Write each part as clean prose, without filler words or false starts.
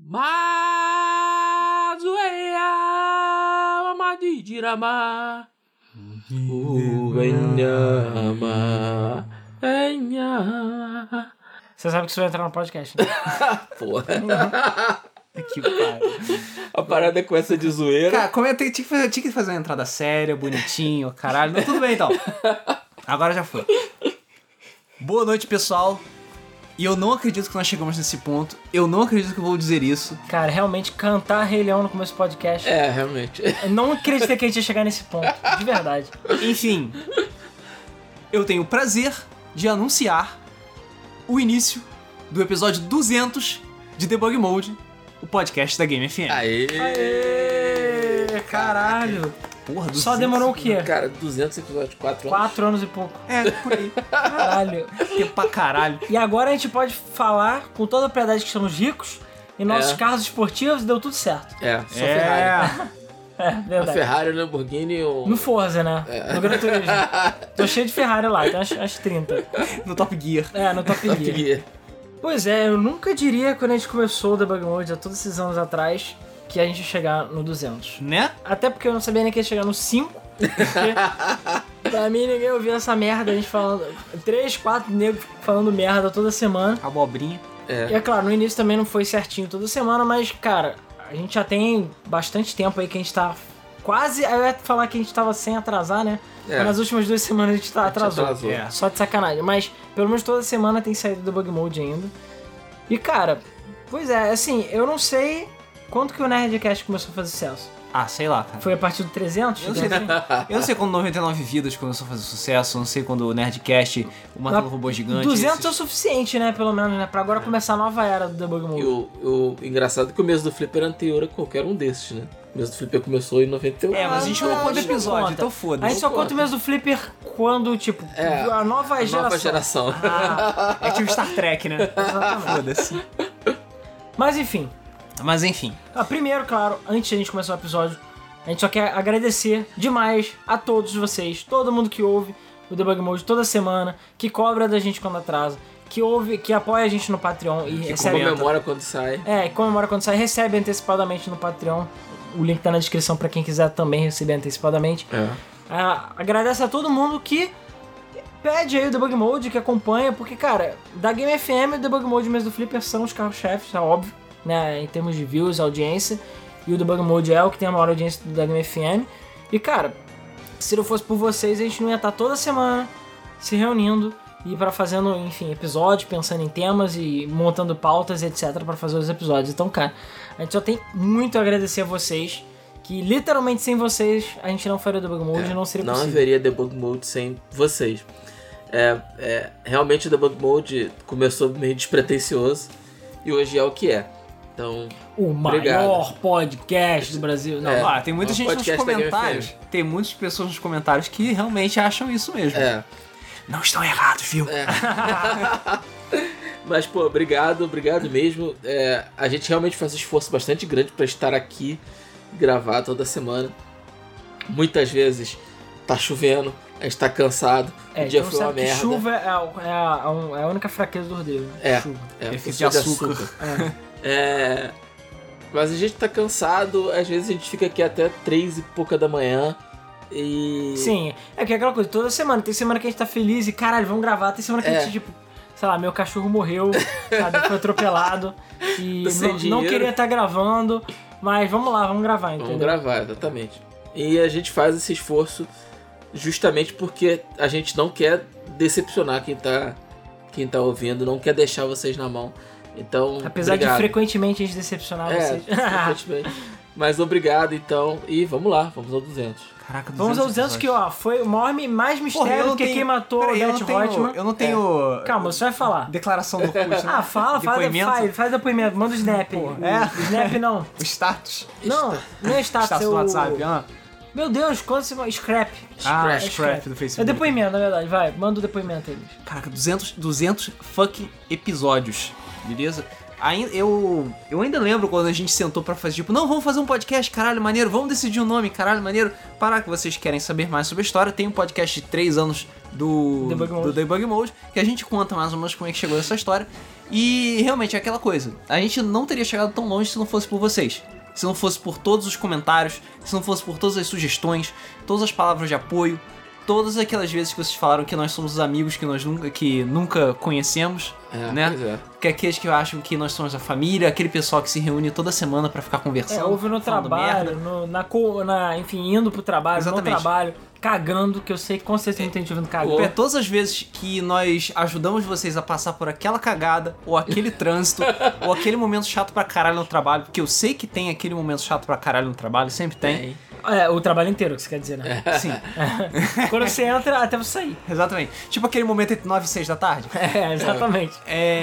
Mazueia Mamadidirama Uvenhama Enhama. Você sabe que isso vai entrar no podcast, né? Porra. Que pariu. A parada é com essa de zoeira. Cara, como tinha que fazer uma entrada séria, bonitinho, caralho. Mas tudo bem, então. Agora já foi. Boa noite, pessoal. E eu não acredito que nós chegamos nesse ponto. Eu não acredito que eu vou dizer isso. Cara, realmente, cantar Rei Leão no começo do podcast... É, realmente. Eu não acreditei que a gente ia chegar nesse ponto. De verdade. Enfim. Eu tenho o prazer de anunciar o início do episódio 200 de Debug Mode, o podcast da Game FM. Aê! Aê! Caralho! Porra, 200, só demorou o quê? Cara, 200 episódios, 4 anos. 4 anos e pouco. É, por aí. Caralho. Tempo pra caralho. E agora a gente pode falar com toda a propriedade que estamos ricos em nossos carros esportivos e deu tudo certo. É, só Ferrari. É, A verdade. Ferrari, o Lamborghini ou... No Forza, né? No Gran Turismo. Tô cheio de Ferrari lá, tem umas 30. No Top Gear. É, no Top Top Gear. Gear. Pois é, eu nunca diria quando a gente começou o Debug Mode há todos esses anos atrás que a gente ia chegar no 200. Né? Até porque eu não sabia nem que ia chegar no 5. Porque pra mim ninguém ouvia essa merda, a gente falando... 3, 4 negros falando merda toda semana. Abobrinha. E é claro, no início também não foi certinho toda semana, mas, cara, a gente já tem bastante tempo aí que a gente tá quase... Eu ia falar que a gente tava sem atrasar, né? Mas nas últimas 2 semanas a gente atrasou. É. Só de sacanagem. Mas pelo menos toda semana tem saído do Debug Mode ainda. E, cara, pois é, assim, eu não sei quando que o Nerdcast começou a fazer sucesso. Ah, sei lá, cara. Foi a partir do 300? Eu não sei quando 99 Vidas começou a fazer sucesso, eu não sei quando o Nerdcast, o Matando Robô Gigante... 200 é o suficiente, né, pelo menos, né? Pra agora começar a nova era do Debug Mode. E o engraçado é que o mês do Flipper é anterior a qualquer um desses, né? O mês do Flipper começou em 91. É, mas a gente não conta episódio, conta. então A foda-se. gente só conta o mês do Flipper quando, tipo, a nova geração. Nova geração. Ah, É tipo Star Trek, né? exatamente. Foda-se. Mas enfim, Mas enfim. primeiro, claro, antes de a gente começar o episódio, a gente só quer agradecer demais a todos vocês, todo mundo que ouve o Debug Mode toda semana, que cobra da gente quando atrasa, que ouve, que apoia a gente no Patreon e Que recebe... comemora quando sai. Comemora quando sai, recebe antecipadamente no Patreon. O link tá na descrição pra quem quiser também receber antecipadamente. Agradece a todo mundo que pede aí o Debug Mode, que acompanha, porque, cara, da Game FM, o Debug Mode e o mês do Flipper são os carros-chefes, é óbvio, né, em termos de views, audiência, e o Debug Mode é o que tem a maior audiência da Game FM. E, cara, se não fosse por vocês, a gente não ia estar toda semana se reunindo e para fazendo, enfim, episódios, pensando em temas e montando pautas, etc, para fazer os episódios. Então, cara, a gente só tem muito a agradecer a vocês, que literalmente sem vocês a gente não faria o Debug Mode, não seria possível. Não haveria Debug Mode sem vocês. Realmente o Debug Mode começou meio despretensioso e hoje é o que é. Então, o maior podcast do Brasil. Não, Tem muita gente nos comentários. Tem muitas pessoas nos comentários que realmente acham isso mesmo. Não estão errados, viu? Mas, pô, obrigado mesmo. A gente realmente faz um esforço bastante grande pra estar aqui e gravar toda semana. Muitas vezes tá chovendo, a gente tá cansado, o dia então foi uma sabe que merda. chuva é a única fraqueza do Rodrigo. Né? Chuva. Efeito de açúcar. Mas a gente tá cansado, às vezes a gente fica aqui até 3 e pouca da manhã. E... Sim, é que é aquela coisa, toda semana. Tem semana que a gente tá feliz e caralho, vamos gravar. Tem semana que a gente, tipo, sei lá, meu cachorro morreu, sabe, foi atropelado e não queria estar gravando, mas vamos lá, vamos gravar, entendeu? Vamos gravar, exatamente. E a gente faz esse esforço justamente porque a gente não quer decepcionar quem tá ouvindo, não quer deixar vocês na mão. Então, apesar obrigado. de frequentemente a gente decepcionar vocês. Frequentemente. Mas obrigado, então. E vamos lá, vamos ao 200. Caraca, 200 vamos ao 200 que, ó, foi o maior, mais mistério do que quem matou o Beth Reutemann. Eu não tenho... Calma, você vai falar. Declaração do Orkut, né? Ah, faz depoimento, manda o snap. O snap não. O status. Não é status, Status do WhatsApp, Meu Deus, quando você... Scrap. Scrap do Facebook. É depoimento, na verdade, vai, manda o depoimento aí. Caraca, 200 fucking episódios, beleza? Eu ainda lembro quando a gente sentou pra fazer, tipo, não, vamos fazer um podcast, caralho, maneiro, vamos decidir o nome, caralho, maneiro. Para que vocês querem saber mais sobre a história, tem um podcast de 3 anos do Debug Mode, que a gente conta mais ou menos como é que chegou essa história. E realmente é aquela coisa, a gente não teria chegado tão longe se não fosse por vocês. Se não fosse por todos os comentários, se não fosse por todas as sugestões, todas as palavras de apoio, todas aquelas vezes que vocês falaram que nós somos os amigos que nunca conhecemos, né? Pois é. Que aqueles que acham que nós somos a família, aquele pessoal que se reúne toda semana pra ficar conversando. Ouve no trabalho, enfim, indo pro trabalho, Exatamente. no trabalho, cagando, que eu sei que com certeza não tem gente ouvindo cagando. Todas as vezes que nós ajudamos vocês a passar por aquela cagada, ou aquele trânsito, ou aquele momento chato pra caralho no trabalho, porque eu sei que tem aquele momento chato pra caralho no trabalho, sempre tem. O trabalho inteiro, que você quer dizer, né? Sim. Quando você entra, até você sair. Exatamente. Tipo aquele momento entre 9 e 6 da tarde. Exatamente.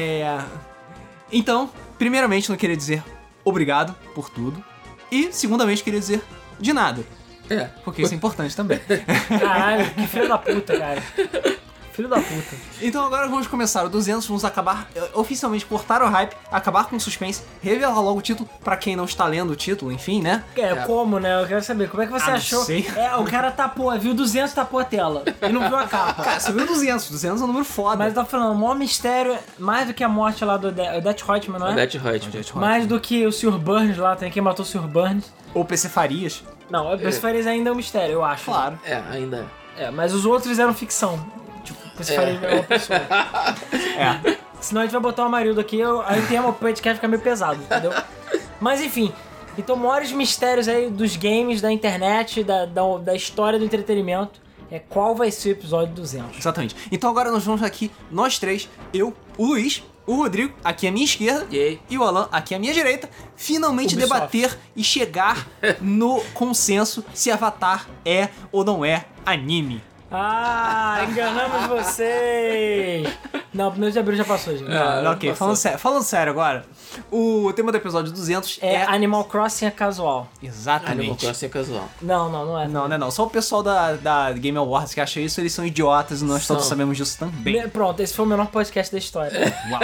Então, primeiramente, não queria dizer obrigado por tudo. E, segundamente, queria dizer de nada. Porque isso é importante também. Caralho, que filho da puta, cara. Filho da puta. Então agora vamos começar o 200, vamos acabar, oficialmente cortar o hype, acabar com o suspense, revelar logo o título, pra quem não está lendo o título, enfim, né? Como, né? Eu quero saber, como é que você achou? Não sei. O cara viu 200, tapou a tela. E não viu a capa. Cara, você viu 200 é um número foda. Mas eu tô falando, o maior mistério, mais do que a morte lá do Death Hotman, não é? Death Hotman. Mais do que o Sr. Burns lá, tem quem matou o Sr. Burns. Ou PC Farias. Não, o PC Farias ainda é um mistério, eu acho. Claro. Ainda mas os outros eram ficção. Tipo, o PC Farias é uma pessoa. Senão a gente vai botar o Amarildo aqui, aí o tema podcast fica meio pesado, entendeu? Mas enfim, então maiores mistérios aí dos games, da internet, da história do entretenimento, qual vai ser o episódio 200. Exatamente. Então agora nós vamos aqui, nós três, eu, o Luiz, o Rodrigo, aqui à minha esquerda, e o Alan, aqui à minha direita, finalmente Ubisoft. debater e chegar no consenso se Avatar é ou não é anime. Enganamos vocês! Não, o 1º de abril já passou, gente. Ok, falando sério agora, o tema do episódio 200 é... Animal Crossing é casual. Exatamente. Animal Crossing é casual. Não é. Não. Só o pessoal da Game Awards que acha isso, eles são idiotas e nós todos sabemos disso também. Pronto, esse foi o menor podcast da história. Uau.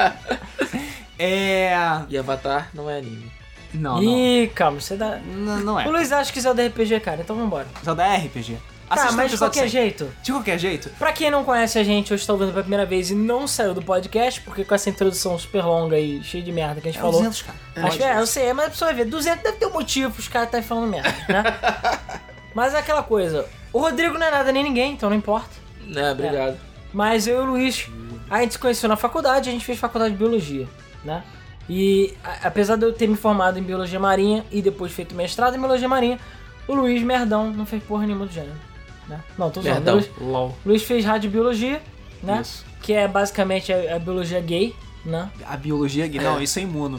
E Avatar não é anime. Não. Ih, calma, você dá... Não é. O Luiz acha que isso é o RPG, cara, então vambora. Só da RPG. Mas de qualquer jeito. De qualquer jeito. Pra quem não conhece a gente ou está ouvindo pela primeira vez e não saiu do podcast, porque com essa introdução super longa e cheia de merda que a gente falou... 200, cara. Eu sei, mas a pessoa vai ver, 200 deve ter um motivo os caras estarem falando merda, né? Mas é aquela coisa, o Rodrigo não é nada nem ninguém, então não importa. Obrigado. Mas eu e o Luiz, a gente se conheceu na faculdade, a gente fez faculdade de Biologia, né? E apesar de eu ter me formado em Biologia Marinha e depois feito mestrado em Biologia Marinha, o Luiz, merdão, não fez porra nenhuma do gênero. Né? Não, tô zoando. O Luiz fez radiobiologia, né? Isso. Que é basicamente a biologia gay, né? A biologia gay? Não, isso é imuno.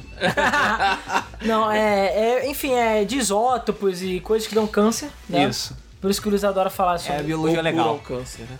Não, enfim, é de isótopos e coisas que dão câncer, né? Isso. Por isso que o Luiz adora falar sobre... É a biologia legal. Câncer, né?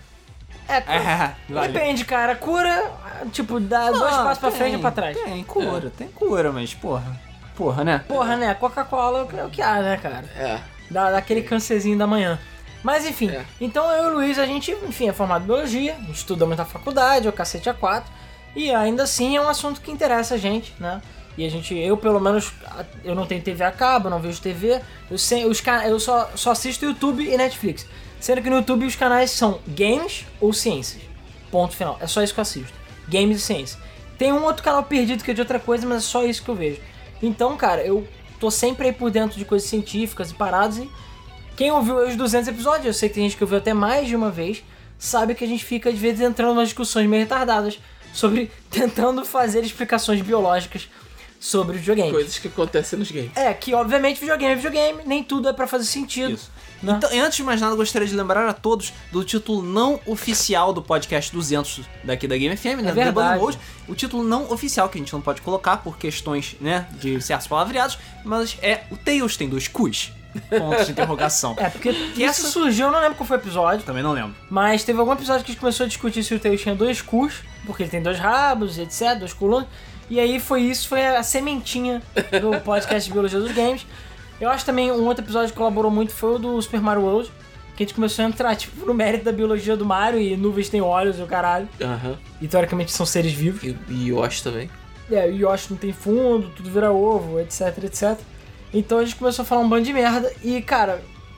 Depende, cara. Cura, tipo, dá 2 passos pra frente e pra trás. Tem cura, mas porra, né? Porra, né? Coca-Cola é o que há, né, cara? Dá aquele câncerzinho da manhã. Mas enfim, então eu e o Luiz, a gente, enfim, é formado em biologia, estudamos na faculdade, o cacete A4, e ainda assim é um assunto que interessa a gente, né? E eu pelo menos, eu não tenho TV a cabo, não vejo TV, eu só assisto YouTube e Netflix. Sendo que no YouTube os canais são games ou ciências. Ponto final. É só isso que eu assisto. Games e ciências. Tem um outro canal perdido que é de outra coisa, mas é só isso que eu vejo. Então, cara, eu tô sempre aí por dentro de coisas científicas e paradas e quem ouviu os 200 episódios, eu sei que tem gente que ouviu até mais de uma vez, sabe que a gente fica às vezes entrando em umas discussões meio retardadas sobre tentando fazer explicações biológicas sobre videogame. Coisas que acontecem nos games. Que obviamente videogame é videogame, nem tudo é pra fazer sentido. Isso. Né? Então, antes de mais nada, eu gostaria de lembrar a todos do título não oficial do podcast 200 daqui da Game FM, né? É verdade. Mode, o título não oficial, que a gente não pode colocar por questões, né, de certos palavreados, mas o Tails tem 2 cus. Pontos de interrogação. Porque isso surgiu, eu não lembro qual foi o episódio. Também não lembro. Mas teve algum episódio que a gente começou a discutir se o Tails tinha 2 cus, porque ele tem 2 rabos, etc, 2 colunas. E aí foi a sementinha do podcast de Biologia dos Games. Eu acho também um outro episódio que colaborou muito foi o do Super Mario World, que a gente começou a entrar, tipo, no mérito da biologia do Mario, e nuvens têm olhos e o caralho. E teoricamente são seres vivos. E Yoshi também. O Yoshi não tem fundo, tudo vira ovo, etc, etc. Então a gente começou a falar um bando de merda e, cara,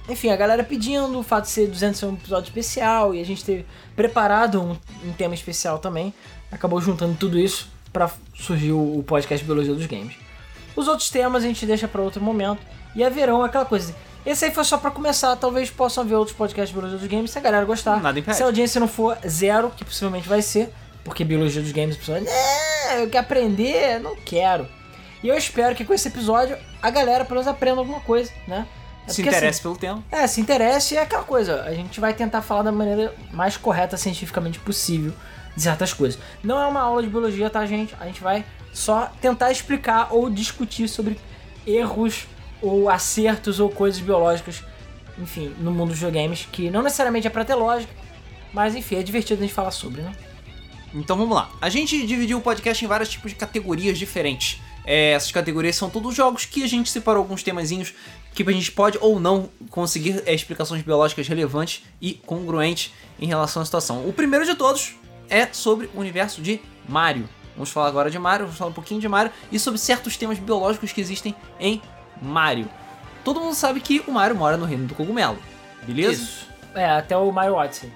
enfim, a galera pedindo, o fato de ser 200 ser um episódio especial e a gente ter preparado um tema especial também, acabou juntando tudo isso pra surgir o podcast Biologia dos Games. Os outros temas a gente deixa pra outro momento e haverão aquela coisa. Esse aí foi só pra começar, talvez possam ver outros podcasts Biologia dos Games se a galera gostar. Nada impede. Se a audiência não for 0, que possivelmente vai ser, porque Biologia dos Games, a pessoa, eu quero aprender, não quero. E eu espero que com esse episódio a galera pelo menos aprenda alguma coisa, né? Se interesse pelo tema. Se interesse e é aquela coisa. A gente vai tentar falar da maneira mais correta cientificamente possível de certas coisas. Não é uma aula de biologia, tá, gente? A gente vai só tentar explicar ou discutir sobre erros ou acertos ou coisas biológicas, enfim, no mundo dos videogames, que não necessariamente é pra ter lógica, mas enfim, é divertido a gente falar sobre, né? Então vamos lá. A gente dividiu o podcast em vários tipos de categorias diferentes. Essas categorias são todos jogos que a gente separou alguns temazinhos que a gente pode ou não conseguir explicações biológicas relevantes e congruentes em relação à situação. O primeiro de todos é sobre o universo de Mario. Vamos falar agora de Mario, vamos falar um pouquinho de Mario e sobre certos temas biológicos que existem em Mario. Todo mundo sabe que o Mario mora no reino do cogumelo, beleza? Isso. Até o Mario Odyssey.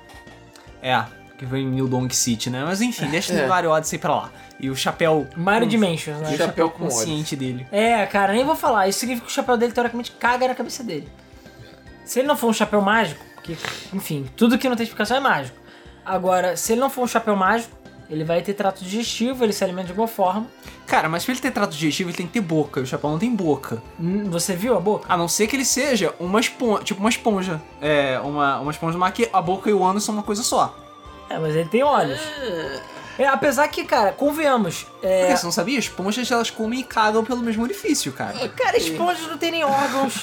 Que vem em New Donk City, né? Mas enfim, deixa o Mario Odyssey pra lá. E o chapéu... Mario Dimensions, né? O chapéu com consciente dele. Cara, nem vou falar. Isso significa que o chapéu dele, teoricamente, caga na cabeça dele. Se ele não for um chapéu mágico, que, enfim, tudo que não tem explicação é mágico. Agora, se ele não for um chapéu mágico, ele vai ter trato digestivo, ele se alimenta de alguma forma. Cara, mas pra ele ter trato digestivo, ele tem que ter boca. E o chapéu não tem boca. Você viu a boca? A não ser que ele seja uma esponja, tipo uma esponja. Uma esponja, mas que a boca e o ânus são uma coisa só. Mas ele tem olhos. Apesar que, cara, convenhamos. Porque você não sabia? Esponjas, elas comem e cagam pelo mesmo orifício, cara. Cara, esponjas não tem nem órgãos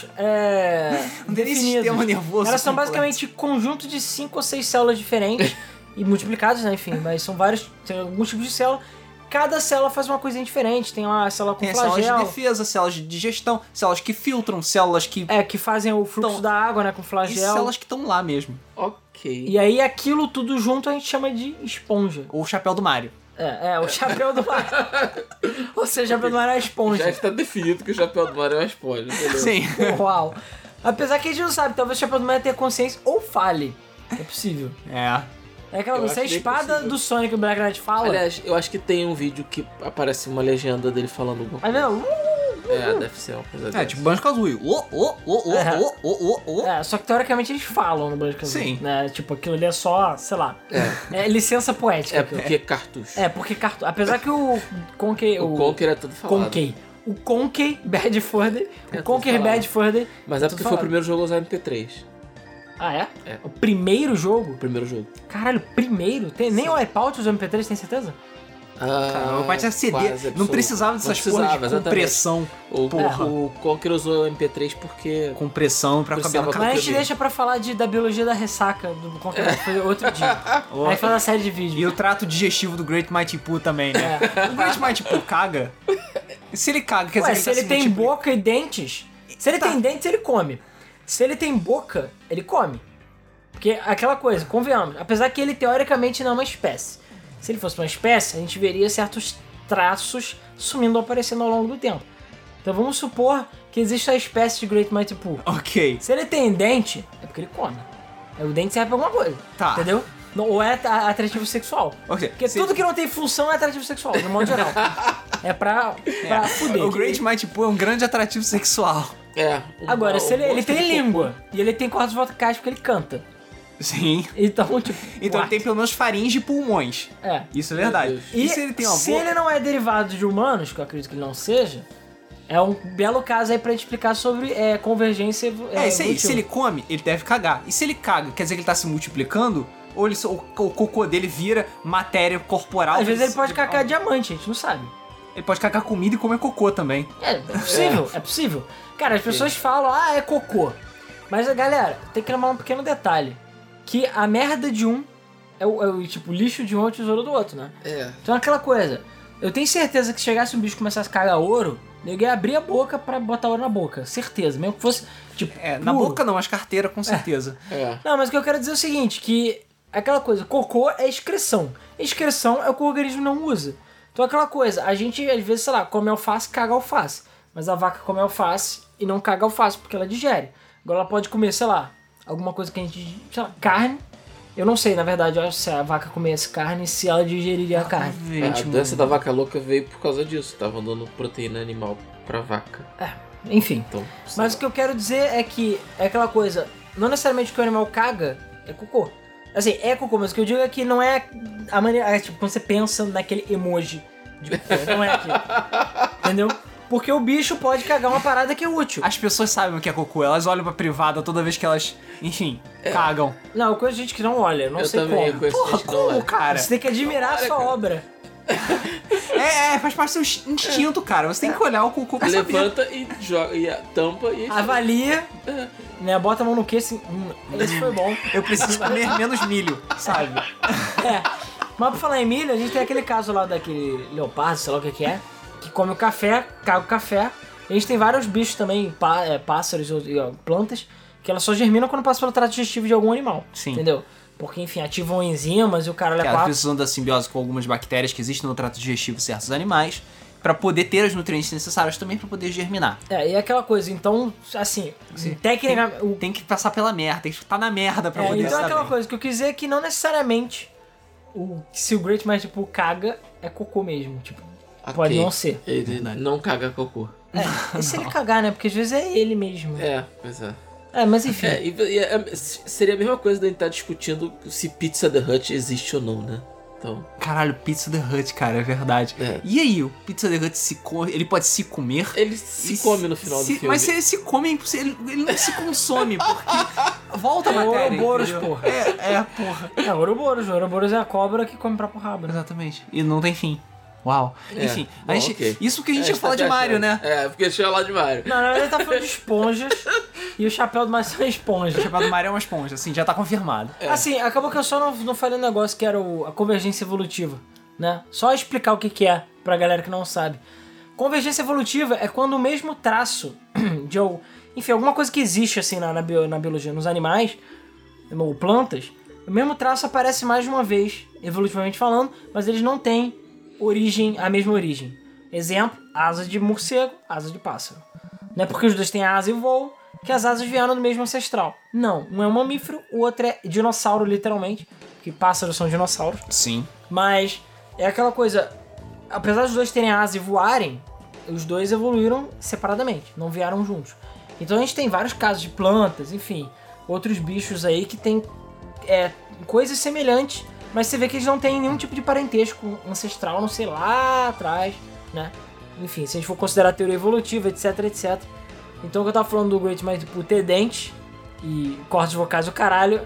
não tem nem definidos. sistema nervoso. Elas são completo. basicamente conjunto de 5 ou 6 células diferentes e multiplicadas, né? Enfim, mas são vários. Tem alguns tipos de célula. Cada célula faz uma coisinha diferente. Tem uma célula com flagelo. Tem células de defesa, células de digestão, células que filtram, células que... que fazem o fluxo da água, né? Com flagelo. E células que estão lá mesmo. Ok. E aí aquilo tudo junto a gente chama de esponja. Ou o chapéu do Mario. O chapéu do Mario. Ou seja, o chapéu do Mario é a esponja. Já está definido que o chapéu do Mario é uma esponja. Beleza? Sim. Uau. Apesar que a gente não sabe, talvez o chapéu do Mario tenha consciência ou fale. É possível. É aquela coisa, se a espada do Sonic o Black Knight fala... Aliás, eu acho que tem um vídeo que aparece uma legenda dele falando alguma coisa. Aí vem, deve ser uma coisa dessa. Tipo Banjo-Kazooie. Só que teoricamente eles falam no Banjo-Kazooie. Sim. Né? Tipo, aquilo ali é só, sei lá... É licença poética. Porque é cartucho. Porque cartucho. Apesar que o Conker... O Conker é tudo falado. O Conker Bad Further... É o Conker tudo Bad Further... Mas é porque foi o primeiro jogo a usar MP3. Ah, é? É. O primeiro jogo? O primeiro jogo. Caralho, primeiro? Nem o Wipeout usa MP3, tem certeza? Cara, meu pai tinha CD. Não precisava dessas porra de compressão. O Conker usou MP3 porque... Compressão pra ficar bem no Mas a gente deixa pra falar da biologia da ressaca do Conker foi outro dia. Aí faz a série de vídeos. E o trato digestivo do Great Mighty Pooh também, né? O Great Mighty Pooh caga. Se ele caga, quer dizer que se ele tem boca e dentes... Se ele tem dentes, ele come. Se ele tem boca, ele come. Porque aquela coisa, convenhamos, apesar que ele teoricamente não é uma espécie. Se ele fosse uma espécie, a gente veria certos traços sumindo ou aparecendo ao longo do tempo. Então vamos supor que existe a espécie de Great Mighty Pooh. Ok. Se ele tem dente, é porque ele come. O dente serve pra alguma coisa. Tá. Entendeu? Ou é atrativo sexual. Ok. Porque tudo que não tem função é atrativo sexual, de modo geral. É pra fuder. O Great Mighty Pooh é um grande atrativo sexual. Agora, se ele tem língua e ele tem cordas vocais porque ele canta. Sim. Então, tipo... Então ele tem pelo menos faringe e pulmões. Isso é verdade. E se ele tem uma se boca... ele não é derivado de humanos, que eu acredito que ele não seja, é um belo caso aí pra gente explicar sobre convergência isso aí. Se ele come, ele deve cagar. E se ele caga, quer dizer que ele tá se multiplicando? Ou o cocô dele vira matéria corporal? Às vezes ele pode cagar diamante, a gente não sabe. Ele pode cagar comida e comer cocô também. É possível, é possível. Cara, as pessoas falam, é cocô. Mas, galera, tem que lembrar um pequeno detalhe. Que a merda de um é o tipo, o lixo de um é o tesouro do outro, né? Então é aquela coisa. Eu tenho certeza que se chegasse um bicho e começasse a cagar ouro, eu ia abrir a boca pra botar ouro na boca. Certeza. Mesmo que fosse, tipo, na boca não, mas carteira com certeza. Não, mas o que eu quero dizer é o seguinte, que aquela coisa, cocô é excreção. Excreção é o que o organismo não usa. Então aquela coisa, a gente às vezes, sei lá, come alface, caga alface. Mas a vaca come alface e não caga alface porque ela digere. Agora ela pode comer, sei lá, alguma coisa que a gente... Sei lá, carne. Eu não sei, na verdade, eu acho se a vaca comesse carne, se ela digeriria a carne. A doença da vaca louca veio por causa disso. Estavam dando proteína animal pra vaca. Enfim. Então, mas o que eu quero dizer é que é aquela coisa... Não necessariamente que o animal caga é cocô. Assim, é cocô, mas o que eu digo é que não é a maneira... É tipo, quando você pensa naquele emoji de cocô, não é aquilo. Entendeu? Porque o bicho pode cagar uma parada que é útil. As pessoas sabem o que é cocô, elas olham pra privada toda vez que elas, enfim, cagam. Não, eu conheço gente que não olha, não eu sei também como. conheço gente que não Como, olha. cara? Você tem que admirar a sua obra. Faz parte do seu instinto, cara. Você tem que olhar o cocô pra saber. Levanta e joga, e tampa e... Avalia, né, bota a mão no quê assim, esse foi bom. Eu preciso comer menos milho, sabe? Mas pra falar em milho, a gente tem aquele caso lá daquele leopardo, sei lá o que é, que come o café, caga o café. E a gente tem vários bichos também, pássaros e plantas, que elas só germinam quando passam pelo trato digestivo de algum animal. Sim. Entendeu? Porque, enfim, ativam enzimas e o cara Elas precisam da simbiose com algumas bactérias que existem no trato digestivo de certos animais, pra poder ter os nutrientes necessários também pra poder germinar. E aquela coisa, então, assim, técnica... Tem que passar pela merda, tem que estar na merda pra poder então estar aquela bem. coisa que eu quis dizer é que não necessariamente se o Great Mind, tipo, caga, é cocô mesmo, tipo, pode não ser. Ele não caga cocô. E se ele cagar, né? Porque às vezes é ele mesmo. Pois é. Mas enfim. Seria a mesma coisa da gente estar discutindo se Pizza the Hut existe ou não, né? Então... Caralho, Pizza the Hut, cara, é verdade. E aí, o Pizza the Hut ele pode se comer? Ele se come no final do filme. Mas se ele se come, é impossível. Ele não se consome, porque... Volta a matéria. Ouroboros, porra. Porra. Ouroboros. Ouroboros é a cobra que come próprio rabo, né? Exatamente. E não tem fim. Uau. Enfim, bom, okay. Isso porque a gente ia falar de Mario, né? Porque a gente ia falar de Mario. Não, na verdade ele tá falando de esponjas e o chapéu do Mario são esponjas. O chapéu do Mario é uma esponja, assim, já tá confirmado. Assim, acabou que eu só não falei um negócio que era a convergência evolutiva, né? Só explicar o que é pra galera que não sabe. Convergência evolutiva é quando o mesmo traço de... Enfim, alguma coisa que existe, assim, na biologia, nos animais, ou plantas, o mesmo traço aparece mais de uma vez, evolutivamente falando, mas eles não têm a mesma origem. Exemplo, asa de morcego, asa de pássaro. Não é porque os dois têm asa e voo que as asas vieram do mesmo ancestral. Não, um é um mamífero, o outro é dinossauro, literalmente, porque pássaros são dinossauros. Sim. Mas é aquela coisa, apesar dos dois terem asa e voarem, os dois evoluíram separadamente, não vieram juntos. Então a gente tem vários casos de plantas, enfim, outros bichos aí que tem coisas semelhantes, mas você vê que eles não têm nenhum tipo de parentesco ancestral, não sei lá atrás, né? Enfim, se a gente for considerar a teoria evolutiva, etc, etc. Então o que eu tava falando do Great Mind, tipo, ter dente e cortes vocais o caralho,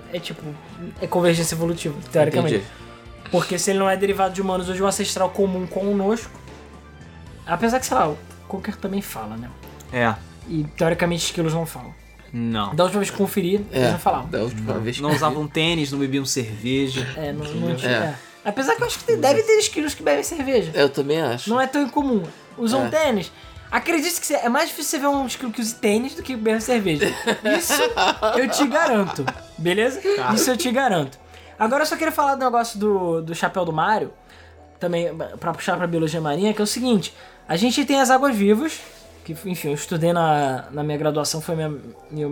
é convergência evolutiva, teoricamente. Entendi. Porque se ele não é derivado de humanos ou de um ancestral comum conosco, apesar que, sei lá, o Cocker também fala, né? E teoricamente esquilos não falam. Não. Da última vez que conferi, eles não falavam. Da última vez que não usavam tênis, não bebiam cerveja. Não tinha. Apesar que eu acho que deve ter esquilos que bebem cerveja. Eu também acho. Não é tão incomum. Usam tênis. Acredite que é mais difícil você ver um esquilo que use tênis do que beber cerveja. Isso eu te garanto. Beleza? Tá. Isso eu te garanto. Agora eu só queria falar do negócio do chapéu do Mario, também pra puxar pra biologia marinha, que é o seguinte: a gente tem as águas-vivas, que, enfim, eu estudei na minha graduação, foi minha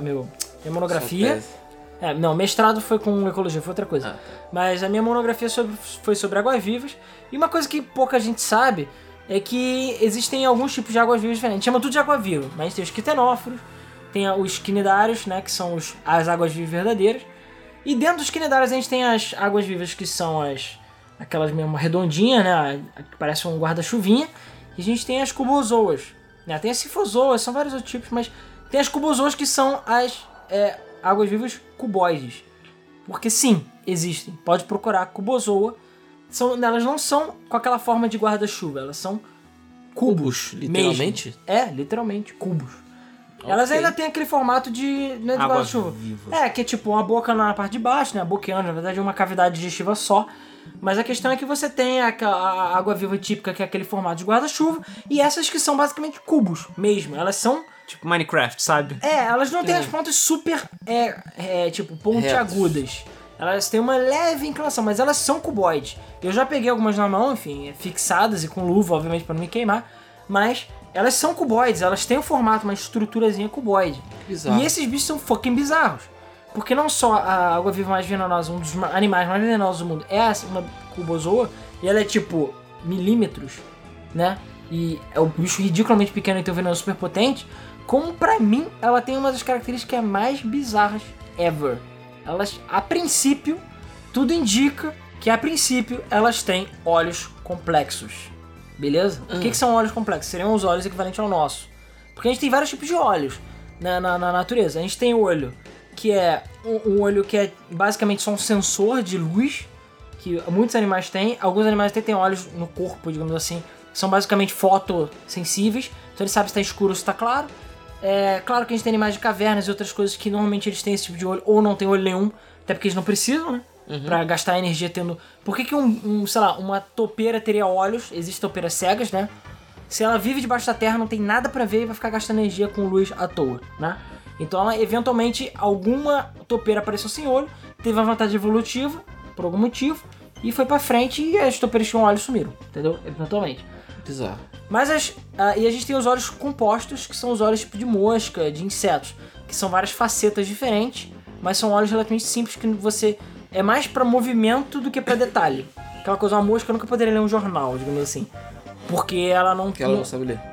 monografia. Mestrado foi com ecologia, foi outra coisa. Mas a minha monografia foi sobre águas-vivas. E uma coisa que pouca gente sabe é que existem alguns tipos de águas-vivas diferentes. Chama tudo de água-viva, mas tem os quitenóforos, tem os quinidários, né, que são as águas-vivas verdadeiras. E dentro dos quinidários a gente tem as águas-vivas, que são aquelas mesmo redondinhas, né, que parece um guarda-chuvinha. E a gente tem as cubozoas, né, tem as sifozoas, são vários outros tipos, mas tem as cubozoas, que são as águas-vivas cuboides. Porque sim, existem. Pode procurar cubozoa. Elas não são com aquela forma de guarda-chuva, elas são cubos, literalmente? Mesmo. Literalmente, cubos. Okay. Elas ainda têm aquele formato de guarda-chuva. Que é tipo uma boca na parte de baixo, né? A boqueando, na verdade é uma cavidade digestiva só. Mas a questão é que você tem a água-viva típica, que é aquele formato de guarda-chuva, e essas que são basicamente cubos mesmo. Elas são... Tipo Minecraft, sabe? Elas não têm as pontas super, tipo, pontiagudas. Elas têm uma leve inclinação, mas elas são cuboides. Eu já peguei algumas na mão, enfim, fixadas e com luva, obviamente, pra não me queimar. Mas elas são cuboides, elas têm um formato, uma estruturazinha cuboide. Bizarro. E esses bichos são fucking bizarros. Porque não só a água-viva mais venenosa, um dos animais mais venenosos do mundo, é uma cubozoa, e ela é tipo milímetros, né? E é um bicho ridiculamente pequeno e tem um veneno super potente. Como pra mim, ela tem uma das características mais bizarras ever. Elas, a princípio, tudo indica que a princípio elas têm olhos complexos. Beleza? O que são olhos complexos? Seriam os olhos equivalentes ao nosso. Porque a gente tem vários tipos de olhos na natureza. A gente tem o olho que é um olho que é basicamente só um sensor de luz, que muitos animais têm. Alguns animais até têm olhos no corpo, digamos assim, que são basicamente fotossensíveis. Então ele sabe se está escuro ou se está claro. É claro que a gente tem animais de cavernas e outras coisas que normalmente eles têm esse tipo de olho ou não tem olho nenhum, até porque eles não precisam, né? Pra gastar energia tendo... Por que sei lá, uma topeira teria olhos? Existem topeiras cegas, né? Se ela vive debaixo da terra, não tem nada pra ver e vai ficar gastando energia com luz à toa, né? Então, ela, eventualmente, alguma topeira apareceu sem olho, teve uma vantagem evolutiva, por algum motivo, e foi pra frente e as topeiras que tinham olhos sumiram, entendeu? Eventualmente. Bizarro. Mas e a gente tem os olhos compostos, que são os olhos tipo de mosca, de insetos, que são várias facetas diferentes, mas são olhos relativamente simples que você... É mais pra movimento do que pra detalhe. Aquela coisa, uma mosca nunca poderia ler um jornal, digamos assim. Porque ela não... Porque ela não sabe ler.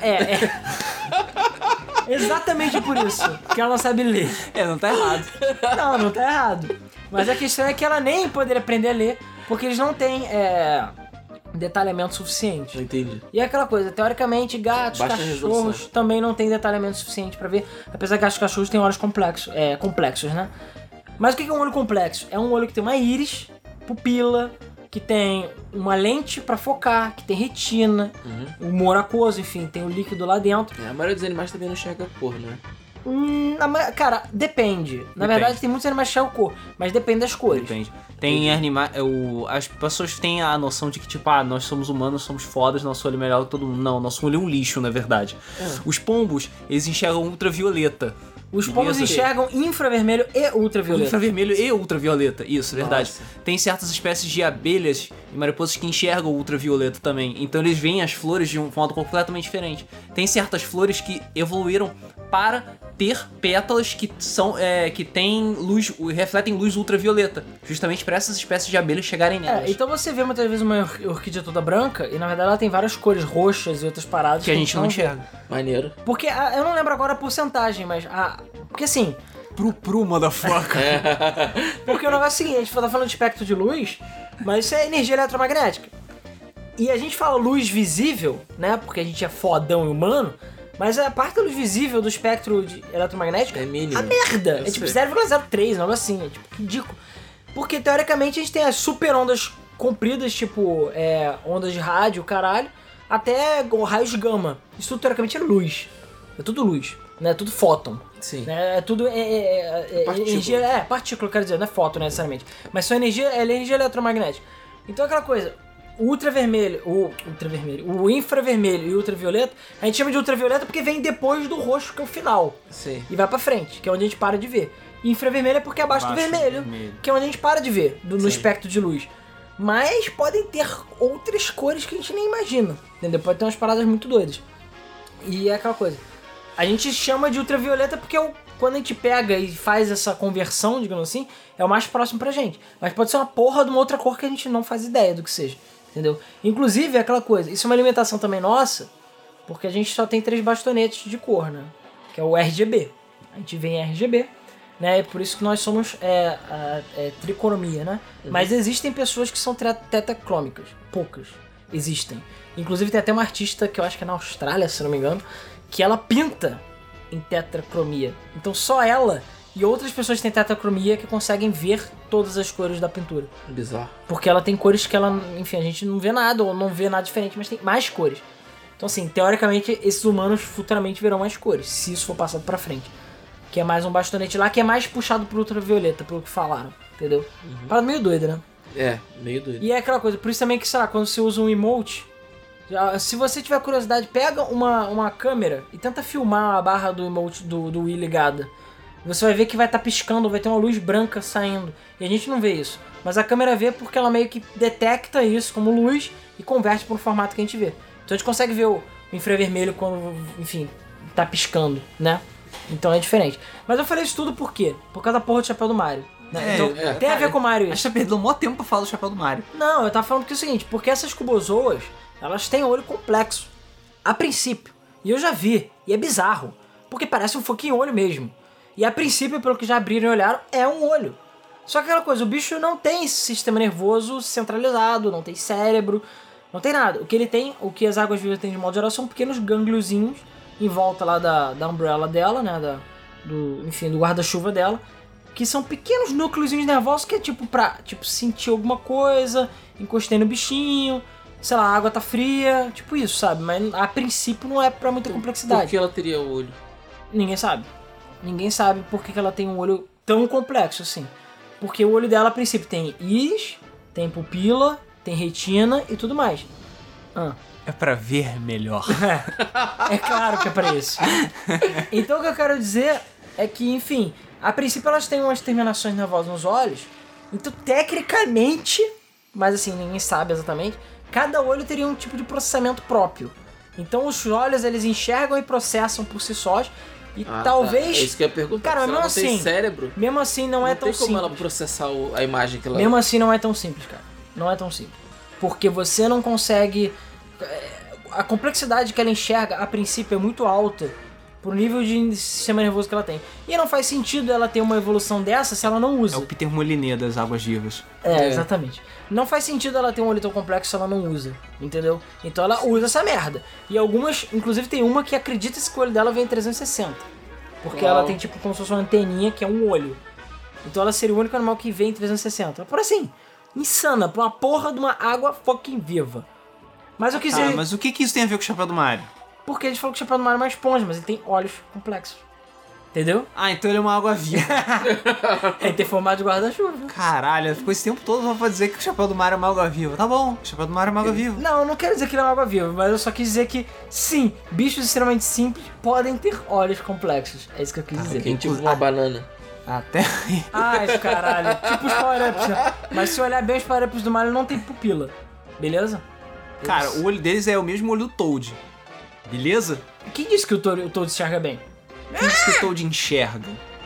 Exatamente por isso que ela não sabe ler. Não tá errado. Não tá errado. Mas a questão é que ela nem poderia aprender a ler, porque eles não têm detalhamento suficiente. Não entendi. E é aquela coisa, teoricamente, gatos, Baixa cachorros resolução. também não têm detalhamento suficiente pra ver, apesar que gatos e cachorros têm olhos complexos, né? Mas o que é um olho complexo? É um olho que tem uma íris, pupila, que tem uma lente pra focar, que tem retina, humor aquoso, enfim, tem o líquido lá dentro. A maioria dos animais também não enxerga cor, né? Cara, depende. Na verdade, tem muitos animais que enxergam cor, mas depende das cores. Depende. Tem animais... As pessoas têm a noção de que, tipo, nós somos humanos, somos fodas, nosso olho é melhor que todo mundo. Não, nosso olho é um lixo, na verdade. Os pombos, eles enxergam ultravioleta. Os pombos enxergam infravermelho e ultravioleta. Infravermelho e ultravioleta, isso, verdade. Nossa. Tem certas espécies de abelhas e mariposas que enxergam ultravioleta também. Então eles veem as flores de um modo completamente diferente. Tem certas flores que evoluíram para ter pétalas que são que tem luz, refletem luz ultravioleta, justamente para essas espécies de abelhas chegarem nelas. Então você vê muitas vezes uma orquídea toda branca e na verdade ela tem várias cores roxas e outras paradas que a gente não enxerga. Maneiro. Porque eu não lembro agora a porcentagem, mas porque assim, motherfucker. porque o negócio é o seguinte, a gente tá falando de espectro de luz, mas isso é energia eletromagnética. E a gente fala luz visível, né? Porque a gente é fodão e humano, mas a parte da luz visível do espectro eletromagnético é mínimo. A merda. É tipo 0,03, algo assim, é tipo ridículo. Porque teoricamente a gente tem as super ondas compridas, tipo ondas de rádio, caralho, até raios gama. Isso teoricamente é luz. É tudo luz, né? É tudo fóton. Sim. É tudo partícula. Energia, partícula, quero dizer, não é fóton necessariamente. Mas só energia eletromagnética. Então é aquela coisa, o infravermelho e o ultravioleta, a gente chama de ultravioleta porque vem depois do roxo, que é o final. Sim. E vai pra frente, que é onde a gente para de ver. E infravermelho é porque é abaixo do vermelho, que é onde a gente para de ver, no espectro de luz. Mas podem ter outras cores que a gente nem imagina, entendeu? Pode ter umas paradas muito doidas. E é aquela coisa, a gente chama de ultravioleta porque quando a gente pega e faz essa conversão, digamos assim, é o mais próximo pra gente. Mas pode ser uma porra de uma outra cor que a gente não faz ideia do que seja, entendeu? Inclusive, é aquela coisa, isso é uma alimentação também nossa, porque a gente só tem 3 bastonetes de cor, né? Que é o RGB. A gente vem em RGB, né? É por isso que nós somos tricromia, né? Mas existem pessoas que são tetacrômicas. Poucas. Existem. Inclusive tem até uma artista que eu acho que é na Austrália, se não me engano, que ela pinta em tetracromia. Então só ela e outras pessoas têm tetracromia que conseguem ver todas as cores da pintura. Bizarro. Porque ela tem cores que ela, enfim, a gente não vê nada ou não vê nada diferente, mas tem mais cores. Então assim, teoricamente esses humanos futuramente verão mais cores, se isso for passado pra frente. Que é mais um bastonete lá, que é mais puxado pro ultravioleta, pelo que falaram, entendeu? Parada meio doida, né? Meio doido. E é aquela coisa, por isso também que, sei lá, quando você usa um emote, se você tiver curiosidade, pega uma câmera e tenta filmar a barra do emote do Wii ligada. Você vai ver que vai estar piscando, vai ter uma luz branca saindo. E a gente não vê isso. Mas a câmera vê porque ela meio que detecta isso como luz e converte para o formato que a gente vê. Então a gente consegue ver o infravermelho quando, enfim, tá piscando, né? Então é diferente. Mas eu falei isso tudo por quê? Por causa da porra do chapéu do Mario. Né? Então, tem a ver com o Mario A isso. gente tá perdendo um maior tempo pra falar do chapéu do Mario. Não, eu tava falando que é o seguinte, porque essas cubozoas, elas têm olho complexo. A princípio. E eu já vi. E é bizarro. Porque parece um fucking olho mesmo. E a princípio, pelo que já abriram e olharam, é um olho. Só que aquela coisa, o bicho não tem esse sistema nervoso centralizado, não tem cérebro, não tem nada. O que ele tem, o que as águas vivas têm de modo geral, são pequenos gângliozinhos em volta lá da umbrella dela, né? Do guarda-chuva dela. Que são pequenos núcleozinhos nervosos que é tipo pra sentir alguma coisa, encostei no bichinho, sei lá, a água tá fria, tipo isso, sabe? Mas a princípio não é pra muita complexidade. Por que ela teria o olho? Ninguém sabe. Ninguém sabe por que ela tem um olho tão complexo assim. Porque o olho dela, a princípio, tem íris, tem pupila, tem retina e tudo mais. É pra ver melhor. É claro que é pra isso. Então o que eu quero dizer é que, enfim, a princípio elas têm umas terminações nervosas nos olhos. Então, tecnicamente, mas assim, ninguém sabe exatamente, cada olho teria um tipo de processamento próprio. Então os olhos, eles enxergam e processam por si sós. E talvez... Tá. É isso que eu ia perguntar. Cara, se ela não tem cérebro, mesmo assim não é tão simples. Não tem como ela processar a imagem que ela... Mesmo assim não é tão simples, cara. Não é tão simples. Porque você não consegue... A complexidade que ela enxerga, a princípio, é muito alta pro nível de sistema nervoso que ela tem. E não faz sentido ela ter uma evolução dessa se ela não usa. É o Peter Molyneux das águas vivas. Exatamente. Não faz sentido ela ter um olho tão complexo se ela não usa, entendeu? Então ela usa essa merda. E algumas, inclusive tem uma que acredita que o olho dela vem em 360. Porque ela tem tipo como se fosse uma anteninha que é um olho. Então ela seria o único animal que vem em 360. Por assim, insana, pra uma porra de uma água fucking viva. Mas eu quis dizer... Mas o que isso tem a ver com o chapéu do Mario? Porque a gente falou que o chapéu do Mario é uma esponja, mas ele tem olhos complexos. Entendeu? Então ele é uma água viva. Ele tem formato de guarda-chuva. Caralho, ficou esse tempo todo só pra dizer que o chapéu do Mario é uma água viva. Tá bom, o chapéu do Mario é uma água viva. Não, eu não quero dizer que ele é uma água viva, mas eu só quis dizer que, sim, bichos extremamente simples podem ter olhos complexos. É isso que eu quis dizer. Tem tipo uma banana. Até aí. Ai, caralho. Tipo os power-ups, né? Mas se olhar bem os power-ups do Mario, não tem pupila. Beleza? Cara, o olho deles é o mesmo olho do Toad. Beleza? Quem disse que o Toad enxerga bem? Quem disse que o Toad enxerga?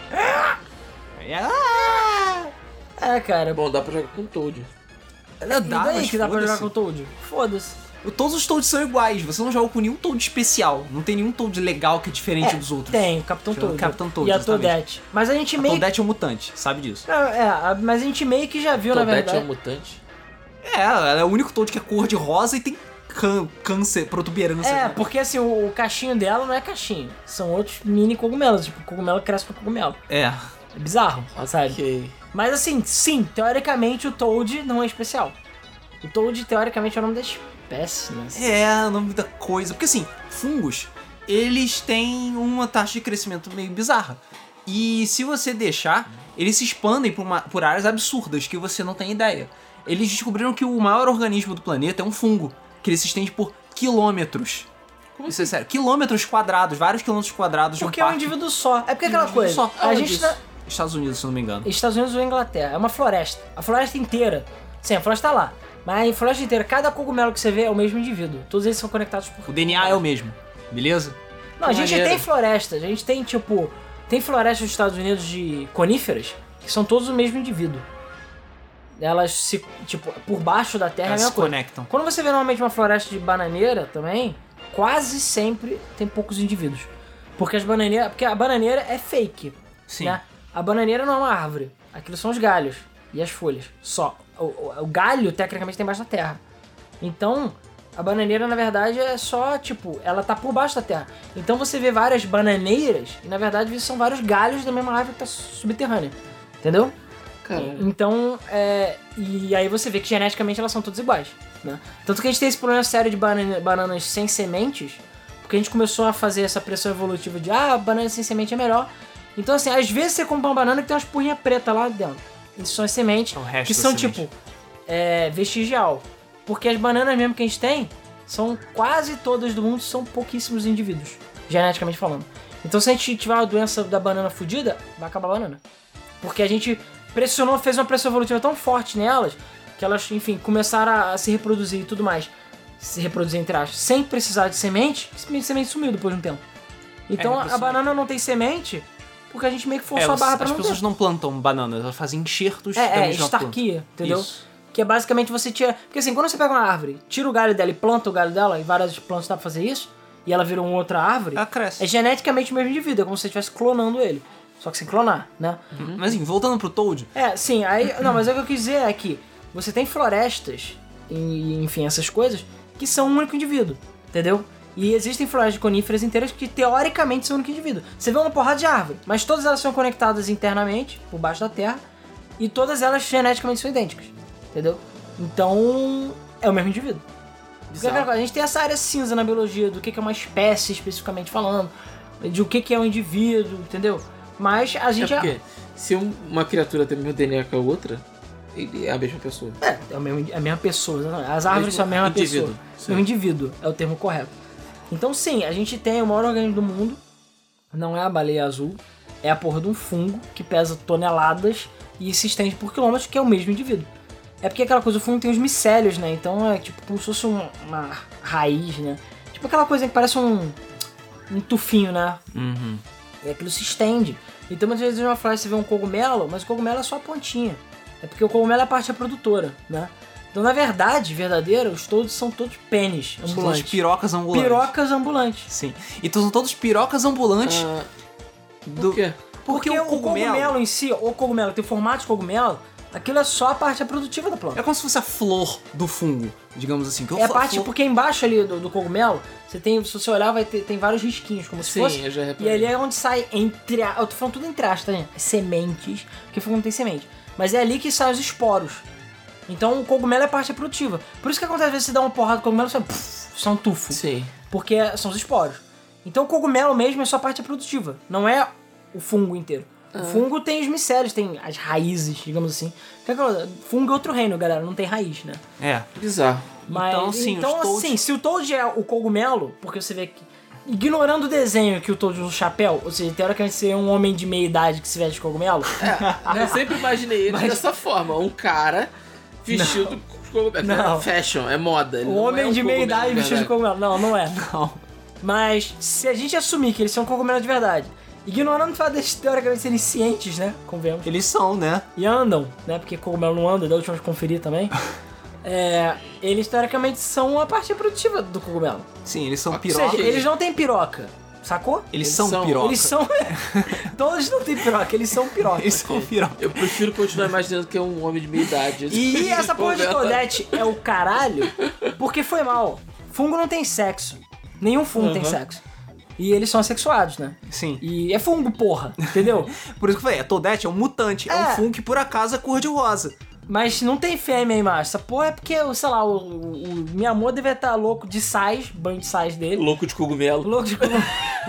Cara. Bom, dá pra jogar com o Toad. E daí que dá pra jogar com o Toad? Foda-se. Todos os Toads são iguais, você não joga com nenhum Toad especial. Não tem nenhum Toad legal que é diferente dos outros. Tem, o Capitão Toad. Capitão Toad, e a justamente. Toadette. Mas a gente meio... A Toadette é um mutante, sabe disso? Mas a gente meio que já viu, Toadette na verdade. é um mutante? Ela é o único Toad que é cor de rosa e tem câncer, protuberância. Né? Porque assim, o cachinho dela não é cachinho. São outros mini cogumelos. Tipo, o cogumelo cresce com cogumelo. É bizarro, sabe? Mas assim, sim, teoricamente o Toad não é especial. O Toad, teoricamente, é o nome da espécie, né? É, o nome da coisa. Porque assim, fungos, eles têm uma taxa de crescimento meio bizarra. E se você deixar, eles se expandem por áreas absurdas que você não tem ideia. Eles descobriram que o maior organismo do planeta é um fungo, que ele se estende por quilômetros. Como isso é sério? Quilômetros quadrados, vários quilômetros quadrados de um parque. Porque é um indivíduo só. É porque aquela coisa. Só. A gente Estados Unidos, se não me engano. Estados Unidos ou Inglaterra. É uma floresta. A floresta inteira. Sim, a floresta tá lá. Mas a floresta inteira, cada cogumelo que você vê é o mesmo indivíduo. Todos eles são conectados por... O DNA é o mesmo, beleza? Não, a gente tem floresta. A gente tem, tipo... Tem florestas nos Estados Unidos de coníferas que são todos o mesmo indivíduo. Elas se... Tipo, por baixo da terra é a mesma coisa. Conectam. Quando você vê normalmente uma floresta de bananeira também, quase sempre tem poucos indivíduos. Porque a bananeira é fake. Sim. Né? A bananeira não é uma árvore. Aquilo são os galhos e as folhas. Só. O galho, tecnicamente, tem embaixo da terra. Então, a bananeira, na verdade, é só, tipo, ela tá por baixo da terra. Então você vê várias bananeiras e, na verdade, são vários galhos da mesma árvore que tá subterrânea. Entendeu? Caramba. Então, e aí você vê que geneticamente elas são todas iguais, né? Tanto que a gente tem esse problema sério de bananas sem sementes, porque a gente começou a fazer essa pressão evolutiva de, banana sem semente é melhor. Então, assim, às vezes você compra uma banana que tem umas porrinhas pretas lá dentro. Isso são as sementes, que são tipo vestigial. Porque as bananas mesmo que a gente tem, são quase todas do mundo, são pouquíssimos indivíduos, geneticamente falando. Então se a gente tiver uma doença da banana fodida, vai acabar a banana. Porque a gente fez uma pressão evolutiva tão forte nelas, que elas, enfim, começaram a se reproduzir e tudo mais. se reproduzir entre aspas, sem precisar de semente, simplesmente a semente sumiu depois de um tempo. Então a banana não tem semente porque a gente meio que forçou a barra pra não ter. As pessoas não plantam bananas, elas fazem enxertos da mesma estarquia, entendeu? Isso. Que é basicamente você tira... Porque assim, quando você pega uma árvore, tira o galho dela e planta o galho dela, e várias plantas dá pra fazer isso, e ela vira uma outra árvore, ela cresce. É geneticamente o mesmo indivíduo, é como se você estivesse clonando ele. Só que sem clonar, né? Mas enfim, voltando pro Toad... Sim, aí... Não, mas o que eu quis dizer é que você tem florestas, e, enfim, essas coisas, que são um único indivíduo, entendeu? E existem florestas de coníferas inteiras que teoricamente são um único indivíduo. Você vê uma porrada de árvore, mas todas elas são conectadas internamente, por baixo da terra, e todas elas geneticamente são idênticas, entendeu? Então, é o mesmo indivíduo. A gente tem essa área cinza na biologia, do que é uma espécie especificamente falando, de o que é um indivíduo, entendeu? Mas a gente... porque se uma criatura tem o mesmo DNA que a outra, ele é a mesma pessoa. É a mesma pessoa. As árvores são a mesma pessoa. O indivíduo é o termo correto. Então sim, a gente tem o maior organismo do mundo, não é a baleia azul, é a porra de um fungo que pesa toneladas e se estende por quilômetros, que é o mesmo indivíduo. É porque aquela coisa, o fungo tem os micélios, né? Então é tipo como se fosse uma raiz, né? Tipo aquela coisa que parece um tufinho, né? Uhum. E aquilo se estende. Então muitas vezes numa floresta você vê um cogumelo, mas o cogumelo é só a pontinha. É porque o cogumelo é a parte reprodutora, né? Então, na verdade, verdadeira, os todos são todos pênis ambulantes. São todos pirocas ambulantes. Pirocas ambulantes. Sim. Então são todos pirocas ambulantes. Por quê? Porque o cogumelo em si, o cogumelo tem o formato de cogumelo, aquilo é só a parte reprodutiva da planta. É como se fosse a flor do fungo, digamos assim. Que é a parte, porque embaixo ali do cogumelo, você tem, se você olhar, tem vários risquinhos, como se fosse. Eu já reparei. E ali é onde sai eu tô falando tudo entre aspas, tá, gente? Sementes, porque o fungo não tem semente. Mas é ali que saem os esporos. Então o cogumelo é a parte reprodutiva. Por isso que acontece, às vezes você dá uma porrada do cogumelo e sai um tufo. Sim. Porque são os esporos. Então o cogumelo mesmo é só a parte reprodutiva, não é o fungo inteiro. O fungo tem os micélios, tem as raízes, digamos assim. Fungo é outro reino, galera, não tem raiz, né? É. Bizarro. Mas, então, sim, então assim, se o Toad é o cogumelo, porque você vê que... Ignorando o desenho que o Toad usa o chapéu, ou seja, teoricamente seria um homem de meia idade que se veste de cogumelo. Eu sempre imaginei ele dessa forma, um cara vestido de cogumelo. Não. Fashion, é moda. O homem de meia idade vestido de cogumelo. Não é. Não. Mas se a gente assumir que eles são cogumelos de verdade, ignorando o fato deles teoricamente serem cientes, né? Convenhamos. Eles são, né? E andam, né? Porque cogumelo não anda, da última vez que conferi também. Eles teoricamente são a parte reprodutiva do cogumelo. Sim, eles são Ou pirocas. seja, eles não têm piroca, sacou? Eles são pirocas. Eles são... Todos não têm piroca, eles são pirocas. Eles são pirocas. Eu prefiro continuar imaginando que é um homem de meia idade. E essa porra de Toadette é o caralho, porque foi mal. Fungo não tem sexo. Nenhum fungo tem sexo. E eles são assexuados, né? Sim. E é fungo, porra, entendeu? Por isso que eu falei, a Toadette é um mutante, é um fungo que por acaso é cor-de-rosa. Mas não tem fêmea aí, macho. Essa porra é porque, sei lá, o meu amor deve estar louco de sais, banho de sais dele. Louco de cogumelo. Louco de cogumelo.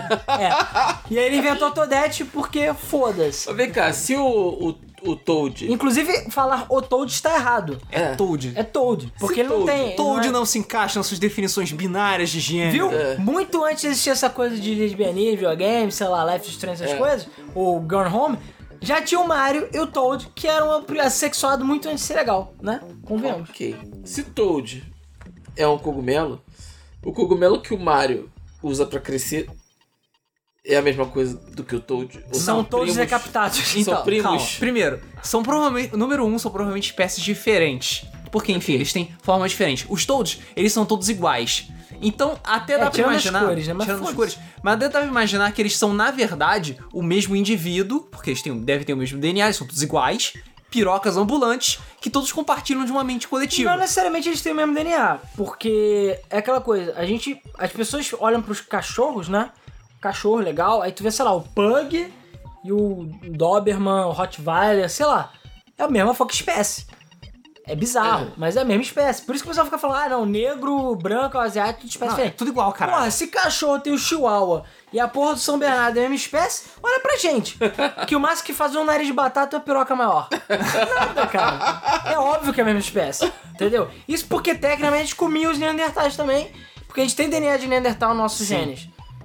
E aí ele inventou a Toadette porque foda-se. Mas vem cá, se o Toad... Inclusive, falar o Toad está errado. É Toad. É Toad. Porque ele não tem... Toad não, não se encaixa nas suas definições binárias de gênero. Viu? Muito antes de existir essa coisa de lesbianismo, videogame, sei lá, Life is Strange, essas coisas, ou Gone Home, já tinha o Mario e o Toad, que eram assexuados muito antes de ser legal, né? Convenhamos. Ok. Se Toad é um cogumelo, o cogumelo que o Mario usa pra crescer é a mesma coisa do que o Toad? São todos decapitados. Então, são primos? calma. Primeiro, são provavelmente... Número 1, são provavelmente espécies diferentes. Porque, enfim, eles têm formas diferentes. Os Toads, eles são todos iguais. Então, até dá pra imaginar... As cores, né? Mas tirando as cores. Mas até dá pra imaginar que eles são, na verdade, o mesmo indivíduo, porque eles devem ter o mesmo DNA, eles são todos iguais, pirocas ambulantes, que todos compartilham de uma mente coletiva. Não necessariamente eles têm o mesmo DNA, porque é aquela coisa, as pessoas olham pros cachorros, né? Cachorro legal, aí tu vê, sei lá, o Pug e o Doberman, o Rottweiler, sei lá, é a mesma foca espécie. É bizarro, mas é a mesma espécie. Por isso que o pessoal fica falando, não, negro, branco, asiático, tudo espécie diferente. É tudo igual, cara. Porra, se cachorro tem o Chihuahua e a porra do São Bernardo é a mesma espécie, olha pra gente. Que o máximo que faz um nariz de batata é uma piroca maior. Nada, cara. É óbvio que é a mesma espécie, entendeu? Isso porque, tecnicamente, a gente comia os neandertais também, porque a gente tem DNA de neandertal nos nossos genes.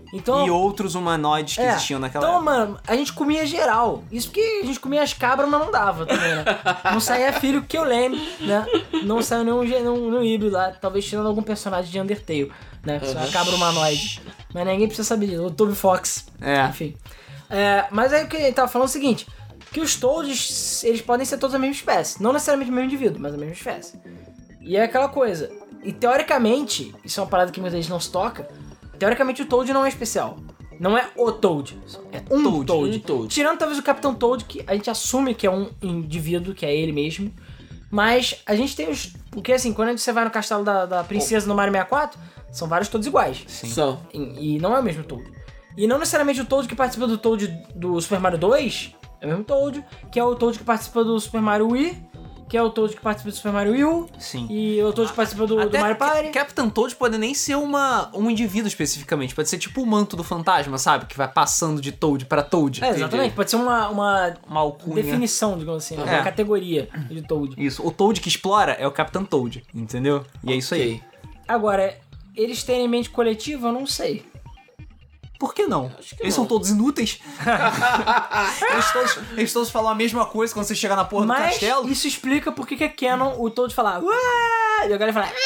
Então, E outros humanoides que existiam naquela então, época. mano, a gente comia geral. Isso porque a gente comia as cabras, mas não dava também, né? Não saía filho que eu lembro, né? Não saiu nenhum híbrido lá, talvez tirando algum personagem de Undertale, né? Só a cabra humanoide. Mas ninguém precisa saber disso. O Toby Fox. Enfim. Mas aí o que a gente tava falando é o seguinte: que os Toads, eles podem ser todos a mesma espécie. Não necessariamente o mesmo indivíduo, mas a mesma espécie. E é aquela coisa. E teoricamente, isso é uma parada que muita gente não se toca. Teoricamente o Toad não é especial. Não é o Toad. É um Toad. Tirando talvez o Capitão Toad, que a gente assume que é um indivíduo, que é ele mesmo. Mas a gente tem os... Porque assim, quando você vai no castelo da princesa no Mario 64, são vários Toads iguais. Sim. São. E não é o mesmo Toad. E não necessariamente o Toad que participa do Toad do Super Mario 2 é o mesmo Toad, que é o Toad que participa do Super Mario Wii, que é o Toad que participa do Super Mario Wii U. Sim. E o Toad que participa do Mario Party. Captain Toad pode nem ser um indivíduo especificamente. Pode ser tipo o manto do fantasma, sabe? Que vai passando de Toad pra Toad. Exatamente. Pode ser uma alcunha. definição, digamos assim. Uma categoria de Toad. Isso. O Toad que explora é o Captain Toad, entendeu? E é isso aí. Agora, eles terem mente coletiva, eu não sei. Por que não? Eles são todos inúteis. eles todos falam a mesma coisa quando você chega na porra do castelo. Mas isso explica por que é canon o Toad falar uá! E a galera fala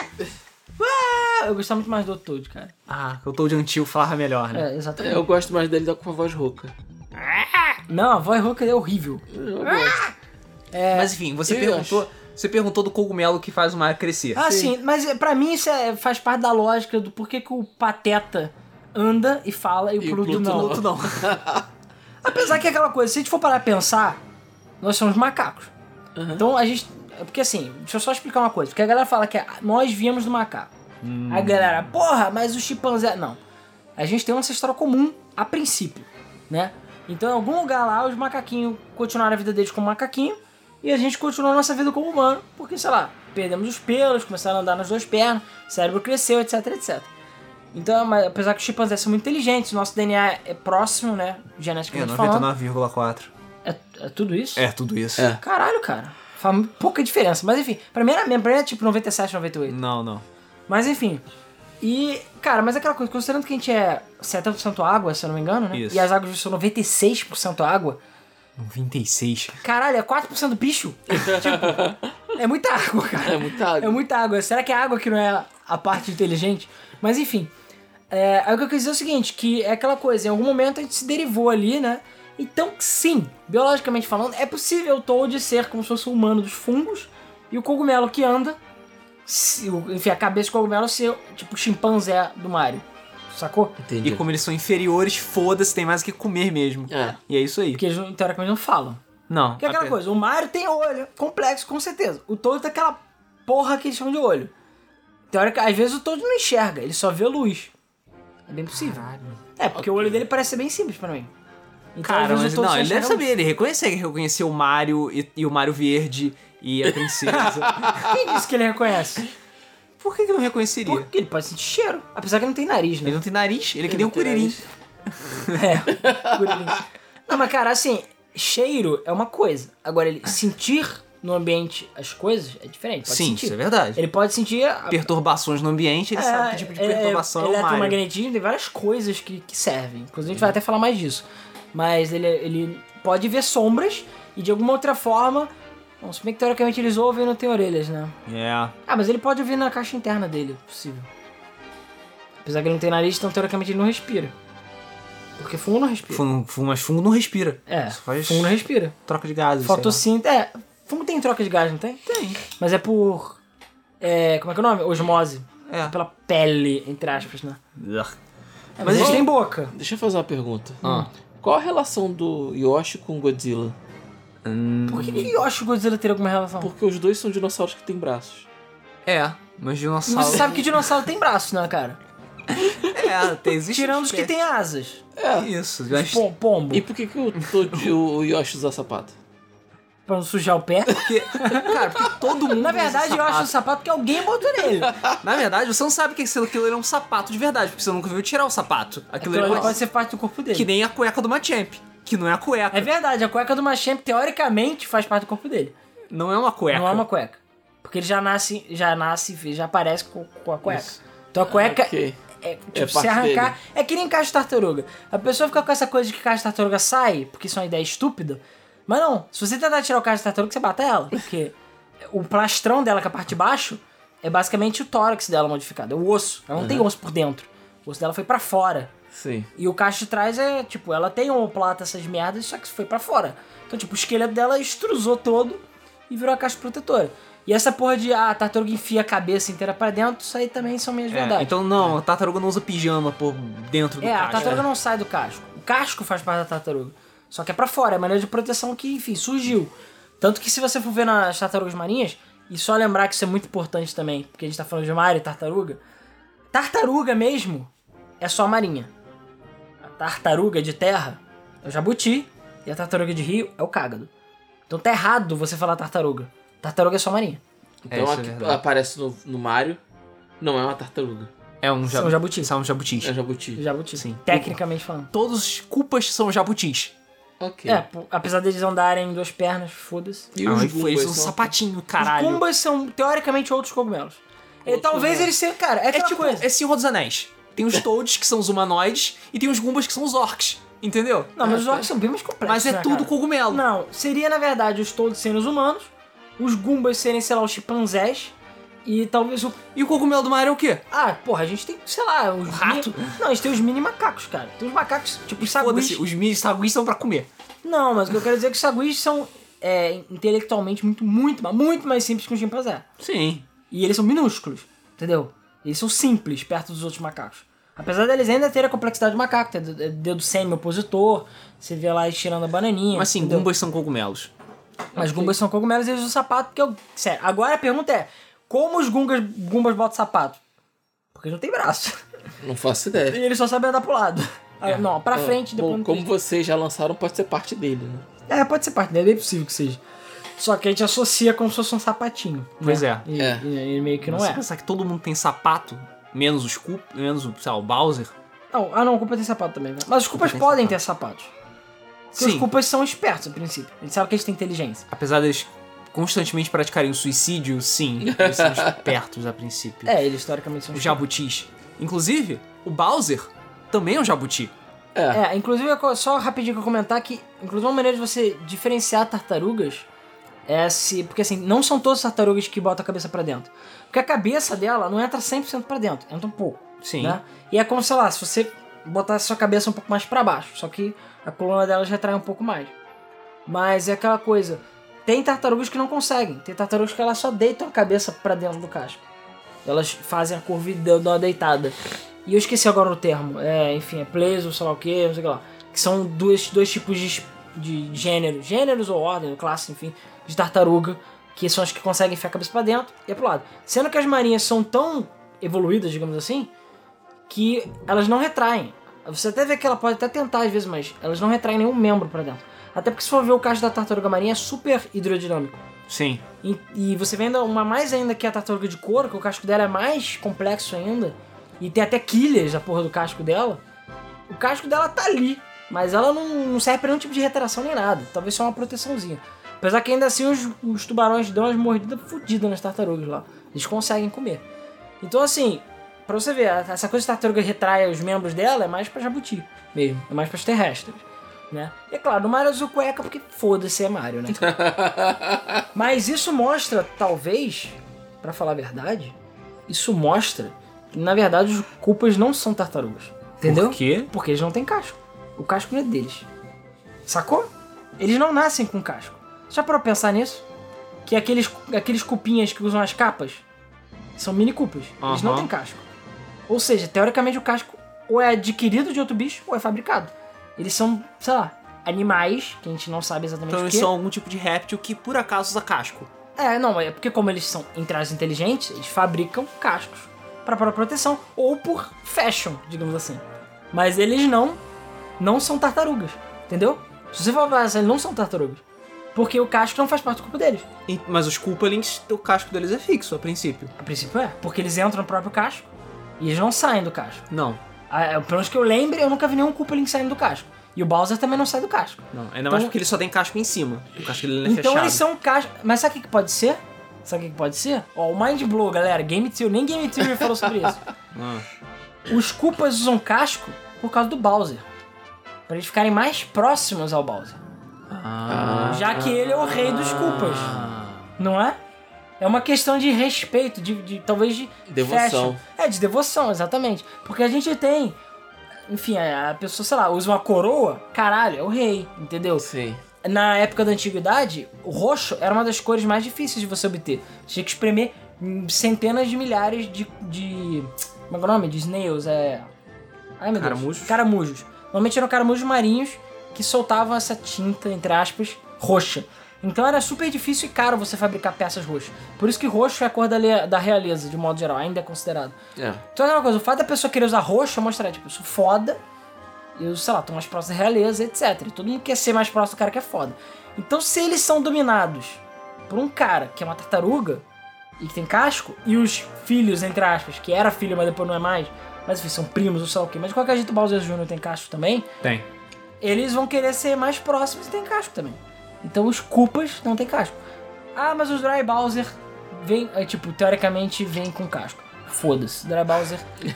uá! Eu gostava muito mais do Toad, cara. O Toad antigo falava melhor, né? Exatamente. Eu gosto mais dele com a voz rouca. Não, a voz rouca é horrível. Eu gosto. Mas enfim, você perguntou do cogumelo que faz o Mario crescer. Sim, mas pra mim isso faz parte da lógica do porquê que o Pateta anda e fala e o Pluto não. Apesar que é aquela coisa, se a gente for parar pra pensar, nós somos macacos. Então a gente... Porque assim, deixa eu só explicar uma coisa. Porque a galera fala que nós viemos do macaco. A galera, porra, mas o chimpanzé... Não. A gente tem um ancestral comum, a princípio, né? Então em algum lugar lá, os macaquinhos continuaram a vida deles como macaquinho e a gente continuou a nossa vida como humano. Porque, sei lá, perdemos os pelos, começaram a andar nas duas pernas, o cérebro cresceu, etc, etc. Então, mas, apesar que os chimpanzés são muito inteligentes, nosso DNA é próximo, né? Geneticamente falando. 99,4. É tudo isso? É tudo isso. Caralho, cara. Faz pouca diferença. Mas enfim, pra mim era tipo 97, 98. Não. Mas enfim. E, cara, mas aquela coisa, considerando que a gente é 70% água, se eu não me engano, né? Isso. E as águas são 96% água. 96. Caralho, é 4% do bicho. Tipo, é muita água, cara. É muita água. É muita água. Será que é a água que não é a parte inteligente? Mas enfim. Aí o que eu quis dizer é o seguinte, que é aquela coisa, em algum momento a gente se derivou ali, né? Então, sim, biologicamente falando, é possível o Toad ser como se fosse o humano dos fungos e o cogumelo que anda, enfim, a cabeça do cogumelo ser tipo o chimpanzé do Mario, sacou? Entendi. E como eles são inferiores, foda-se, tem mais o que comer mesmo. E é isso aí. Porque eles teoricamente não falam. Não. Porque é aquela coisa, o Mario tem olho, complexo, com certeza. O Toad tem aquela porra que eles chamam de olho. Teoricamente, às vezes o Toad não enxerga, ele só vê luz. É bem possível. Caralho. Porque o olho dele parece ser bem simples pra mim. Então, Cara, às vezes mas o Toad não, só ele deve enxerga saber, ele reconheceu o Mario e o Mario Verde e a princesa. luz. Quem disse que ele reconhece? Por que não reconheceria? Porque ele pode sentir cheiro. Apesar que ele não tem nariz, né? Ele não tem nariz, ele é que nem um curirim. Curirim. Não, mas cara, assim, cheiro é uma coisa. Agora, ele sentir no ambiente as coisas é diferente. Pode Sim, sentir. isso é verdade. Ele pode sentir... Perturbações no ambiente, ele sabe que tipo de perturbação é o Mario. Eletromagnetismo, tem várias coisas que servem. Inclusive, a gente vai até falar mais disso. Mas ele pode ver sombras e de alguma outra forma... Bom, se bem que teoricamente eles ouvem e não tem orelhas, né? Mas ele pode ouvir na caixa interna dele, possível. Apesar que ele não tem nariz, então teoricamente ele não respira. Porque fungo não respira. Mas fungo não respira. Só faz fungo não respira. troca de gases. Fotossíntese. Fungo tem troca de gás, não tem? Tem. Mas é por... como é que é o nome? Osmose. É. Pela pele, entre aspas, né? Mas eles têm boca. Deixa eu fazer uma pergunta. Qual a relação do Yoshi com Godzilla? Por que Yoshi e Godzilla teriam alguma relação? Porque os dois são dinossauros que têm braços. Mas dinossauro... Você sabe que dinossauro tem braços, né, cara? Existe. Tirando os que têm asas. Isso. Pombo. E por que o Yoshi usa sapato? Pra não sujar o pé. Porque todo mundo Na verdade, eu acho o sapato porque alguém botou nele. Na verdade, você não sabe que aquilo é um sapato de verdade, porque você nunca viu tirar o sapato. Aquilo pode ser parte do corpo dele. Que nem a cueca do Machamp, que não é a cueca. É verdade, a cueca do Machamp, teoricamente, faz parte do corpo dele. Não é uma cueca. Não é uma cueca. Porque ele já aparece com a cueca. Isso. Então a cueca parte se arrancar... dele. É que nem caixa de tartaruga. A pessoa fica com essa coisa de que caixa de tartaruga sai, porque isso é uma ideia estúpida. Mas não, se você tentar tirar o caixa de tartaruga, você bate ela. Porque o plastrão dela, que é a parte de baixo, é basicamente o tórax dela modificado. É o osso. Ela não tem osso por dentro. O osso dela foi pra fora. Sim. E o caixa de trás é, tipo, ela tem omoplata, essas merdas, só que foi pra fora. Então, tipo, o esqueleto dela extrusou todo e virou a caixa protetora. E essa porra de, a tartaruga enfia a cabeça inteira pra dentro, isso aí também são meias verdades. Então não, a tartaruga não usa pijama por dentro do casco. A tartaruga não sai do casco. O casco faz parte da tartaruga. Só que é pra fora, é a maneira de proteção que, enfim, surgiu. Tanto que se você for ver nas tartarugas marinhas, e só lembrar que isso é muito importante também, porque a gente tá falando de mar e tartaruga, tartaruga mesmo é só marinha. A tartaruga de terra é o jabuti e a tartaruga de rio é o cágado. Então tá errado você falar tartaruga. Tartaruga é só marinha. Então isso aqui é verdade. aparece no Mario, não é uma tartaruga. São jabutis. São jabutis. É jabuti. Jabuti, Sim. tecnicamente falando. Todos os culpas são jabutis. Ok. Apesar deles andarem em duas pernas, foda-se. E os Eles Goombas usam são... sapatinho, caralho. Os Goombas são, teoricamente, outros cogumelos. Talvez cogumelos. eles sejam... Cara, é aquela tipo, coisa. é Senhor dos Anéis. Tem os Toads, que são os humanoides, e tem os Goombas, que são os orcs. Entendeu? Não, mas os orcs são bem mais complexos, Mas é né, tudo cara? cogumelo. Não, seria, na verdade, os todos serem os humanos, os Goombas serem, sei lá, os chimpanzés, e talvez o... E o cogumelo do mar é o quê? Ah, porra, a gente tem, sei lá, os... rato? Não, a gente tem os mini macacos, cara. Tem os macacos, tipo, os saguis. Foda-se, os mini saguis são pra comer. Não, mas o que eu quero dizer é que os saguis são intelectualmente muito mais simples que um chimpanzé. Sim. E eles são minúsculos, entendeu? Eles são simples perto dos outros macacos. Apesar deles ainda terem a complexidade do macaco, ter dedo semi-opositor, você vê lá eles tirando a bananinha. Mas sim, entendeu? Goombas são cogumelos. Mas Goombas são cogumelos e eles usam sapato porque eu... Sério, agora a pergunta é, como os Goombas botam sapato? Porque eles não tem braço. Não faço ideia. E eles só sabem andar pro lado. Não, pra frente, depois Bom, não como tem. vocês já lançaram, pode ser parte dele, né? Pode ser parte dele, é bem possível que seja. Só que a gente associa como se fosse um sapatinho. Pois né? E meio que não Mas é. se pensar que todo mundo tem sapato, menos os Koopa, menos o, sei lá, o Bowser. Não, o Koopa tem sapato também, né? Mas os Koopas tem podem sapato. ter sapatos. Porque Sim. os Koopas são espertos, a princípio. Eles sabem que eles têm inteligência. Apesar deles constantemente praticarem o suicídio, sim, eles são espertos a princípio. Eles historicamente são Os espertos. jabutis. Inclusive, o Bowser também é um jabuti. Inclusive, só rapidinho que eu comentar que, inclusive, uma maneira de você diferenciar tartarugas é se... Porque, assim, não são todas tartarugas que botam a cabeça pra dentro. Porque a cabeça dela não entra 100% pra dentro, entra um pouco. Sim. Né? E é como, sei lá, se você botar a sua cabeça um pouco mais pra baixo, só que a coluna delas retrai um pouco mais. Mas é aquela coisa, tem tartarugas que não conseguem, tem tartarugas que elas só deitam a cabeça pra dentro do casco. Elas fazem a curva e dão uma deitada. E eu esqueci agora o termo, enfim, é pleso, sei lá o que, não sei o que lá. Que são dois tipos de gêneros ou ordem, classe, enfim, de tartaruga, que são as que conseguem enfiar a cabeça pra dentro e é pro lado. Sendo que as marinhas são tão evoluídas, digamos assim, que elas não retraem. Você até vê que ela pode até tentar às vezes, mas elas não retraem nenhum membro pra dentro. Até porque se for ver o casco da tartaruga marinha é super hidrodinâmico. Sim. E você vê ainda uma mais ainda que a tartaruga de couro, que o casco dela é mais complexo ainda, e tem até quilhas a porra do casco dela. O casco dela tá ali, mas ela não serve pra nenhum tipo de retração nem nada. Talvez só uma proteçãozinha. Apesar que ainda assim os tubarões dão umas mordidas fodidas nas tartarugas lá. Eles conseguem comer. Então assim, pra você ver, essa coisa de tartaruga retrai os membros dela é mais pra jabuti mesmo. É mais pras terrestres. Né? E é claro, no Mario Azul Cueca, porque foda-se é Mario, né? Mas isso mostra, talvez, pra falar a verdade, isso mostra que, na verdade, os Koopas não são tartarugas. Entendeu? Por quê? Porque eles não têm casco. O casco não é deles. Sacou? Eles não nascem com casco. Já parou pra pensar nisso? Que aqueles cupinhas que usam as capas são mini Koopas. Eles não têm casco. Ou seja, teoricamente o casco ou é adquirido de outro bicho ou é fabricado. Eles são, sei lá, animais, que a gente não sabe exatamente Então o eles que. são algum tipo de réptil que por acaso usa casco. Não, é porque como eles são, entre aspas, inteligentes, eles fabricam cascos para proteção ou por fashion, digamos assim. Mas eles não são tartarugas, entendeu? Se você for pensar, eles não são tartarugas. Porque o casco não faz parte do corpo deles. Mas os Koopalings, o casco deles é fixo, a princípio. A princípio é, porque eles entram no próprio casco e eles não saem do casco. Não. Pelo menos que eu lembre, eu nunca vi nenhum Koopaling saindo do casco. E o Bowser também não sai do casco. Não, ainda mais porque ele só tem casco em cima. O casco dele não é Então fechado. eles são cascos. Mas sabe o que pode ser? Sabe o que pode ser? Ó, o Mind Blow, galera. Game Theory. Nem Game Theory falou sobre isso. os Koopas usam casco por causa do Bowser. Pra eles ficarem mais próximos ao Bowser. Já que ele é o rei dos Koopas. Não é? É uma questão de respeito, talvez de devoção. Fashion. De devoção, exatamente. Porque a gente tem... Enfim, a pessoa, sei lá, usa uma coroa, caralho, é o rei, entendeu? Sim. Na época da antiguidade, o roxo era uma das cores mais difíceis de você obter. Você tinha que espremer centenas de milhares de como é que é o nome? De snails, Ai, meu Deus. Caramujos? Caramujos. Normalmente eram caramujos marinhos que soltavam essa tinta, entre aspas, roxa. Então era super difícil e caro você fabricar peças roxas. Por isso que roxo é a cor da realeza, de modo geral, ainda é considerado. Então é aquela coisa, o fato da pessoa querer usar roxo é mostrar, tipo, eu sou foda, eu, sei lá, tô mais próximo da realeza, etc. E todo mundo quer ser mais próximo do cara que é foda. Então se eles são dominados por um cara que é uma tartaruga e que tem casco, e os filhos, entre aspas, que era filho, mas depois não é mais, mas enfim, são primos ou sei lá o quê, mas de qualquer jeito o Bowser Jr. tem casco também. Tem. Eles vão querer ser mais próximos e tem casco também. Então os Koopas não tem casco. Ah, mas os Dry Bowser vem, tipo, teoricamente vem com casco. Foda-se, Dry Bowser...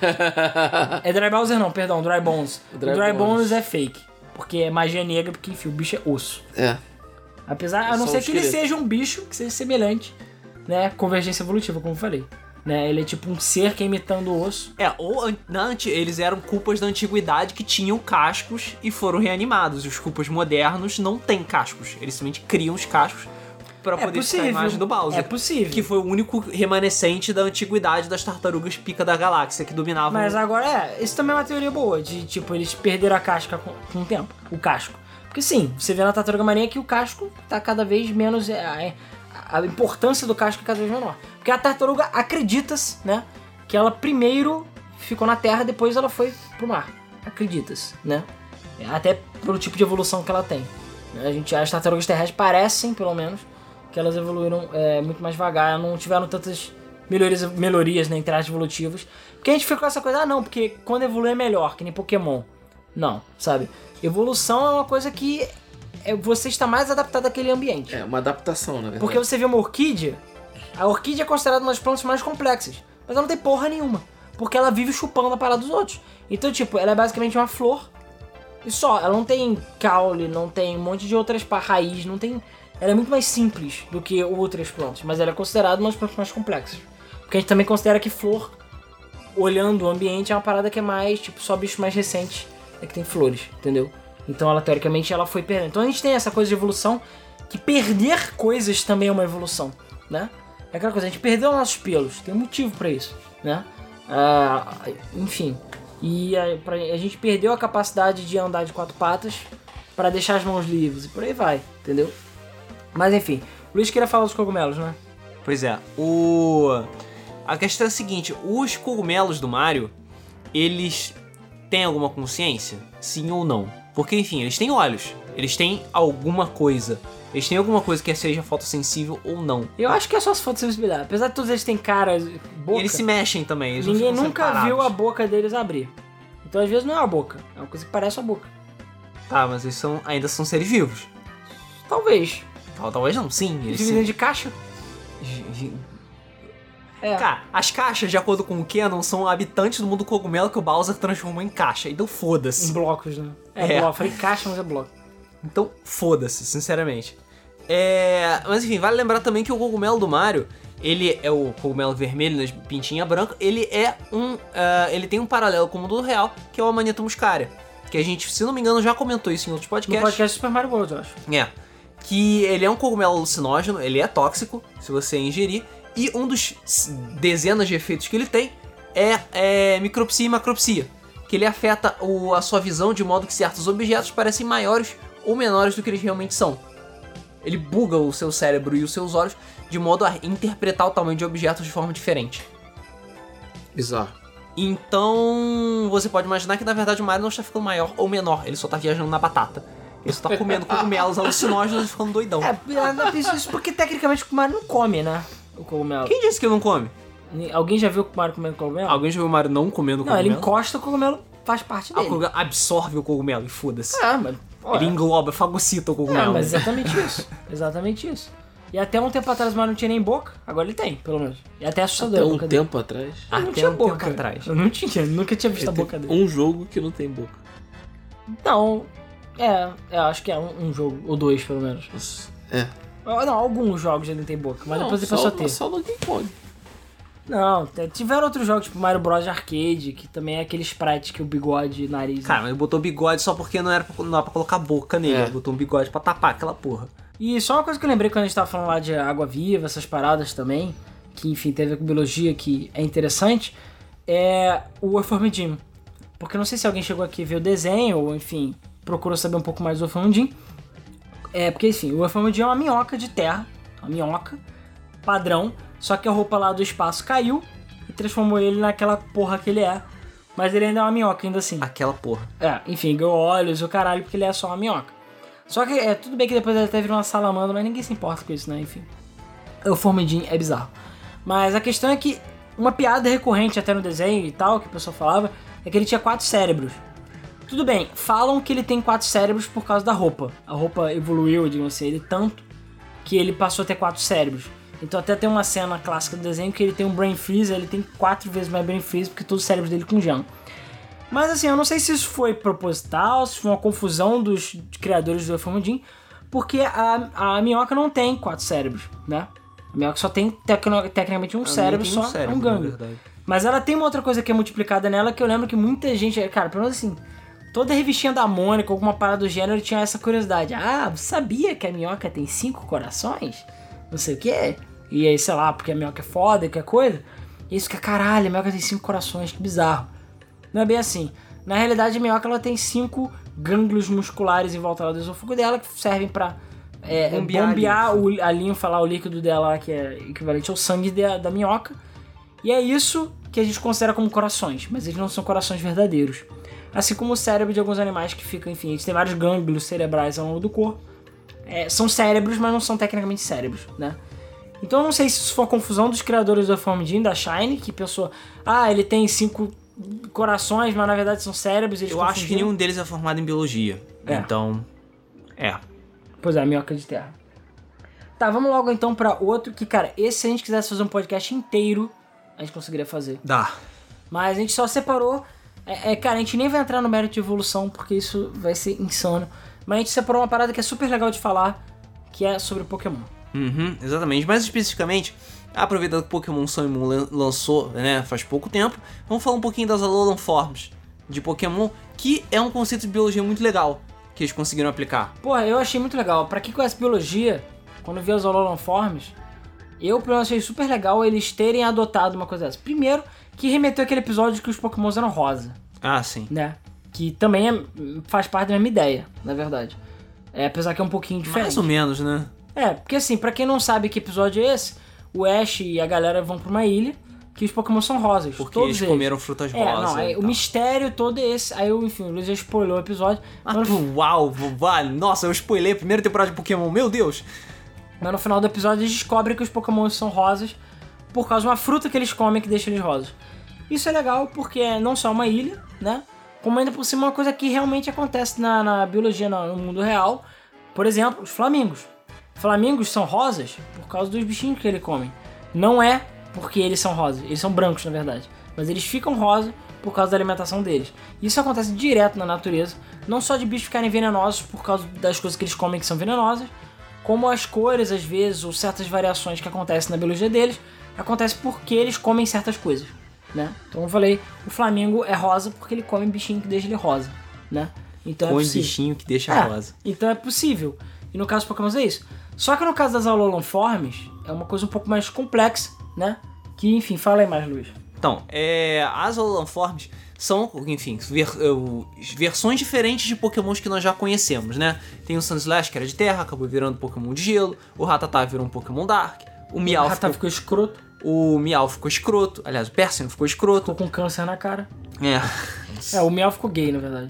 Dry Bowser não, perdão, Dry Bones. O Dry Bones é fake, porque é magia negra, porque enfim, o bicho é osso. Apesar, a não ser que ele seja um bicho que seja semelhante, né, convergência evolutiva, como eu falei. Né, ele é tipo um ser que é imitando o osso. Ou eles eram Koopas da antiguidade que tinham cascos e foram reanimados. E os Koopas modernos não têm cascos. Eles simplesmente criam os cascos pra poder ficar a imagem do Bowser. É possível. Que foi o único remanescente da antiguidade das tartarugas pica da galáxia que dominavam... Mas agora isso também é uma teoria boa, de tipo, eles perderam a casca com o tempo, o casco. Porque sim, você vê na tartaruga marinha que o casco tá cada vez menos... A importância do casco é cada vez menor. Porque a tartaruga acredita-se, né? Que ela primeiro ficou na terra, depois ela foi pro mar. Acredita-se, né? Até pelo tipo de evolução que ela tem. As tartarugas terrestres parecem, pelo menos, que elas evoluíram muito mais devagar, não tiveram tantas melhorias, né, entre as evolutivas. Porque a gente fica com essa coisa, não, porque quando evolui é melhor, que nem Pokémon. Não, sabe? Evolução é uma coisa que você está mais adaptado àquele ambiente. É uma adaptação, na verdade. Porque você vê uma orquídea, a orquídea é considerada uma das plantas mais complexas, mas ela não tem porra nenhuma, porque ela vive chupando a parada dos outros. Então, tipo, ela é basicamente uma flor e só. Ela não tem caule, não tem um monte de outras raiz, não tem... Ela é muito mais simples do que outras plantas, mas ela é considerada uma das plantas mais complexas. Porque a gente também considera que flor, olhando o ambiente, é uma parada que é mais, tipo, só bichos mais recentes é que tem flores, entendeu? Então ela, teoricamente, ela foi perdendo. Então a gente tem essa coisa de evolução, que perder coisas também é uma evolução, né? É aquela coisa, a gente perdeu nossos pelos, tem um motivo pra isso, né? Enfim, e a gente perdeu a capacidade de andar de quatro patas pra deixar as mãos livres, e por aí vai, entendeu? Mas enfim, o Luiz queria falar dos cogumelos, né? Pois é, a questão é a seguinte, os cogumelos do Mario, eles têm alguma consciência? Sim ou não? Porque, enfim, eles têm olhos, eles têm alguma coisa. Eles têm alguma coisa que seja fotossensível ou não. Eu acho que é só se fotossensibilidade. Apesar de todos eles terem cara, boca... E eles se mexem também. Eles ninguém nunca viu a boca deles abrir. Então, às vezes, não é a boca. É uma coisa que parece a boca. Tá, mas eles ainda são seres vivos. Talvez. Talvez não, sim. Eles vivem dentro de caixa? Cara, as caixas, de acordo com o Kenon, são habitantes do mundo cogumelo que o Bowser transformou em caixa. Então foda-se. Em blocos, né? Bloco. Eu falei caixa, mas é bloco. Então foda-se, sinceramente. Mas enfim, vale lembrar também que o cogumelo do Mario, ele é o cogumelo vermelho nas pintinha branca, ele ele tem um paralelo com o mundo real, que é o Amanita muscaria. Que a gente, se não me engano, já comentou isso em outros podcasts. No podcast Super Mario World, eu acho. Que ele é um cogumelo alucinógeno, ele é tóxico, se você ingerir. E um dos dezenas de efeitos que ele tem é micropsia e macropsia. Que ele afeta a sua visão de modo que certos objetos parecem maiores ou menores do que eles realmente são. Ele buga o seu cérebro e os seus olhos de modo a interpretar o tamanho de objetos de forma diferente. Bizarro. Então, você pode imaginar que na verdade o Mario não está ficando maior ou menor, ele só está viajando na batata. Ele só tá comendo cogumelos alucinógenos e ficando doidão. Isso porque tecnicamente o Mario não come, né? O cogumelo. Quem disse que não come? Alguém já viu o Mario comendo cogumelo? Alguém já viu o Mario não comendo cogumelo? Não, ele encosta o cogumelo, faz parte dele. O cogumelo absorve o cogumelo e foda-se. Mas... Ele engloba, fagocita o cogumelo. Mas exatamente isso. Exatamente isso. E até um tempo atrás o Mario não tinha nem boca, agora ele tem, pelo menos. E até assustador Até a um boca dele. tempo atrás. Eu não Até tinha um boca. tempo atrás. Eu não tinha, nunca tinha visto a boca dele. Um jogo que não tem boca. Não, acho que é um jogo, ou dois pelo menos. É. Não, alguns jogos ele não tem boca, mas Não, depois ele passou a ter. Só no Game Boy. Não, tiveram outros jogos, tipo Mario Bros Arcade, que também é aquele sprite que o bigode, nariz... Cara, mas ele botou bigode só porque não era pra colocar boca nele. Ele botou um bigode pra tapar aquela porra. E só uma coisa que eu lembrei quando a gente tava falando lá de água-viva, essas paradas também, que enfim, tem a ver com biologia, que é interessante, é o Earthworm Jim. Porque eu não sei se alguém chegou aqui e viu o desenho, ou enfim, procurou saber um pouco mais do Earthworm Jim. Porque enfim, o Earthworm Jim é uma minhoca de terra, uma minhoca padrão, só que a roupa lá do espaço caiu e transformou ele naquela porra que ele é. Mas ele ainda é uma minhoca, ainda assim. Aquela porra. Enfim, ganhou olhos, o caralho, porque ele é só uma minhoca. Só que tudo bem que depois ele até virou uma salamandra, mas ninguém se importa com isso, né? Enfim. O Formidin é bizarro. Mas a questão é que uma piada recorrente até no desenho e tal, que o pessoal falava, é que ele tinha 4 cérebros. Tudo bem, falam que ele tem 4 cérebros por causa da roupa. A roupa evoluiu, digamos assim, ele tanto que ele passou a ter 4 cérebros. Então até tem uma cena clássica do desenho que ele tem um brain freeze, ele tem 4 vezes mais brain freeze porque todos os cérebros dele congelam. Mas assim, eu não sei se isso foi proposital, se foi uma confusão dos criadores do Earthworm Jim, porque a minhoca não tem 4 cérebros, né? A minhoca só tem tecnicamente um cérebro, só um gânglio. Mas ela tem uma outra coisa que é multiplicada nela, que eu lembro que muita gente, cara, pelo menos assim, toda revistinha da Mônica, alguma parada do gênero, tinha essa curiosidade. Ah, você sabia que a minhoca tem 5 corações? Não sei o quê. E aí, sei lá, porque a minhoca é foda e qualquer coisa. E isso que caralho, a minhoca tem 5 corações, que bizarro. Não é bem assim. Na realidade, a minhoca ela tem 5 gânglios musculares em volta do esôfago dela que servem pra bombear a linfa lá, o líquido dela, que é equivalente ao sangue da minhoca. E é isso que a gente considera como corações, mas eles não são corações verdadeiros. Assim como o cérebro de alguns animais que ficam, enfim, eles têm vários gânglios cerebrais ao longo do corpo. São cérebros, mas não são tecnicamente cérebros, né? Então eu não sei se isso foi uma confusão dos criadores do Earthworm Jim, da Shine, que pensou, ele tem 5 corações, mas na verdade são cérebros. Eu acho que nenhum deles é formado em biologia. Então, Pois é, a minhoca de terra. Tá, vamos logo então pra outro que, cara, esse se a gente quisesse fazer um podcast inteiro, a gente conseguiria fazer. Dá. Mas a gente só separou, cara, a gente nem vai entrar no mérito de evolução, porque isso vai ser insano. Mas a gente separou uma parada que é super legal de falar, que é sobre Pokémon. Exatamente. Mais especificamente, aproveitando que Pokémon Sun e Moon lançou, né, faz pouco tempo, vamos falar um pouquinho das Alolan Forms de Pokémon, que é um conceito de biologia muito legal que eles conseguiram aplicar. Porra, eu achei muito legal. Pra quem conhece biologia, quando vi as Alolan Forms, eu pelo menos achei super legal eles terem adotado uma coisa dessa. Primeiro, que remeteu aquele episódio que os Pokémons eram rosa. Ah, sim. Né? Que também faz parte da mesma ideia, na verdade. Apesar que é um pouquinho diferente. Mais ou menos, né? Porque assim, pra quem não sabe que episódio é esse, o Ash e a galera vão pra uma ilha que os Pokémon são rosas. Porque todos eles comeram frutas rosas. O mistério todo é esse. Aí, enfim, o Luiz já spoilou o episódio. Uau, nossa, eu spoilei a primeira temporada de Pokémon, meu Deus! Mas no final do episódio eles descobrem que os Pokémon são rosas por causa de uma fruta que eles comem que deixa eles rosas. Isso é legal porque é não só uma ilha, né? Como ainda por cima uma coisa que realmente acontece na biologia, no mundo real. Por exemplo, os flamingos. Flamingos são rosas por causa dos bichinhos que eles comem. Não é porque eles são rosas, eles são brancos na verdade. Mas eles ficam rosa por causa da alimentação deles. Isso acontece direto na natureza. Não só de bichos ficarem venenosos por causa das coisas que eles comem que são venenosas, como as cores às vezes, ou certas variações que acontecem na biologia deles, acontece porque eles comem certas coisas, né? Então eu falei, o flamingo é rosa porque ele come bichinho que deixa ele rosa, né? Então Põe bichinho que deixa rosa. Então é possível. E no caso dos Pokémon é isso. Só que no caso das Alolan Forms, é uma coisa um pouco mais complexa, né? Que, enfim, fala aí mais, Luiz. Então, as Alolan Forms são, enfim, versões diferentes de Pokémons que nós já conhecemos, né? Tem o Sandslash, que era de terra, acabou virando Pokémon de gelo. O Rattata virou um Pokémon Dark. O Meowth ficou escroto. O Meowth ficou escroto. Aliás, o Persian ficou escroto. Ficou com câncer na cara. O Meowth ficou gay, na verdade.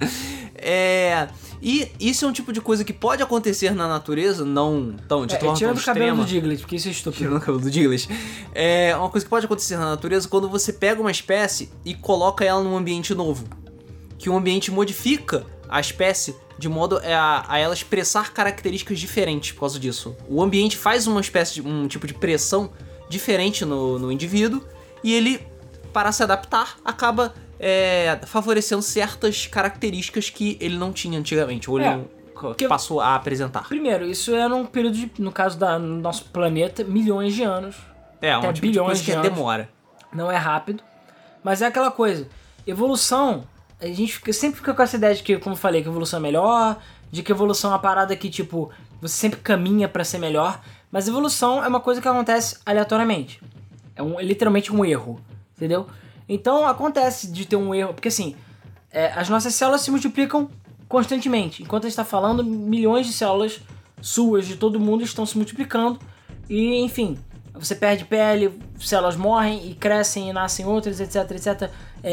E isso é um tipo de coisa que pode acontecer na natureza, não tão de forma tirando o cabelo extrema. do Diglett, porque isso é estúpido. Tirando o cabelo do Diglett. É uma coisa que pode acontecer na natureza quando você pega uma espécie e coloca ela num ambiente novo. Que o ambiente modifica a espécie de modo a ela expressar características diferentes por causa disso. O ambiente faz uma espécie de um tipo de pressão diferente no indivíduo e ele, para se adaptar, acaba favorecendo certas características que ele não tinha antigamente, ou ele não passou a apresentar. Primeiro, isso é num período de, no caso no nosso planeta, milhões de anos. Uma tipo de coisa que demora. Não é rápido, mas é aquela coisa. Evolução, a gente sempre fica com essa ideia de que, como eu falei, que evolução é melhor, de que evolução é uma parada que, tipo, você sempre caminha pra ser melhor, mas evolução é uma coisa que acontece aleatoriamente. É literalmente um erro, entendeu? Então acontece de ter um erro, porque assim, as nossas células se multiplicam constantemente. Enquanto a gente tá falando, milhões de células suas, de todo mundo, estão se multiplicando e, enfim, você perde pele, células morrem e crescem e nascem outras, etc, etc.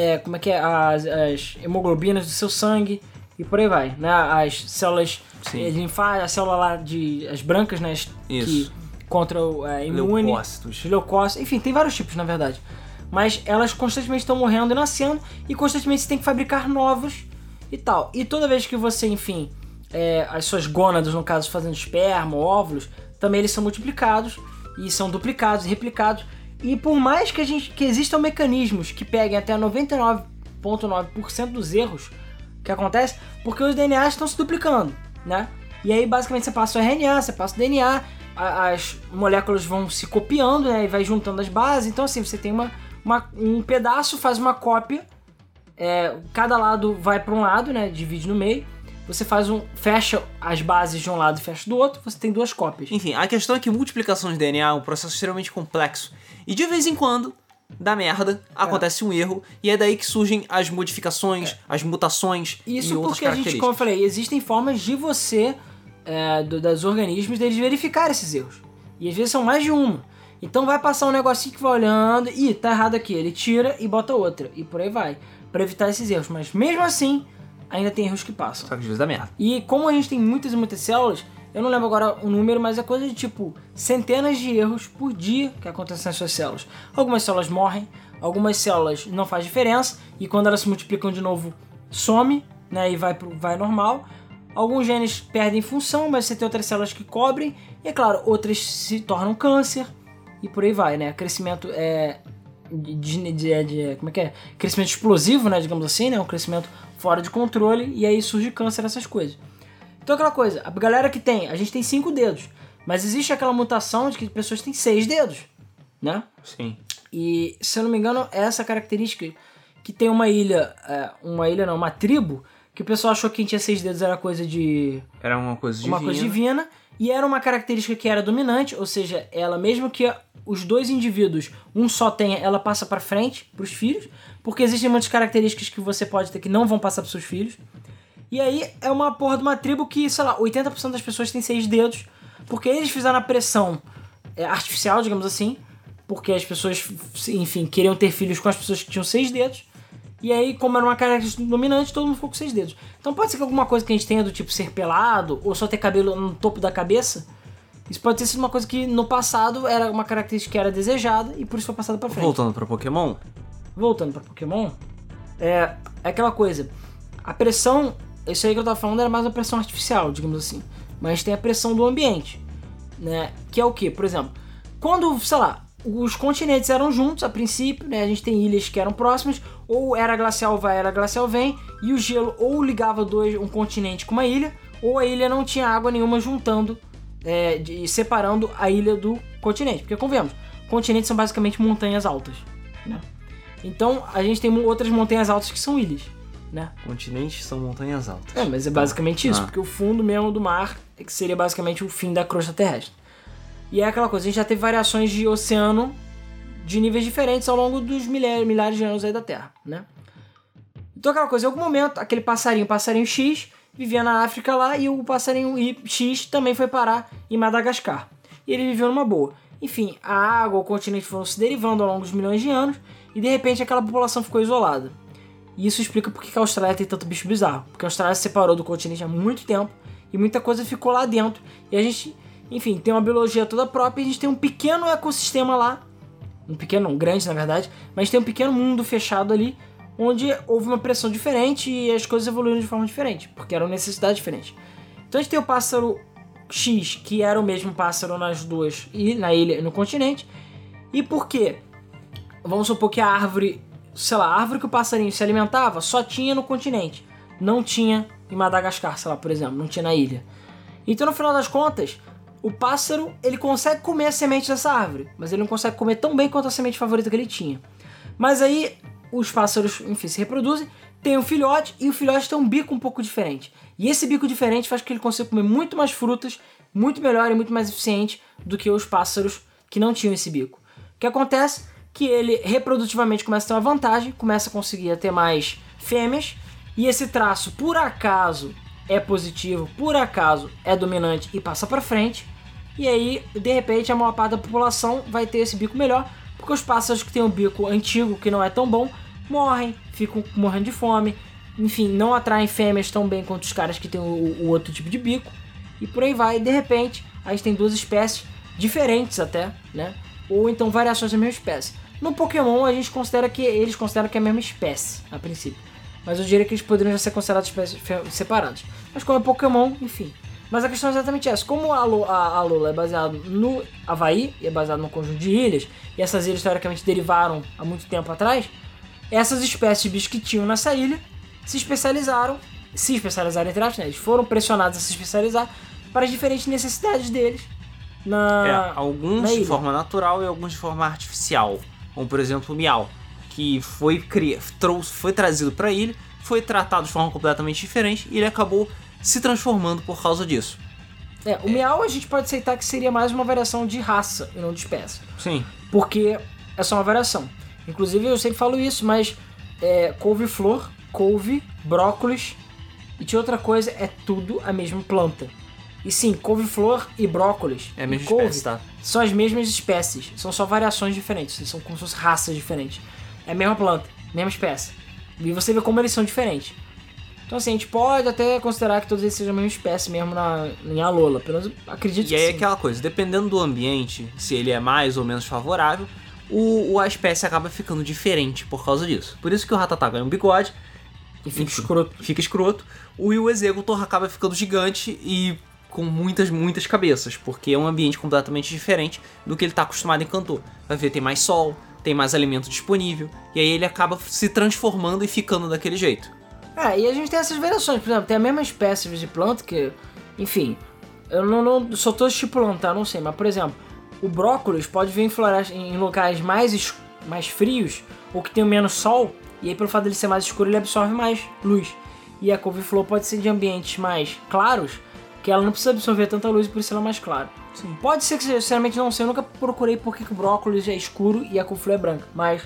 As hemoglobinas do seu sangue e por aí vai, né? As células linfáticas, a célula lá as brancas, né? Que contra o imune, leucócitos, enfim, tem vários tipos na verdade. Mas elas constantemente estão morrendo e nascendo e constantemente você tem que fabricar novos e tal. E toda vez que você, enfim, as suas gônadas, no caso, fazendo esperma, óvulos, também eles são multiplicados e são duplicados e replicados. E por mais que existam mecanismos que peguem até 99,9% dos erros que acontece, porque os DNAs estão se duplicando, né? E aí basicamente você passa o RNA, você passa o DNA, as moléculas vão se copiando, né? E vai juntando as bases. Então assim, você tem um pedaço, faz uma cópia, cada lado vai para um lado, né? Divide no meio. Você fecha as bases de um lado e fecha do outro, você tem duas cópias. Enfim, a questão é que multiplicação de DNA é um processo extremamente complexo. E de vez em quando, dá merda, acontece um erro, e é daí que surgem as modificações, as mutações e outras porque características. Como eu falei, existem formas de você, dos organismos, deles verificar esses erros. E às vezes são mais de uma. Então vai passar um negocinho que vai olhando, tá errado aqui, ele tira e bota outra, e por aí vai, pra evitar esses erros. Mas mesmo assim, ainda tem erros que passam. Só que às vezes dá merda. E como a gente tem muitas e muitas células, eu não lembro agora o número, mas é coisa de tipo centenas de erros por dia que acontecem nas suas células. Algumas células morrem, algumas células não faz diferença, e quando elas se multiplicam de novo, some, né, e vai normal. Alguns genes perdem função, mas você tem outras células que cobrem, e é claro, outras se tornam câncer, e por aí vai, né? Crescimento crescimento explosivo, né, digamos assim, né, um crescimento fora de controle, e aí surge câncer, essas coisas. Então aquela coisa, a galera que a gente tem 5 dedos, mas existe aquela mutação de que pessoas têm 6 dedos, né? Sim. E, se eu não me engano, é essa característica que tem uma tribo, que o pessoal achou que quem tinha 6 dedos era coisa de... Era uma coisa divina. Uma coisa divina, e era uma característica que era dominante, ou seja, ela, mesmo que os dois indivíduos, um só tenha, ela passa pra frente, pros filhos, porque existem muitas características que você pode ter que não vão passar pros seus filhos. E aí é uma porra de uma tribo que, sei lá, 80% das pessoas têm 6 dedos, porque eles fizeram a pressão artificial, digamos assim, porque as pessoas, enfim, queriam ter filhos com as pessoas que tinham 6 dedos, e aí, como era uma característica dominante, todo mundo ficou com 6 dedos. Então pode ser que alguma coisa que a gente tenha do tipo ser pelado, ou só ter cabelo no topo da cabeça, isso pode ter sido uma coisa que no passado era uma característica que era desejada, e por isso foi passada pra frente. Voltando pra Pokémon, é aquela coisa, a pressão, isso aí que eu tava falando era mais uma pressão artificial, digamos assim, mas tem a pressão do ambiente, né, que é o que? Por exemplo, quando, sei lá, os continentes eram juntos a princípio, né, a gente tem ilhas que eram próximas, ou era glacial vai, era glacial vem, e o gelo ou ligava um continente com uma ilha, ou a ilha não tinha água nenhuma juntando, separando a ilha do continente, porque convenhamos, continentes são basicamente montanhas altas, né? Então a gente tem outras montanhas altas que são ilhas, né? Continentes são montanhas altas. Mas é basicamente isso, porque o fundo mesmo do mar é que seria basicamente o fim da crosta terrestre. E é aquela coisa, a gente já teve variações de oceano de níveis diferentes ao longo dos milhares de anos aí da Terra, né? Então aquela coisa, em algum momento, aquele passarinho X, vivia na África lá, e o passarinho X também foi parar em Madagascar. E ele viveu numa boa. Enfim, a água, o continente foram se derivando ao longo dos milhões de anos, e de repente aquela população ficou isolada. E isso explica por que a Austrália tem tanto bicho bizarro. Porque a Austrália se separou do continente há muito tempo, e muita coisa ficou lá dentro. E a gente, enfim, tem uma biologia toda própria, e a gente tem um pequeno ecossistema lá, um grande na verdade, mas tem um pequeno mundo fechado ali, onde houve uma pressão diferente e as coisas evoluíram de forma diferente, porque eram necessidades diferentes. Então a gente tem o pássaro X, que era o mesmo pássaro nas duas, e na ilha e no continente. E por quê? Vamos supor que a árvore, sei lá, a árvore que o passarinho se alimentava só tinha no continente, não tinha em Madagascar, sei lá, por exemplo, não tinha na ilha. Então no final das contas, o pássaro, ele consegue comer a semente dessa árvore, mas ele não consegue comer tão bem quanto a semente favorita que ele tinha. Mas aí os pássaros, enfim, se reproduzem, tem um filhote e o filhote tem um bico um pouco diferente. E esse bico diferente faz com que ele consiga comer muito mais frutas, muito melhor e muito mais eficiente do que os pássaros que não tinham esse bico. O que acontece? Que ele reprodutivamente começa a ter uma vantagem, começa a conseguir ter mais fêmeas, e esse traço, por acaso, é positivo, por acaso é dominante e passa pra frente, e aí, de repente, a maior parte da população vai ter esse bico melhor, porque os pássaros que têm um bico antigo, que não é tão bom, morrem, ficam morrendo de fome, enfim, não atraem fêmeas tão bem quanto os caras que têm o outro tipo de bico, e por aí vai. De repente, a gente tem duas espécies diferentes até, né? Ou então variações da mesma espécie. No Pokémon, eles consideram que é a mesma espécie, a princípio. Mas eu diria que eles poderiam já ser considerados espécies separadas. Mas como é Pokémon, enfim. Mas a questão é exatamente essa. Como a Alola é baseada no Havaí, e é baseada num conjunto de ilhas, e essas ilhas teoricamente derivaram há muito tempo atrás, essas espécies de bichos que tinham nessa ilha se especializaram entre aspas, né? Eles foram pressionados a se especializar para as diferentes necessidades deles alguns de forma natural e alguns de forma artificial. Como por exemplo o Miau, que foi trazido para a ilha, foi tratado de forma completamente diferente e ele acabou se transformando por causa disso. O Miau a gente pode aceitar que seria mais uma variação de raça e não de espécie. Sim. Porque é só uma variação. Inclusive eu sempre falo isso, mas couve-flor, couve, brócolis e tinha outra coisa, é tudo a mesma planta. E sim, couve-flor e brócolis é a mesma couve espécie, tá? São as mesmas espécies, são só variações diferentes, são como se fossem raças diferentes. É a mesma planta, mesma espécie. E você vê como eles são diferentes. Então assim, a gente pode até considerar que todos eles sejam a mesma espécie mesmo em Alola, pelo menos acredito que sim. E aí é aquela coisa, dependendo do ambiente, se ele é mais ou menos favorável, a espécie acaba ficando diferente por causa disso. Por isso que o Rattata ganha um bigode e fica escroto. O Exeggutor acaba ficando gigante e com muitas cabeças, porque é um ambiente completamente diferente do que ele está acostumado em Kanto. Vai ver, tem mais sol, tem mais alimento disponível, e aí ele acaba se transformando e ficando daquele jeito. E a gente tem essas variações, por exemplo, tem a mesma espécie de planta que, enfim, eu não só tô estipulando, tá? Não sei, mas por exemplo, o brócolis pode vir em florestas, em locais mais frios, ou que tem menos sol, e aí pelo fato dele ser mais escuro ele absorve mais luz. E a couve-flor pode ser de ambientes mais claros, que ela não precisa absorver tanta luz e por isso ela é mais clara. Sim. Pode ser que seja, sinceramente não sei, eu nunca procurei porque o brócolis é escuro e a couve-flor é branca, mas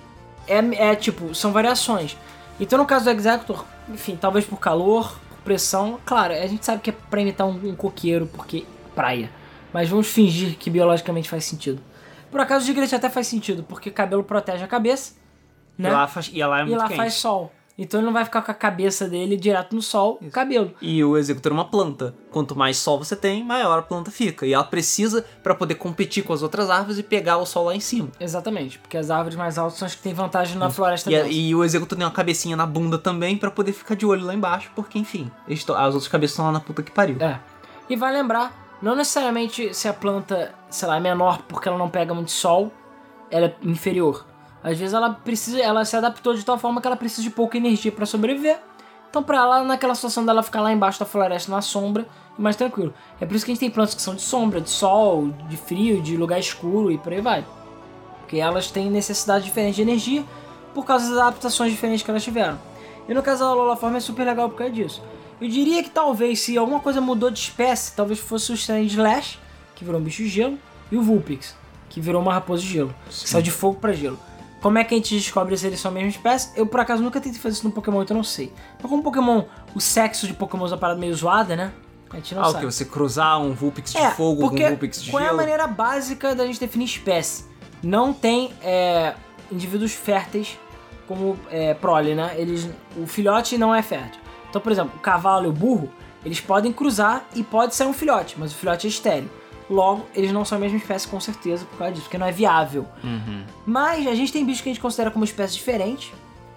tipo, são variações. Então no caso do Exeggutor, enfim, talvez por calor, por pressão, claro, a gente sabe que é pra imitar um coqueiro, porque praia, mas vamos fingir que biologicamente faz sentido. Por acaso o Diglett até faz sentido, porque o cabelo protege a cabeça, né? E lá é muito quente. Faz sol. Então ele não vai ficar com a cabeça dele direto no sol, o cabelo. E o Exeggutor é uma planta. Quanto mais sol você tem, maior a planta fica. E ela precisa para poder competir com as outras árvores e pegar o sol lá em cima. Exatamente, porque as árvores mais altas são as que têm vantagem na floresta densa. E o Exeggutor tem uma cabecinha na bunda também para poder ficar de olho lá embaixo, porque enfim, as outras cabeças estão lá na puta que pariu. E vai lembrar, não necessariamente se a planta, sei lá, é menor porque ela não pega muito sol, ela é inferior. Às vezes ela se adaptou de tal forma que ela precisa de pouca energia para sobreviver. Então pra ela, naquela situação dela ficar lá embaixo da floresta na sombra, é mais tranquilo. É por isso que a gente tem plantas que são de sombra, de sol, de frio, de lugar escuro e por aí vai. Porque elas têm necessidade diferente de energia por causa das adaptações diferentes que elas tiveram. E no caso da Lolaform é super legal por causa disso. Eu diria que talvez, se alguma coisa mudou de espécie, talvez fosse o Sandslash, que virou um bicho de gelo, e o Vulpix, que virou uma raposa de gelo, que saiu de fogo pra gelo. Como é que a gente descobre se eles são a mesma espécie? Eu, por acaso, nunca tentei fazer isso no Pokémon, então eu não sei. Mas como Pokémon, o sexo de Pokémon é uma parada meio zoada, né? A gente não sabe. O que? Você cruzar um Vulpix de fogo com um Vulpix de qual gelo? É a maneira básica da gente definir espécie? Não tem indivíduos férteis como prole, né? O filhote não é fértil. Então, por exemplo, o cavalo e o burro, eles podem cruzar e pode ser um filhote, mas o filhote é estéril. Logo, eles não são a mesma espécie com certeza por causa disso, porque não é viável. Uhum. Mas a gente tem bichos que a gente considera como espécie diferente,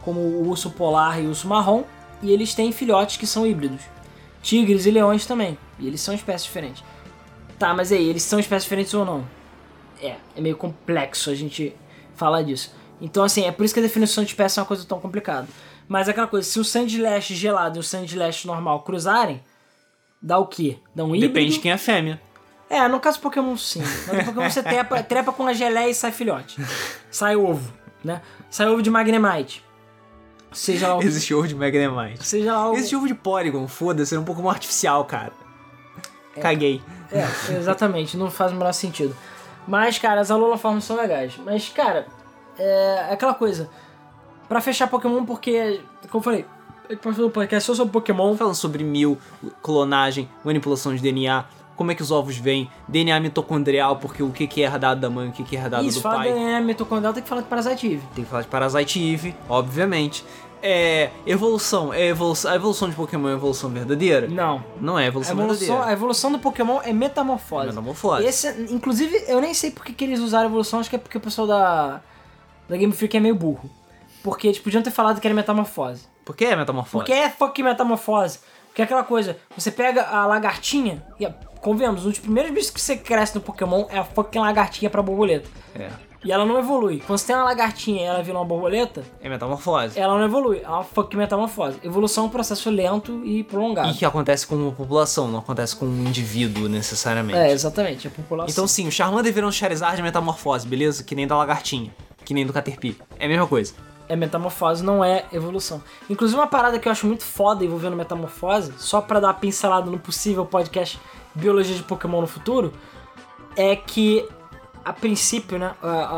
como o urso polar e o urso marrom, e eles têm filhotes que são híbridos. Tigres e leões também, e eles são espécies diferentes. Tá, mas aí, eles são espécies diferentes ou não? É meio complexo a gente falar disso. Então, assim, é por isso que a definição de espécie é uma coisa tão complicada. Mas é aquela coisa, se o Sandslash gelado e o Sandslash normal cruzarem, dá o quê? Dá um híbrido? Depende de quem é fêmea. No caso do Pokémon, sim. No Pokémon você trepa com a geleia e sai filhote. Sai ovo, né? Sai ovo de Magnemite. Seja lá o... Existe ovo de Magnemite. Seja lá o... Existe ovo de Porygon, foda-se, é um Pokémon artificial, cara. Caguei. Exatamente, não faz o menor sentido. Mas, cara, as Alola-formas são legais. Mas, cara, é aquela coisa. Pra fechar Pokémon, porque, como eu falei, a gente pode fazer um podcast só sobre Pokémon. Falando sobre clonagem, manipulação de DNA, como é que os ovos vêm, DNA mitocondrial, porque o que é herdado da mãe, o que é herdado do pai. Isso, fala de DNA mitocondrial, tem que falar de Parasite Eve. Tem que falar de Parasite Eve, obviamente. Evolução. A evolução de Pokémon é a evolução verdadeira? Não. Não é a evolução verdadeira. A evolução do Pokémon é metamorfose. Metamorfose. Inclusive, eu nem sei porque que eles usaram a evolução, acho que é porque o pessoal da Game Freak é meio burro. Porque eles podiam ter falado que era metamorfose. Por que é metamorfose? Porque é fucking metamorfose. Porque é aquela coisa, você pega a lagartinha, e convenhamos, um dos primeiros bichos que você cresce no Pokémon é a fucking lagartinha pra borboleta. E ela não evolui. Quando você tem uma lagartinha e ela vira uma borboleta... É metamorfose. Ela não evolui. É uma fucking metamorfose. Evolução é um processo lento e prolongado. E que acontece com uma população, não acontece com um indivíduo, necessariamente. Exatamente. A população. Então sim, o Charmander vira um Charizard de metamorfose, beleza? Que nem da lagartinha. Que nem do Caterpie. É a mesma coisa. É metamorfose, não é evolução. Inclusive uma parada que eu acho muito foda envolvendo metamorfose, só pra dar uma pincelada no possível podcast Biologia de Pokémon no futuro, é que... A princípio, né,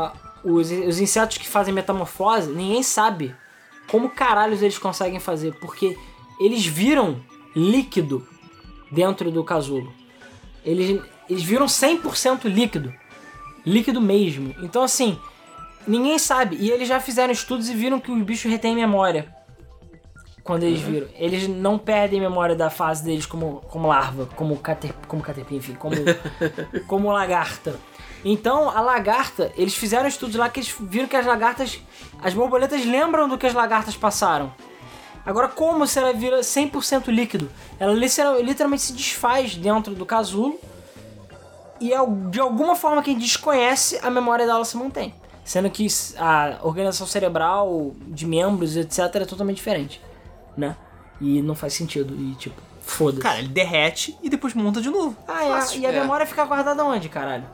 os insetos que fazem metamorfose, ninguém sabe como caralhos eles conseguem fazer, porque eles viram líquido dentro do casulo. Eles viram 100% líquido. Líquido mesmo. Então, assim, ninguém sabe. E eles já fizeram estudos e viram que os bichos retêm memória. Quando eles viram. Eles não perdem memória da fase deles como larva, como caterpie, enfim, como lagarta. Então, a lagarta, eles fizeram estudos lá que eles viram que as borboletas lembram do que as lagartas passaram. Agora, como se ela vira 100% líquido? Ela literalmente se desfaz dentro do casulo e de alguma forma que a gente desconhece, a memória dela se mantém. Sendo que a organização cerebral de membros, etc, é totalmente diferente, né? E não faz sentido, e tipo, foda-se. Cara, ele derrete e depois monta de novo. E a memória fica guardada onde, caralho?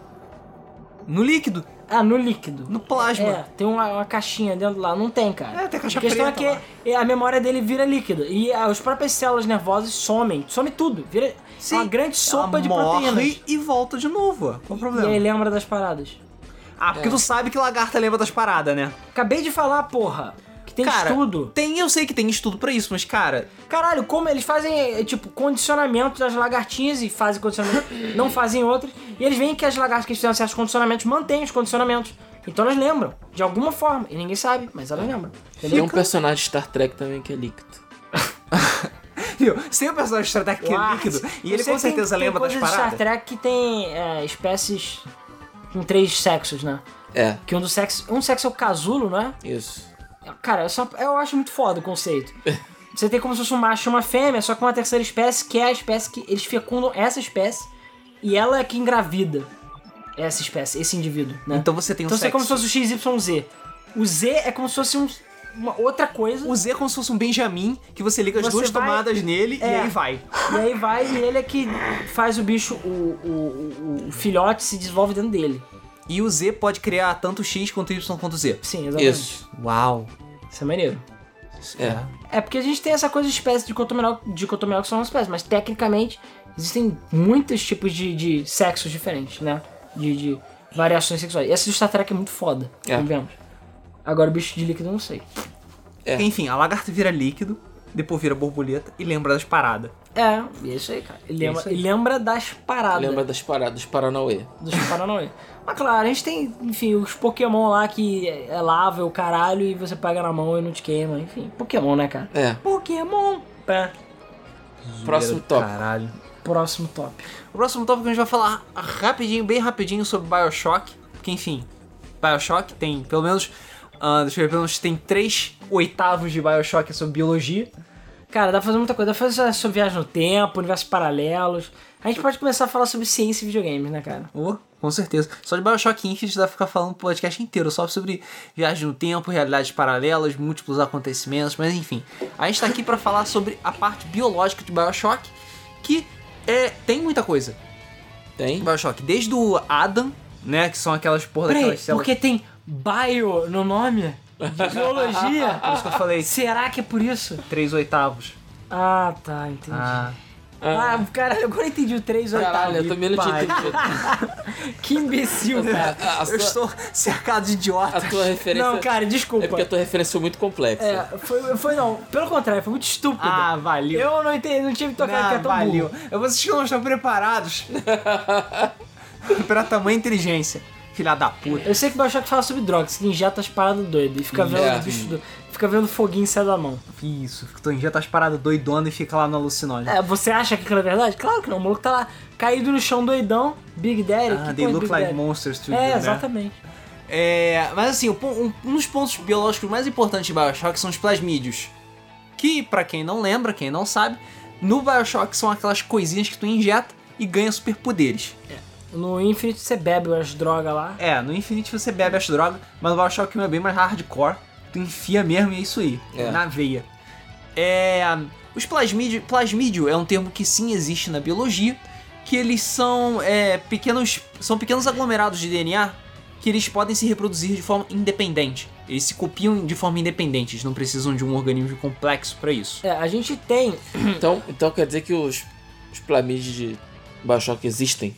No líquido. No líquido. No plasma. Tem uma caixinha dentro lá. Não tem, cara. Tem a caixa A questão preta é que a memória dele vira líquida. E as próprias células nervosas some tudo. Vira uma grande sopa de proteínas. Morre e volta de novo. Qual o problema? E aí lembra das paradas. Porque tu sabe que lagarta lembra das paradas, né? Acabei de falar, porra. Que tem estudo. Eu sei que tem estudo pra isso, mas cara... Caralho, como eles fazem, tipo, condicionamento das lagartinhas e fazem condicionamento, não fazem outras. E eles veem que as lagartas que fizeram certos condicionamentos mantêm os condicionamentos. Então elas lembram, de alguma forma. E ninguém sabe, mas elas lembram. Entendeu? Tem um personagem de Star Trek também que é líquido. Viu? Você tem um personagem de Star Trek que é líquido e ele com certeza lembra das paradas. Tem Star Trek que tem espécies com 3 sexos, né? Que um sexo é o casulo, não é? Isso. Cara, eu acho muito foda o conceito. Você tem como se fosse um macho e uma fêmea, só que uma terceira espécie, que é a espécie que eles fecundam essa espécie, e ela é que engravida essa espécie, esse indivíduo, né? Então você tem Então é como se fosse o XYZ. O Z é como se fosse uma outra coisa. O Z é como se fosse um Benjamin, que você liga as duas tomadas nele e aí vai. E aí vai, e ele é que faz o bicho, o filhote se desenvolve dentro dele. E o Z pode criar tanto X quanto Y quanto Z. Sim, exatamente. Isso. Uau. Isso é maneiro. É porque a gente tem essa coisa de espécie dicotomial que são uma espécie, mas tecnicamente existem muitos tipos de sexos diferentes, né? De variações sexuais. E essa do Star Trek é muito foda, vemos. Agora o bicho de líquido eu não sei. Enfim, a lagarta vira líquido, depois vira borboleta e lembra das paradas. É isso aí, cara. Ele lembra das paradas. Lembra das paradas, dos Paranauê. Dos Paranauê. Mas claro, a gente tem, enfim, os Pokémon lá que é lava o caralho e você pega na mão e não te queima. Enfim, Pokémon, né, cara? Pokémon. Próximo tópico. Caralho. Próximo tópico. O próximo tópico a gente vai falar bem rapidinho sobre BioShock. Porque, enfim, BioShock tem pelo menos Deixa eu ver, pelo menos tem 3/8 de Bioshock sobre biologia. Cara, dá pra fazer muita coisa. Dá pra fazer sobre viagem no tempo, universos paralelos. A gente pode começar a falar sobre ciência e videogames, né, cara? Com certeza. Só de Bioshock Infinite dá pra ficar falando o podcast inteiro só sobre viagem no tempo, realidades paralelas, múltiplos acontecimentos, mas enfim. A gente tá aqui pra falar sobre a parte biológica de Bioshock, que tem muita coisa. Tem? Bioshock, desde o Adam, né, que são aquelas porra daquelas células... porque tem bio no nome? De biologia? Por isso que eu falei Será que é por isso? 3/8. Ah, tá, entendi. Caralho, agora eu entendi o 3/8. Caralho, eu também não tinha entendido. Que imbecil, cara. Eu estou cercado de idiota. A tua referência... Não, cara, desculpa. É porque a tua referência foi muito complexa. Foi não. Pelo contrário, foi muito estúpido. Valeu. Eu não entendi, não tinha me tocado que é tão valeu. burro. Vocês não estão preparados pra tamanha inteligência. Filha da puta. Eu sei que o Bioshock fala sobre drogas, que injeta as paradas doidas e fica vendo fica vendo foguinho sair da mão. Isso, tu injeta as paradas doidonas e fica lá no alucinógeno. Você acha que aquilo é verdade? Claro que não, o maluco tá lá caído no chão doidão, Big Daddy. They look like monsters to you, né? Exatamente. Mas assim, um dos pontos biológicos mais importantes de Bioshock são os plasmídeos. Que, pra quem não lembra, quem não sabe, no Bioshock são aquelas coisinhas que tu injeta e ganha superpoderes. No Infinite você bebe as drogas lá. No Infinite você bebe as drogas, mas no Bioshock 1 é bem mais hardcore. Tu enfia mesmo e é isso aí, na veia. Os plasmídio é um termo que sim existe na biologia, que eles são pequenos aglomerados de DNA que eles podem se reproduzir de forma independente. Eles se copiam de forma independente, eles não precisam de um organismo complexo pra isso. A gente tem... Então quer dizer que os plasmídeos de Bioshock existem?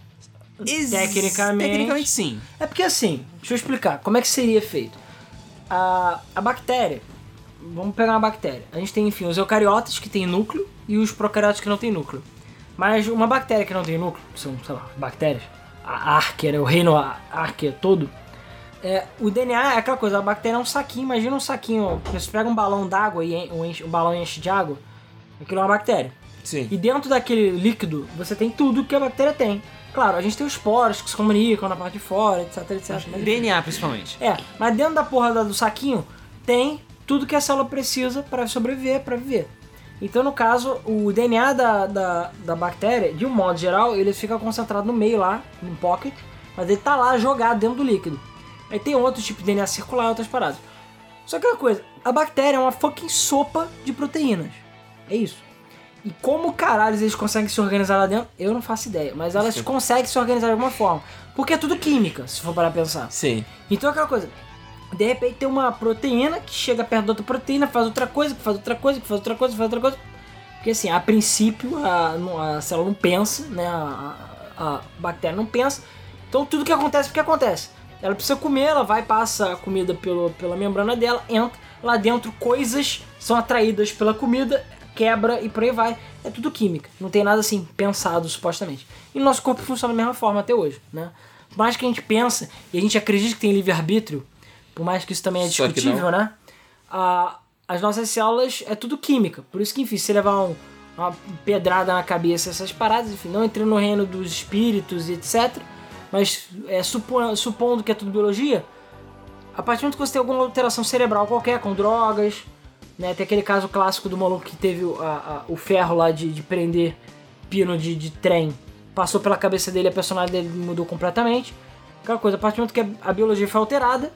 Tecnicamente sim. É porque assim, deixa eu explicar como é que seria feito. A bactéria, vamos pegar uma bactéria. A gente tem, enfim, os eucariotas que tem núcleo e os procariotas que não tem núcleo. Mas uma bactéria que não tem núcleo, são, sei lá, bactérias, a Archaea, o reino Archaea todo, o DNA é aquela coisa, a bactéria é um saquinho, imagina um saquinho, você pega um balão d'água e o balão enche de água, aquilo é uma bactéria. Sim. E dentro daquele líquido, você tem tudo que a bactéria tem. Claro, a gente tem os poros que se comunicam na parte de fora, etc, etc. Mas, DNA, principalmente. Mas dentro da porra do saquinho, tem tudo que a célula precisa para sobreviver, para viver. Então, no caso, o DNA da bactéria, de um modo geral, ele fica concentrado no meio lá, no pocket, mas ele tá lá jogado dentro do líquido. Aí tem outro tipo de DNA circular e outras paradas. Só que uma coisa, a bactéria é uma fucking sopa de proteínas. É isso. E como caralho eles conseguem se organizar lá dentro, eu não faço ideia. Mas elas conseguem se organizar de alguma forma. Porque é tudo química, se for parar pra pensar. Sim. Então é aquela coisa, de repente tem uma proteína que chega perto da outra proteína, faz outra coisa, que faz outra coisa, que faz outra coisa, que faz outra coisa. Porque assim, a princípio a célula não pensa, né? A bactéria não pensa. Então tudo que acontece, porque acontece. Ela precisa comer, ela vai, passa a comida pela membrana dela, entra lá dentro, coisas são atraídas pela comida, quebra e por aí vai. É tudo química. Não tem nada assim pensado, supostamente. E o nosso corpo funciona da mesma forma até hoje, né? Por mais que a gente pense e a gente acredite que tem livre-arbítrio, por mais que isso também é discutível, né? As nossas células é tudo química. Por isso que, enfim, se levar uma pedrada na cabeça, essas paradas, enfim, não entrando no reino dos espíritos e etc. Mas supondo que é tudo biologia, a partir do momento que você tem alguma alteração cerebral qualquer, com drogas, né? Tem aquele caso clássico do maluco que teve o ferro lá de prender pino de trem, passou pela cabeça dele, a personalidade dele mudou completamente. Aquela coisa, a partir do momento que a biologia foi alterada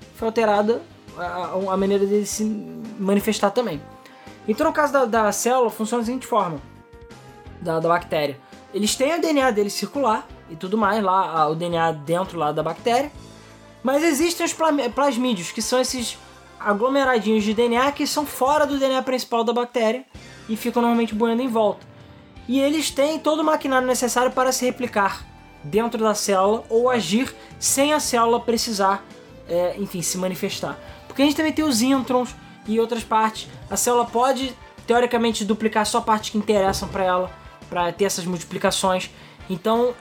a maneira dele se manifestar também. Então no caso da célula funciona da seguinte forma, da bactéria. Eles têm o DNA deles circular e tudo mais, lá o DNA dentro lá da bactéria, mas existem os plasmídeos, que são esses aglomeradinhos de DNA que são fora do DNA principal da bactéria e ficam normalmente boiando em volta. E eles têm todo o maquinário necessário para se replicar dentro da célula ou agir sem a célula precisar, enfim, se manifestar. Porque a gente também tem os introns e outras partes. A célula pode, teoricamente, duplicar só partes que interessam para ela, para ter essas multiplicações. Então,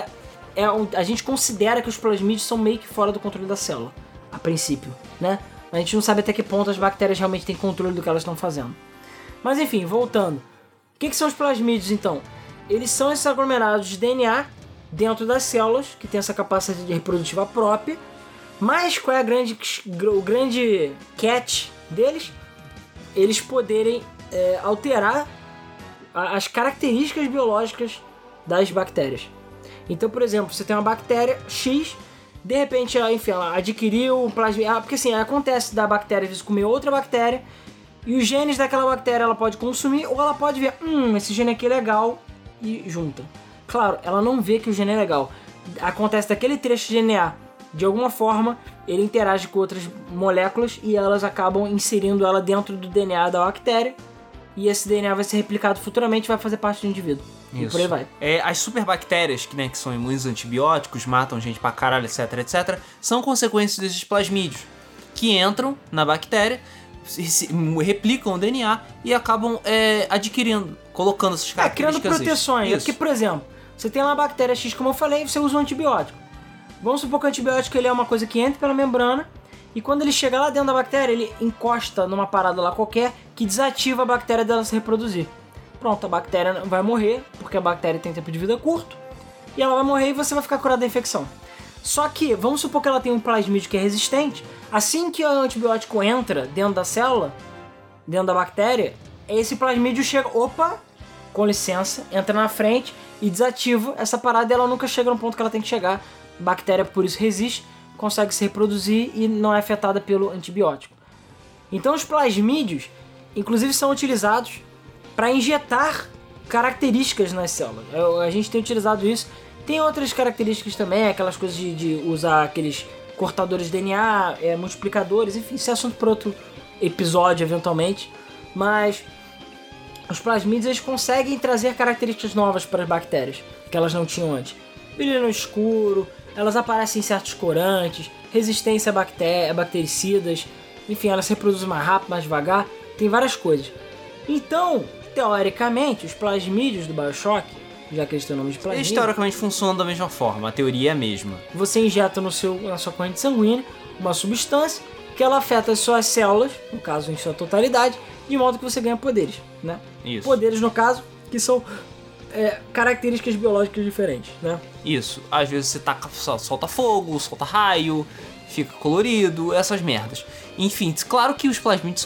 a gente considera que os plasmídeos são meio que fora do controle da célula, a princípio, né? A gente não sabe até que ponto as bactérias realmente têm controle do que elas estão fazendo. Mas enfim, voltando. O que são os plasmídeos, então? Eles são esses aglomerados de DNA dentro das células, que tem essa capacidade reprodutiva própria, Mas qual é o grande catch deles? Eles poderem alterar as características biológicas das bactérias. Então, por exemplo, você tem uma bactéria X, de repente ela adquiriu um plasmídio. Porque assim, acontece da bactéria às vezes comer outra bactéria, e os genes daquela bactéria ela pode consumir, ou ela pode ver, esse gene aqui é legal, e junta. Claro, ela não vê que o gene é legal. Acontece daquele trecho de DNA, de alguma forma, ele interage com outras moléculas e elas acabam inserindo ela dentro do DNA da bactéria, e esse DNA vai ser replicado futuramente e vai fazer parte do indivíduo. Isso. E por aí vai. As superbactérias, que são imunes a antibióticos, matam gente pra caralho, etc, etc, são consequências desses plasmídios, que entram na bactéria, replicam o DNA e acabam adquirindo, colocando essas características. Criando proteções. Porque, por exemplo, você tem uma bactéria X, como eu falei, e você usa um antibiótico. Vamos supor que o antibiótico ele é uma coisa que entra pela membrana, e quando ele chega lá dentro da bactéria, ele encosta numa parada lá qualquer que desativa a bactéria dela se reproduzir. Pronto, a bactéria vai morrer, porque a bactéria tem tempo de vida curto, e ela vai morrer e você vai ficar curado da infecção. Só que, vamos supor que ela tem um plasmídio que é resistente, assim que o antibiótico entra dentro da célula, dentro da bactéria, esse plasmídio chega, com licença, entra na frente e desativa essa parada, e ela nunca chega no ponto que ela tem que chegar. A bactéria, por isso, resiste, consegue se reproduzir e não é afetada pelo antibiótico. Então os plasmídios, inclusive, são utilizados para injetar características nas células. A gente tem utilizado isso. Tem outras características também, aquelas coisas de usar aqueles cortadores de DNA, multiplicadores, enfim, isso é assunto para outro episódio, eventualmente. Mas os plasmídios, eles conseguem trazer características novas para as bactérias, que elas não tinham antes. Brilho no escuro, elas aparecem em certos corantes, resistência a bactericidas, enfim, elas se reproduzem mais rápido, mais devagar, tem várias coisas. Então, teoricamente, os plasmídios do BioShock, já que eles têm o nome de plasmídio, eles teoricamente funcionam da mesma forma, a teoria é a mesma. Você injeta na sua corrente sanguínea uma substância que ela afeta as suas células, no caso em sua totalidade, de modo que você ganha poderes, né? Isso. Poderes, no caso, que são características biológicas diferentes, né? Isso. Às vezes você solta fogo, solta raio, fica colorido, essas merdas. Enfim, claro que os plasmídios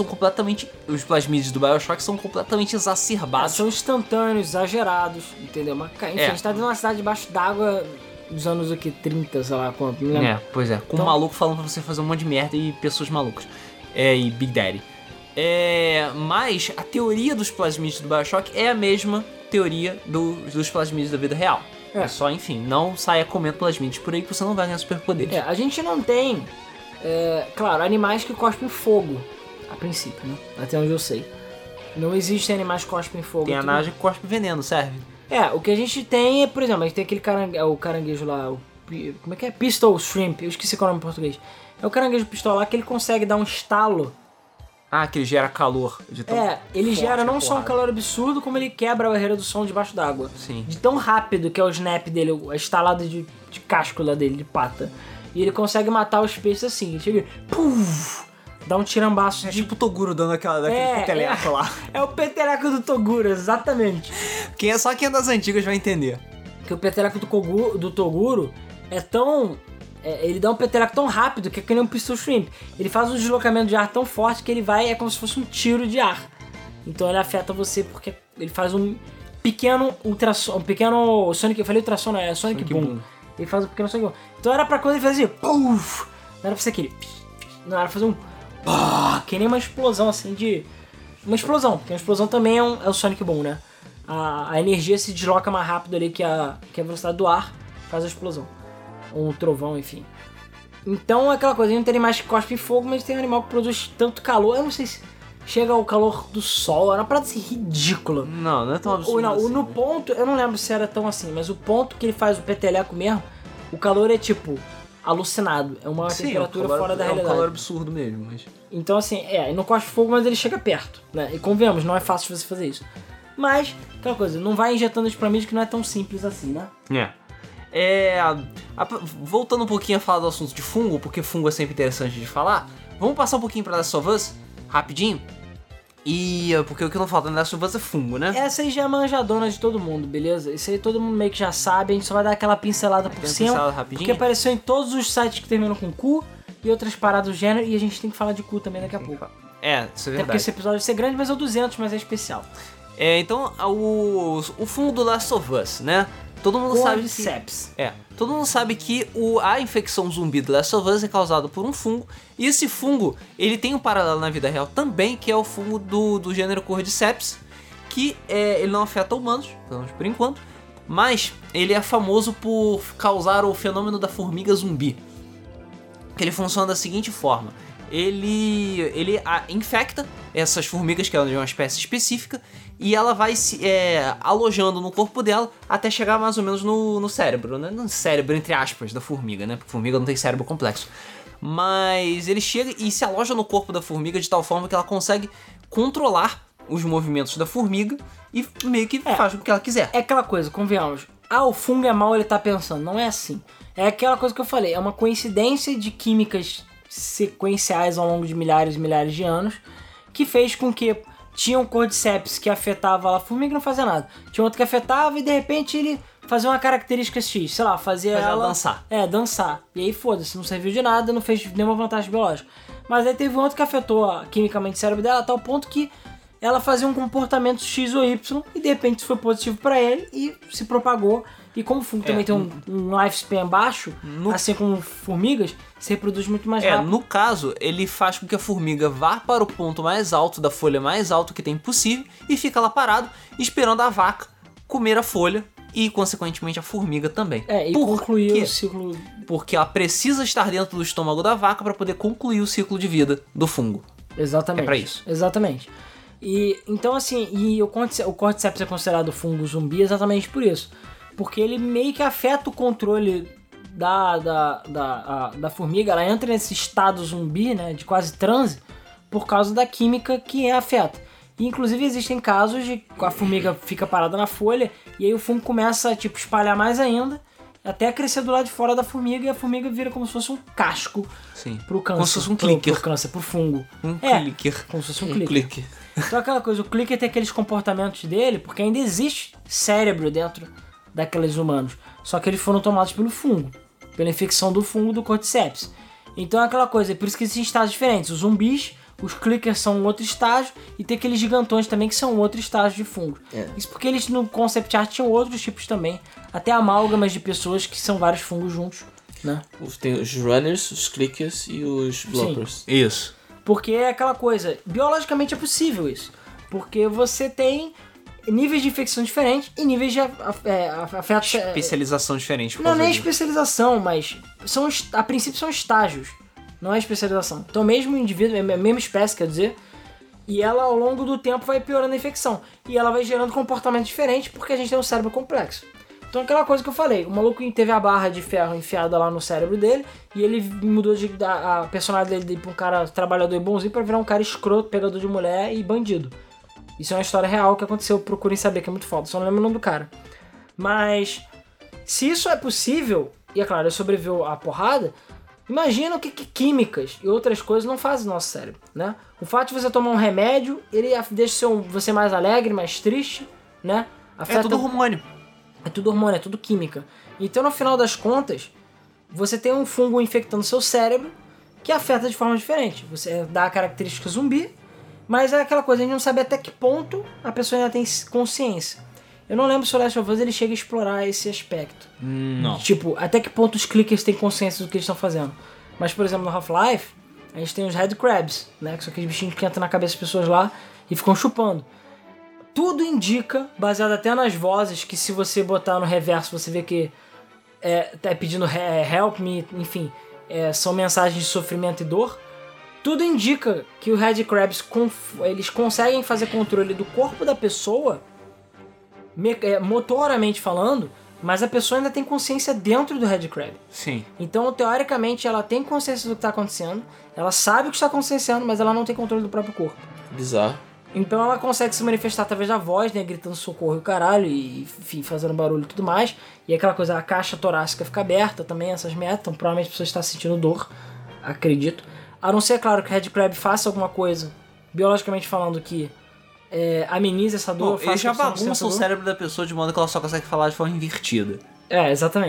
do BioShock são completamente exacerbados. São instantâneos, exagerados, entendeu? Mas, enfim, a gente tá dentro de uma cidade debaixo d'água dos anos 30, sei lá quanto, não lembro. Pois é. Com um maluco falando pra você fazer um monte de merda e pessoas malucas. E Big Daddy. Mas a teoria dos plasmídios do BioShock é a mesma teoria dos plasmídios da vida real. É só, enfim, não saia comendo plasmídios por aí que você não vai ganhar superpoderes. A gente não tem, claro, animais que cospem fogo, a princípio, né? Até onde eu sei. Não existem animais que cospem fogo. Tem anagem que cospe veneno, serve? O que a gente tem é, por exemplo, a gente tem aquele caranguejo lá, como é que é? Pistol Shrimp, eu esqueci qual é o nome em português. É o caranguejo pistola lá que ele consegue dar um estalo. Que ele gera calor. Ele gera não só um calor absurdo, como ele quebra a barreira do som debaixo d'água. Sim. De tão rápido que é o snap dele, a estalada de casco lá dele, de pata. E ele consegue matar os peixes assim. Ele chega e dá um tirambaço. Tipo o Toguro dando daquele peteleco lá. É o peteleco do Toguro, exatamente. Só quem é das antigas vai entender. Que o peteleco do Toguro é tão... ele dá um peteleco tão rápido que é que nem um Pistol Shrimp. Ele faz um deslocamento de ar tão forte que ele vai, é como se fosse um tiro de ar. Então ele afeta você porque ele faz um pequeno ultrassom, um pequeno Sonic, eu falei ultrassom, não, é Sonic Boom. Ele faz um pequeno Sonic Boom. Então era pra quando ele fazia puff, não era pra ser aquele, não era pra fazer um que nem uma explosão assim uma explosão, porque uma explosão também é o Sonic Boom, né? A energia se desloca mais rápido ali que a velocidade do ar faz a explosão. Um trovão, enfim. Então é aquela coisa, a gente não tem animais que cospem fogo, mas tem um animal que produz tanto calor. Eu não sei se chega ao calor do sol, era uma parada assim ridícula. Não é tão absurdo assim. No ponto, eu não lembro se era tão assim, mas o ponto que ele faz o peteleco mesmo, o calor é tipo alucinado. É uma temperatura fora da realidade. É um calor absurdo mesmo. Mas... Então assim, ele não cospe fogo, mas ele chega perto, né? E convenhamos, não é fácil você fazer isso. Mas, aquela coisa, não vai injetando os plasmídios que não é tão simples assim, né? Voltando um pouquinho a falar do assunto de fungo, porque fungo é sempre interessante de falar, vamos passar um pouquinho pra Last of Us, rapidinho. Porque o que não falta na Last of Us é fungo, né? Essa aí já é manjadona de todo mundo, beleza? Isso aí todo mundo meio que já sabe, a gente só vai dar aquela pincelada por cima. Pincelada rapidinho? Porque apareceu em todos os sites que terminam com cu, e outras paradas do gênero, e a gente tem que falar de cu também daqui a pouco. Isso é Até porque verdade. esse episódio vai ser grande, mas é o 200, mas é especial. Então, o fungo do Last of Us, né? Todo mundo sabe que... Cordyceps. Todo mundo sabe que a infecção zumbi do Last of Us é causada por um fungo. E esse fungo, ele tem um paralelo na vida real também, que é o fungo do gênero Cordyceps, que ele não afeta humanos, pelo menos por enquanto, mas ele é famoso por causar o fenômeno da formiga zumbi. Que ele funciona da seguinte forma: ele infecta essas formigas, que é de uma espécie específica, e ela vai se alojando no corpo dela até chegar mais ou menos no cérebro, né? No cérebro, entre aspas, da formiga, né? Porque formiga não tem cérebro complexo. Mas ele chega e se aloja no corpo da formiga de tal forma que ela consegue controlar os movimentos da formiga e meio que faz o que ela quiser. É aquela coisa, convenhamos. O fungo é mau, ele tá pensando. Não é assim. É aquela coisa que eu falei. É uma coincidência de químicas sequenciais ao longo de milhares e milhares de anos que fez com que tinha um Cordyceps que afetava a formiga e não fazia nada. Tinha outro que afetava e de repente ele fazia uma característica X, sei lá, fazia ela dançar. Dançar. E aí foda-se, não serviu de nada, não fez nenhuma vantagem biológica. Mas aí teve um outro que afetou quimicamente o cérebro dela a tal ponto que ela fazia um comportamento X ou Y e de repente isso foi positivo pra ele e se propagou. E como o fungo também tem um lifespan baixo, assim como formigas, se reproduz muito mais rápido. No caso, ele faz com que a formiga vá para o ponto mais alto da folha mais alto que tem possível e fica lá parado, esperando a vaca comer a folha e, consequentemente, a formiga também. E concluir o ciclo. Porque ela precisa estar dentro do estômago da vaca para poder concluir o ciclo de vida do fungo. Exatamente. É pra isso. Exatamente. E, então, assim, o Cordyceps é considerado fungo zumbi exatamente por isso. Porque ele meio que afeta o controle da formiga. Ela entra nesse estado zumbi, né, de quase transe, por causa da química que afeta. E, inclusive, existem casos de a formiga fica parada na folha e aí o fungo começa a espalhar mais ainda, até crescer do lado de fora da formiga e a formiga vira como se fosse um casco pro câncer. Como se fosse um clicker. Pro câncer, pro fungo. Clicker. Como se fosse um clicker. Então aquela coisa, o clicker tem aqueles comportamentos dele, porque ainda existe cérebro dentro daqueles humanos. Só que eles foram tomados pelo fungo, pela infecção do fungo do Cordyceps. Então é aquela coisa, é por isso que existem estágios diferentes. Os zumbis, os clickers são um outro estágio, e tem aqueles gigantões também que são outro estágio de fungo. Isso porque eles no concept art tinham outros tipos também, até amálgamas de pessoas que são vários fungos juntos, né? Tem os runners, os clickers e os bloppers. Sim. Isso. Porque é aquela coisa, biologicamente é possível isso. Porque você tem níveis de infecção diferentes e níveis de afetos... Especialização diferente. Não é especialização, mas a princípio são estágios. Não é especialização. Então mesmo indivíduo, a mesma espécie, quer dizer, e ela ao longo do tempo vai piorando a infecção. E ela vai gerando comportamentos diferentes porque a gente tem um cérebro complexo. Então aquela coisa que eu falei, o maluco teve a barra de ferro enfiada lá no cérebro dele e ele mudou a personalidade dele pra um cara trabalhador e bonzinho pra virar um cara escroto, pegador de mulher e bandido. Isso é uma história real que aconteceu, procurem saber, que é muito foda, só não lembro o nome do cara. Mas, se isso é possível, e é claro, ele sobreviveu à porrada, imagina o que químicas e outras coisas não fazem no nosso cérebro, né? O fato de você tomar um remédio, ele deixa você mais alegre, mais triste, né? É tudo hormônio. É tudo hormônio, é tudo química. Então, no final das contas, você tem um fungo infectando seu cérebro que afeta de forma diferente. Você dá a característica zumbi, mas é aquela coisa, a gente não sabe até que ponto a pessoa ainda tem consciência. Eu não lembro se o Last of Us ele chega a explorar esse aspecto. Não. Tipo, até que ponto os clickers têm consciência do que eles estão fazendo. Mas, por exemplo, no Half-Life, a gente tem os Red Crabs, né? Que são aqueles bichinhos que entram na cabeça das pessoas lá e ficam chupando. Tudo indica, baseado até nas vozes, que se você botar no reverso, você vê que tá pedindo help me, enfim, são mensagens de sofrimento e dor. Tudo indica que os Red Crabs eles conseguem fazer controle do corpo da pessoa, motoramente falando, mas a pessoa ainda tem consciência dentro do Red Crab. Sim. Então, teoricamente, ela tem consciência do que está acontecendo, ela sabe o que está acontecendo, mas ela não tem controle do próprio corpo. Bizarro. Então ela consegue se manifestar através da voz, né, gritando socorro e o caralho, e enfim, fazendo barulho e tudo mais. E aquela coisa, a caixa torácica fica aberta também, essas metas, então provavelmente a pessoa está sentindo dor, acredito. A não ser, claro, que o Red Crab faça alguma coisa, biologicamente falando, que amenize essa dor. Ele já bagunça o cérebro da pessoa de modo que ela só consegue falar de forma invertida. Exatamente.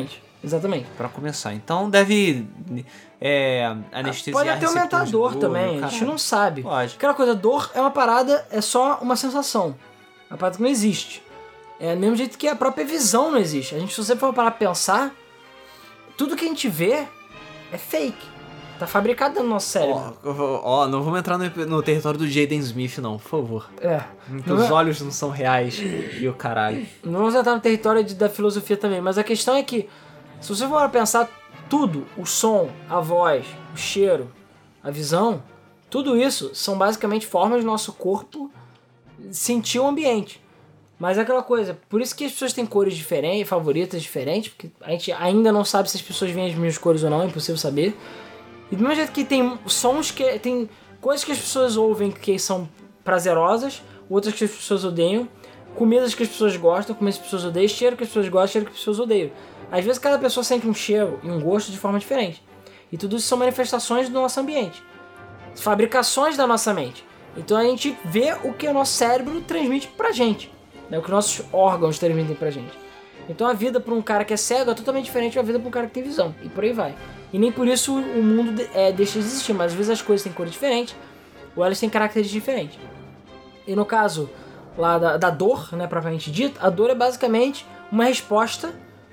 Exatamente. Pra começar. Então deve anestesiar. Pode até aumentar a dor também, a gente não sabe. Pode. Aquela coisa, dor é uma parada, é só uma sensação. É uma parada que não existe. É do mesmo jeito que a própria visão não existe. A gente, se você for parar pra pensar, tudo que a gente vê é fake. Tá fabricado dentro do nosso cérebro. Não vamos entrar no território do Jaden Smith, não, por favor. Que Não os olhos não são reais e o caralho. Não vamos entrar no território da filosofia também, mas a questão é que, se você for pensar tudo, o som, a voz, o cheiro, a visão, tudo isso são basicamente formas do nosso corpo sentir o ambiente. Mas é aquela coisa, por isso que as pessoas têm cores diferentes, favoritas diferentes, porque a gente ainda não sabe se as pessoas veem as mesmas cores ou não, é impossível saber. E do mesmo jeito que tem sons que... tem coisas que as pessoas ouvem que são prazerosas, outras que as pessoas odeiam, comidas que as pessoas gostam, comidas que as pessoas odeiam, cheiro que as pessoas gostam, cheiro que as pessoas odeiam. Às vezes cada pessoa sente um cheiro e um gosto de forma diferente. E tudo isso são manifestações do nosso ambiente. Fabricações da nossa mente. Então a gente vê o que o nosso cérebro transmite pra gente. Né? O que nossos órgãos transmitem pra gente. Então a vida pra um cara que é cego é totalmente diferente da vida pra um cara que tem visão. E por aí vai. E nem por isso o mundo deixa de existir. Mas às vezes as coisas têm cores diferentes. Ou elas têm características diferentes. E no caso lá da dor, né, propriamente dita, a dor é basicamente uma resposta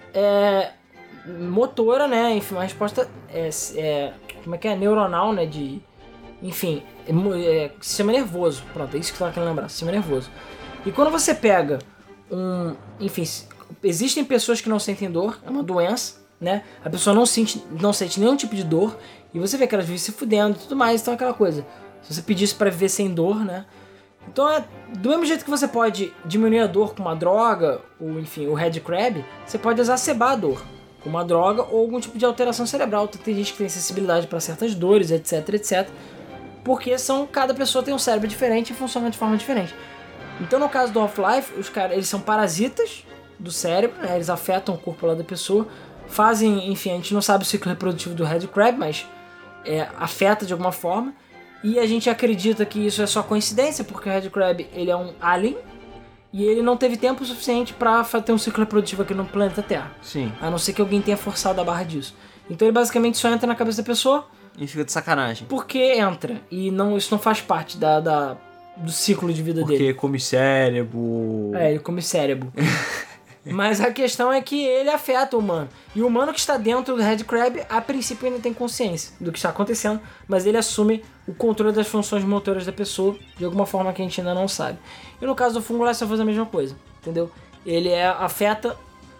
motora, né? Enfim, uma resposta como é que é? Neuronal, né? Enfim, sistema nervoso. Pronto, é isso que eu tava querendo lembrar. Sistema nervoso. E quando você pega enfim, existem pessoas que não sentem dor, é uma doença, né? A pessoa não sente nenhum tipo de dor, e você vê que elas vivem se fudendo e tudo mais, então é aquela coisa. Se você pedisse pra viver sem dor, né? Então do mesmo jeito que você pode diminuir a dor com uma droga, ou enfim, o Head Crab, você pode exacerbar a dor com uma droga ou algum tipo de alteração cerebral. Tem gente que tem sensibilidade para certas dores, etc, etc. Porque cada pessoa tem um cérebro diferente e funciona de forma diferente. Então no caso do Half-Life, os caras, eles são parasitas do cérebro, né? Eles afetam o corpo lá da pessoa, fazem, enfim, a gente não sabe o ciclo reprodutivo do Red Crab, mas afeta de alguma forma, e a gente acredita que isso é só coincidência, porque o Red Crab, ele é um alien, e ele não teve tempo suficiente para ter um ciclo reprodutivo aqui no planeta Terra. Sim. A não ser que alguém tenha forçado a barra disso. Então ele basicamente só entra na cabeça da pessoa. E fica de sacanagem. Porque entra, e isso não faz parte do ciclo de vida dele. Porque come cérebro. Ele come cérebro. Mas a questão é que ele afeta o humano. E o humano que está dentro do Red Crab, a princípio ainda tem consciência do que está acontecendo, mas ele assume o controle das funções motoras da pessoa de alguma forma que a gente ainda não sabe. E no caso do fungo, ele só faz a mesma coisa, entendeu? Ele afeta...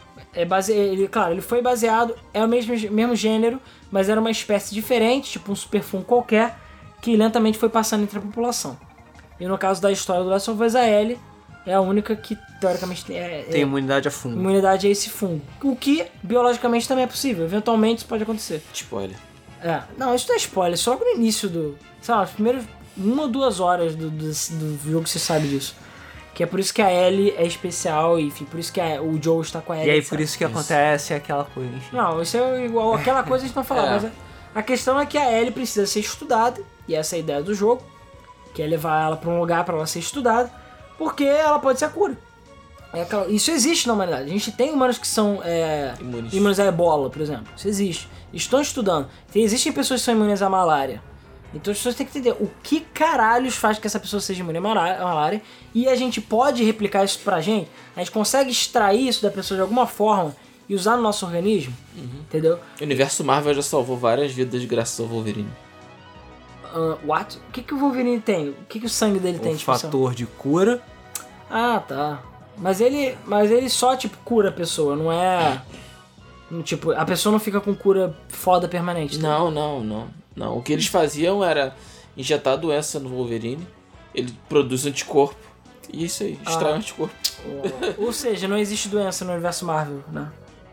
ele foi baseado, é o mesmo gênero, mas era uma espécie diferente, tipo um super fungo qualquer, que lentamente foi passando entre a população. E no caso da história do Last of Us, a Ellie é a única que, teoricamente, tem imunidade a fungo. Imunidade a esse fungo. O que, biologicamente, também é possível. Eventualmente, isso pode acontecer. Spoiler. Não, isso não é spoiler. Só no início sei lá, as primeiras 1 ou 2 horas do jogo você sabe disso. Que é por isso que a Ellie é especial, e enfim, por isso que o Joel está com a Ellie. E aí, por isso que acontece aquela coisa, enfim. Não, isso é igual, aquela coisa a gente não fala, mas a questão é que a Ellie precisa ser estudada, e essa é a ideia do jogo, que é levar ela para um lugar para ela ser estudada, porque ela pode ser a cura. Isso existe na humanidade. A gente tem humanos que são imunes a ebola, por exemplo. Isso existe. Estão estudando. Existem pessoas que são imunes à malária. Então as pessoas têm que entender o que caralhos faz que essa pessoa seja imune à malária, e a gente pode replicar isso pra gente. A gente consegue extrair isso da pessoa de alguma forma e usar no nosso organismo, entendeu? O universo Marvel já salvou várias vidas graças ao Wolverine. What? O que o Wolverine tem? O que o sangue dele tem? Um fator de cura. Ah, tá. Mas ele só, tipo, cura a pessoa, não é... Tipo, a pessoa não fica com cura foda permanente. Tá? Não. O que eles faziam era injetar a doença no Wolverine, ele produz anticorpo, e isso aí, extrai anticorpo. Ou seja, não existe doença no universo Marvel, né?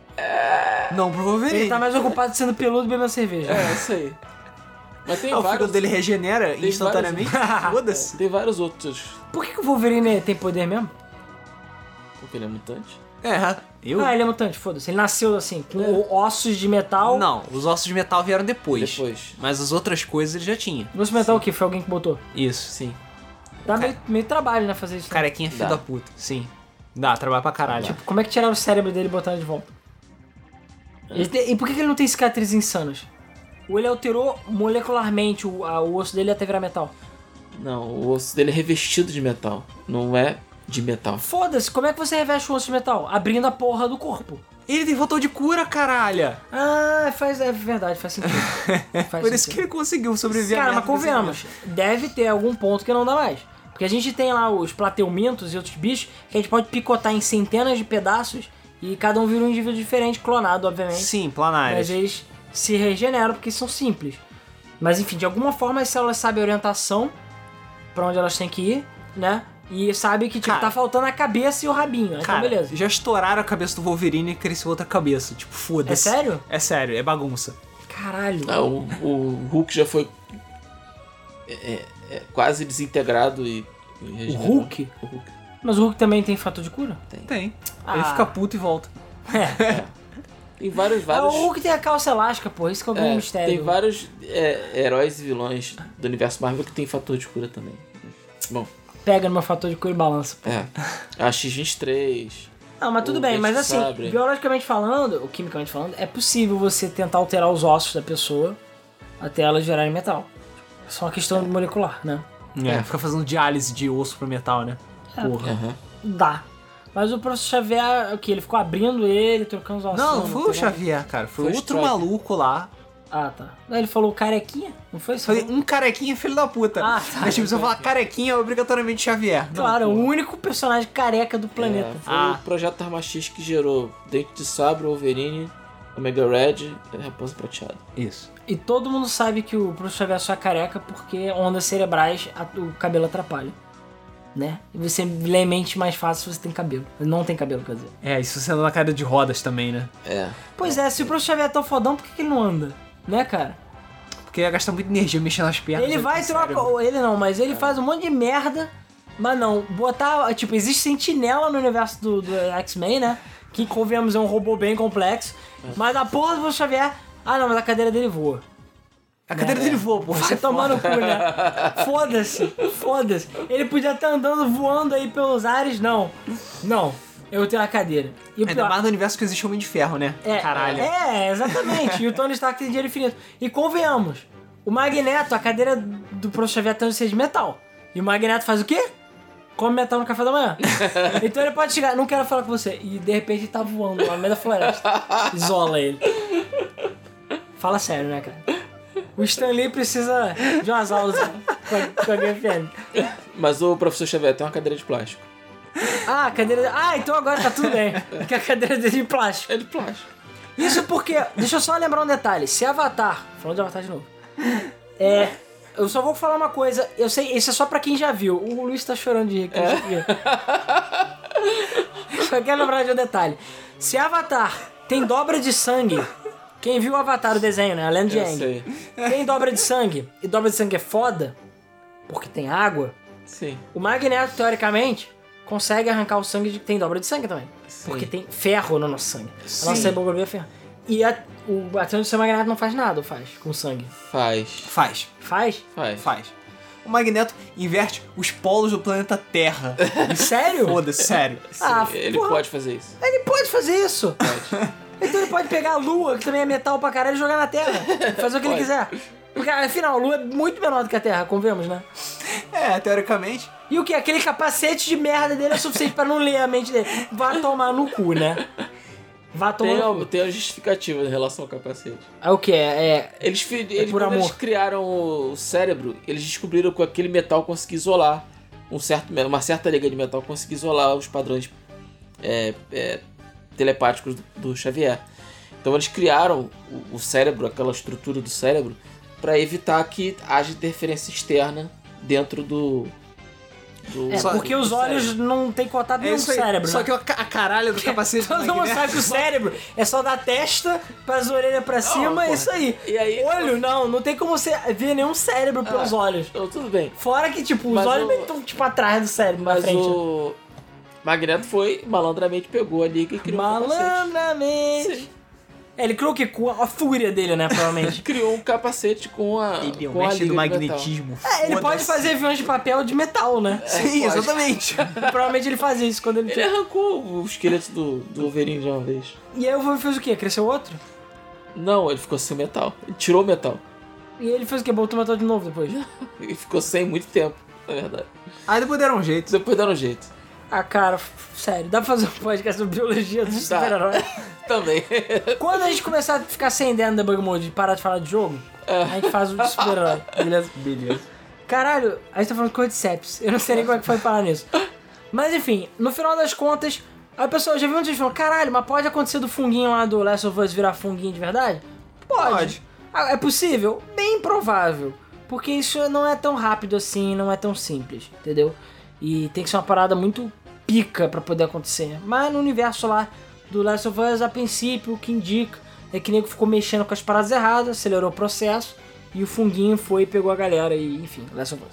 Não pro Wolverine. Ele tá mais ocupado sendo peludo e bebendo cerveja. Isso aí. Mas tem o fígado dele regenera instantaneamente? Foda-se. Tem vários outros. Por que o Wolverine tem poder mesmo? Porque ele é mutante? Ele é mutante, foda-se. Ele nasceu assim, com ossos de metal. Não, os ossos de metal vieram depois. Mas as outras coisas ele já tinha. Osso de metal o quê? Foi alguém que botou? Isso, sim. Dá meio trabalho, né, fazer isso. Carequinha filho da puta. Sim. Dá, trabalho pra caralho. Tipo, como é que tiraram o cérebro dele e botaram de volta? E por que ele não tem cicatrizes insanas? Ou ele alterou molecularmente o osso dele até virar metal? Não, o osso dele é revestido de metal. Não é de metal. Foda-se, como é que você reveste o osso de metal? Abrindo a porra do corpo. Ele tem fator de cura, caralho. Ah, é verdade, faz sentido. Por isso que ele conseguiu sobreviver. Cara, mas convenhamos, deve ter algum ponto que não dá mais. Porque a gente tem lá os plateumintos e outros bichos que a gente pode picotar em centenas de pedaços e cada um vira um indivíduo diferente, clonado, obviamente. Sim, planários. Mas eles se regeneram porque são simples. Mas enfim, de alguma forma as células sabem a orientação pra onde elas têm que ir, né? E sabe que, tipo, Cara, tá faltando a cabeça e o rabinho. Então, cara, beleza. já estouraram a cabeça do Wolverine e cresceu outra cabeça. Tipo, foda-se. É sério? É sério, é bagunça. Caralho. O Hulk já foi quase desintegrado e O Hulk? O Hulk. Mas o Hulk também tem fator de cura? Tem. Ah. Ele fica puto e volta. Tem vários... O Hulk tem a calça elástica, pô. Isso que é o grande mistério. Tem vários heróis e vilões do universo Marvel que tem fator de cura também. Bom. Pega no meu fator de cura e balança. Pô. A X-23... Não, mas tudo o bem, mas Dente assim, Sabre. biologicamente falando, ou quimicamente falando, é possível você tentar alterar os ossos da pessoa até elas virarem metal. É só uma questão molecular, né? Fica fazendo diálise de osso pro metal, né? Porra. Aham. Dá. Mas o professor Xavier, o que? Ele ficou abrindo ele, trocando os ossos. Não foi o Xavier, cara. Foi Foi o outro Strike. maluco lá. Ah, tá. Aí ele falou carequinha? Não foi isso? Foi um carequinha filho da puta. Ah, tá. Mas tipo, se eu falar carequinha, é obrigatoriamente Xavier. Não, Claro, porra. o único personagem careca do planeta. Foi o Projeto Arma X que gerou Dente de Sabre, Wolverine, Omega Red e Raposa Prateada. Isso. E todo mundo sabe que o professor Xavier só é careca porque ondas cerebrais o cabelo atrapalha. Né? E você lê mente mais fácil se você tem cabelo. Não tem cabelo, quer dizer. Isso sendo na cadeira de rodas também, né? Pois é, se o professor Xavier é tão fodão, por que ele não anda? Né, cara? Porque ia gastar muita energia mexendo nas pernas. Ele vai e troca. Ele não, mas ele faz um monte de merda. Mas não, botar. Tipo, existe sentinela no universo do X-Men, né? Que, convenhamos, é um robô bem complexo. Mas a porra do professor Xavier. Ah, não, mas a cadeira dele voa. A cadeira dele voa, porra. Vai tomar no cu, né? Foda-se. Ele podia estar andando, voando aí pelos ares. Não. Eu tenho a cadeira. E o Ainda pior- mais no universo que existe Homem de Ferro, né? Caralho. Exatamente. E o Tony Stark tem dinheiro infinito. E convenhamos, o Magneto, a cadeira do professor Xavier tem que ser de metal. E o Magneto faz o quê? Come metal no café da manhã. Então ele pode chegar, não quero falar com você. E de repente ele tá voando lá no meio da floresta. Isola ele. Fala sério, né, cara? O Stan Lee precisa de umas aulas com a GFM. Mas o Professor Xavier tem uma cadeira de plástico. Ah, a cadeira... Ah, então agora tá tudo bem. Porque a cadeira dele é de plástico. É de plástico. Isso porque... Deixa eu só lembrar um detalhe. Se Avatar... Falando de Avatar de novo. Eu só vou falar uma coisa. Eu sei, isso é só pra quem já viu. O Luiz tá chorando de rir. Que eu já vi. Só quero lembrar de um detalhe. Se Avatar tem dobra de sangue... Quem viu o Avatar, o desenho, né? A lenda de Eu Aang. sei. Tem dobra de sangue. E dobra de sangue é foda. Porque tem água. Sim. O Magneto, teoricamente, consegue arrancar o sangue de que tem dobra de sangue também. Sim. Porque tem ferro no nosso sangue. Sim. A nossa hemoglobina é ferro. E o batendo do seu Magneto não faz nada, ou faz? Com sangue. Faz. Faz? Faz. O Magneto inverte os polos do planeta Terra. Sério? Foda-se, sério. Ah, Ele porra. pode fazer isso. Ele pode fazer isso. Então ele pode pegar a Lua, que também é metal pra caralho, e jogar na Terra. Fazer o que ele Pode. quiser. Porque, afinal, a Lua é muito menor do que a Terra, convenhamos, né? Teoricamente. E o que? Aquele capacete de merda dele é suficiente pra não ler a mente dele. Vá tomar no cu, né? Vá tomar no cu. Tem uma justificativa em relação ao capacete. É o que? Eles por quando amor. eles criaram o cérebro, eles descobriram que aquele metal conseguia isolar uma certa liga de metal conseguia isolar os padrões telepáticos do Xavier. Então eles criaram o cérebro, aquela estrutura do cérebro, para evitar que haja interferência externa dentro do porque os olhos não tem contato nenhum com o isso aí. cérebro. Só né? que a caralho do capacete do Todo mundo Magneto. sabe que o cérebro é só da testa pras orelhas pra cima, é porra. isso aí. E aí- Olho, não tem como você ver nenhum cérebro pelos olhos. Então, tudo bem. Fora que, tipo, os Mas olhos o- estão, tipo, atrás do cérebro, na Mas frente. o Magneto foi, malandramente pegou a liga e criou um capacete. Malandramente. Sim. Ele criou o quê? Com a fúria dele, né, provavelmente. Criou um capacete com a Ele é o com a mestre liga do de metal. magnetismo. Ele pode Foda-se. fazer aviões de papel de metal, né? Sim, pode. exatamente. Provavelmente ele fazia isso quando ele Ele tinha... arrancou o esqueleto do Wolverine de uma vez. E aí o Wolverine fez o quê? Cresceu outro? Não, ele ficou sem metal. Ele tirou o metal. E ele fez o quê? Botou o metal de novo depois? Ele ficou sem muito tempo, na verdade. Aí depois deram um jeito. Depois deram um jeito. Ah, cara, sério, dá pra fazer um podcast sobre biologia dos super-heróis? Também. Quando a gente começar a ficar sem ideia no debug mode e parar de falar de jogo, a gente faz o de super-herói, beleza? Beleza. Caralho, a gente tá falando de Cordyceps. Eu não sei nem como é que foi parar nisso. Mas enfim, no final das contas, a pessoa já viu um gente falando, caralho, mas pode acontecer do funguinho lá do Last of Us virar funguinho de verdade? Pode. É possível? Bem provável. Porque isso não é tão rápido assim, não é tão simples, entendeu? E tem que ser uma parada muito pica pra poder acontecer. Mas no universo lá do Last of Us, a princípio, o que indica é que o nego ficou mexendo com as paradas erradas, acelerou o processo, e o funguinho foi e pegou a galera e, enfim, Last of Us.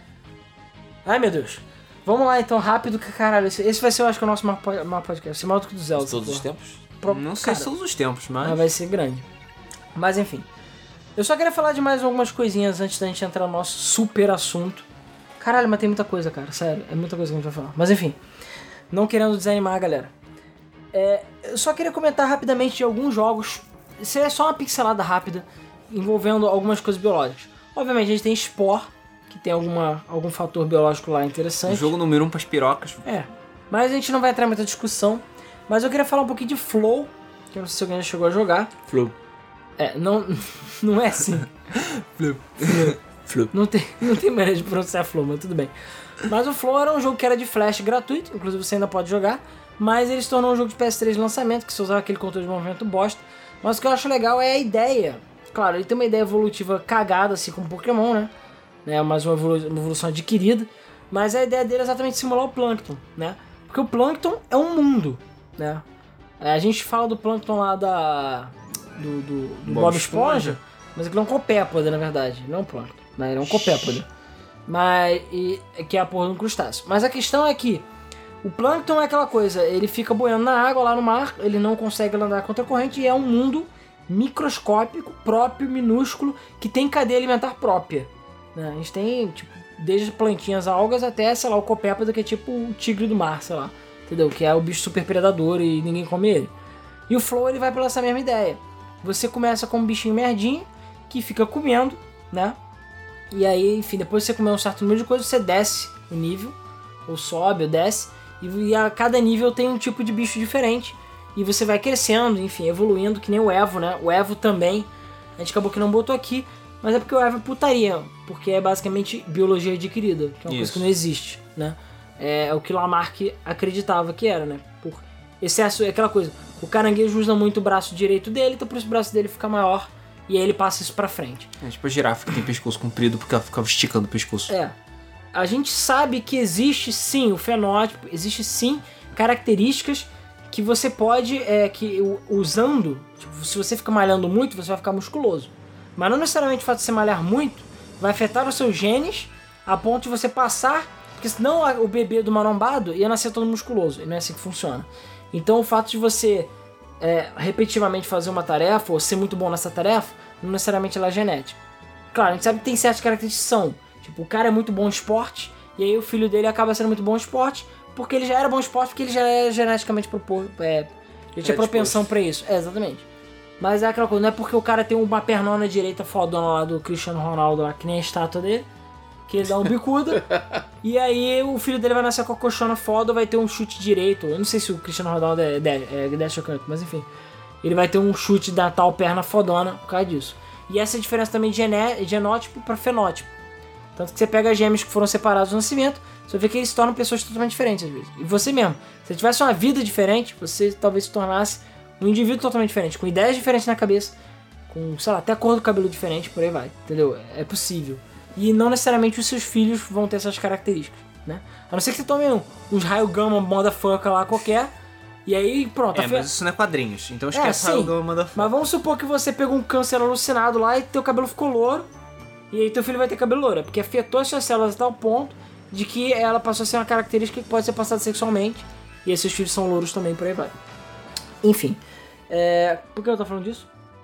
Ai, meu Deus. Vamos lá, então, rápido, que caralho, esse vai ser, eu acho que, o nosso maior podcast. Vai ser maior do que o do Zelda. Todos os tempos? Não sei se todos os tempos, mas vai ser grande. Mas, enfim. Eu só queria falar de mais algumas coisinhas antes da gente entrar no nosso super assunto. Caralho, mas tem muita coisa, cara, sério. É muita coisa que a gente vai falar. Mas, enfim. Não querendo desanimar a galera. Eu só queria comentar rapidamente de alguns jogos. Isso é só uma pincelada rápida, envolvendo algumas coisas biológicas. Obviamente, a gente tem Spore, que tem algum fator biológico lá interessante. o jogo número 1 pras pirocas. Mas a gente não vai entrar em muita discussão. Mas eu queria falar um pouquinho de Flow, que eu não sei se alguém já chegou a jogar. Flow. Não é assim. Flow. Não tem maneira de pronunciar Flow, mas tudo bem. Mas o Flow era um jogo que era de flash gratuito, inclusive você ainda pode jogar, mas ele se tornou um jogo de PS3 de lançamento, que você usava aquele controle de movimento bosta. Mas o que eu acho legal é a ideia. Claro, ele tem uma ideia evolutiva cagada, assim como Pokémon, né? Mais uma evolução adquirida. Mas a ideia dele é exatamente simular o Plâncton, né? Porque o Plâncton é um mundo, né? A gente fala do Plâncton lá do Bob Esponja, mas aquilo é um copépoda, na verdade. Não é um Plâncton, né? Ele é um copépoda. Que é a porra de um crustáceo. Mas a questão é que o Plâncton é aquela coisa, ele fica boiando na água, lá no mar, ele não consegue andar contra a corrente e é um mundo microscópico, próprio, minúsculo, que tem cadeia alimentar própria. Né? A gente tem, tipo, desde plantinhas, algas, até, sei lá, o copépoda, que é tipo o tigre do mar, sei lá. Entendeu? Que é o bicho super predador e ninguém come ele. E o Flow, ele vai pela essa mesma ideia. Você começa com um bichinho merdinho, que fica comendo, né? E aí, enfim, depois que você comer um certo número de coisas, você desce o nível, ou sobe, ou desce, e a cada nível tem um tipo de bicho diferente. E você vai crescendo, enfim, evoluindo, que nem o Evo, né? O Evo também, a gente acabou que não botou aqui, mas é porque o Evo é putaria, porque é basicamente biologia adquirida, que é uma coisa que não existe, né? É o que Lamarck acreditava que era, né? Por excesso, é aquela coisa, o caranguejo usa muito o braço direito dele, então por isso o braço dele fica maior, e aí ele passa isso pra frente. É tipo a girafa que tem pescoço comprido porque ela ficava esticando o pescoço. A gente sabe que existe sim o fenótipo, existe sim características que você pode, usando, tipo, se você fica malhando muito, você vai ficar musculoso. Mas não necessariamente o fato de você malhar muito vai afetar os seus genes a ponto de você passar, porque senão o bebê do marombado ia nascer todo musculoso, e não é assim que funciona. Então o fato de você repetitivamente fazer uma tarefa, ou ser muito bom nessa tarefa, não necessariamente ela é genética. Claro, a gente sabe que tem certas características que são, tipo, o cara é muito bom em esporte, e aí o filho dele acaba sendo muito bom em esporte, porque ele já era bom em esporte, porque ele já é geneticamente ele tinha propensão pra isso. Exatamente. Mas é aquela coisa, não é porque o cara tem uma pernona direita fodona lá do Cristiano Ronaldo, lá, que nem a estátua dele, que ele dá um bicudo, e aí o filho dele vai nascer com a coxona foda, vai ter um chute direito. Eu não sei se o Cristiano Ronaldo é destro ou canto, mas enfim. Ele vai ter um chute da tal perna fodona por causa disso. E essa é a diferença também de genótipo para fenótipo. Tanto que você pega gêmeos que foram separados no nascimento, você vê que eles se tornam pessoas totalmente diferentes às vezes. E você mesmo, se você tivesse uma vida diferente, você talvez se tornasse um indivíduo totalmente diferente, com ideias diferentes na cabeça, com, sei lá, até a cor do cabelo diferente, por aí vai, entendeu? É possível. E não necessariamente os seus filhos vão ter essas características, né? A não ser que você tome uns raio gama motherfucker lá qualquer, e aí pronto. Mas isso não é quadrinhos, então esquece raio gama motherfucker. Mas vamos supor que você pegou um câncer alucinado lá e teu cabelo ficou louro, e aí teu filho vai ter cabelo louro, porque afetou as suas células a tal ponto de que ela passou a ser uma característica que pode ser passada sexualmente, e esses filhos são louros também, por aí vai. Enfim, por que eu tô falando disso?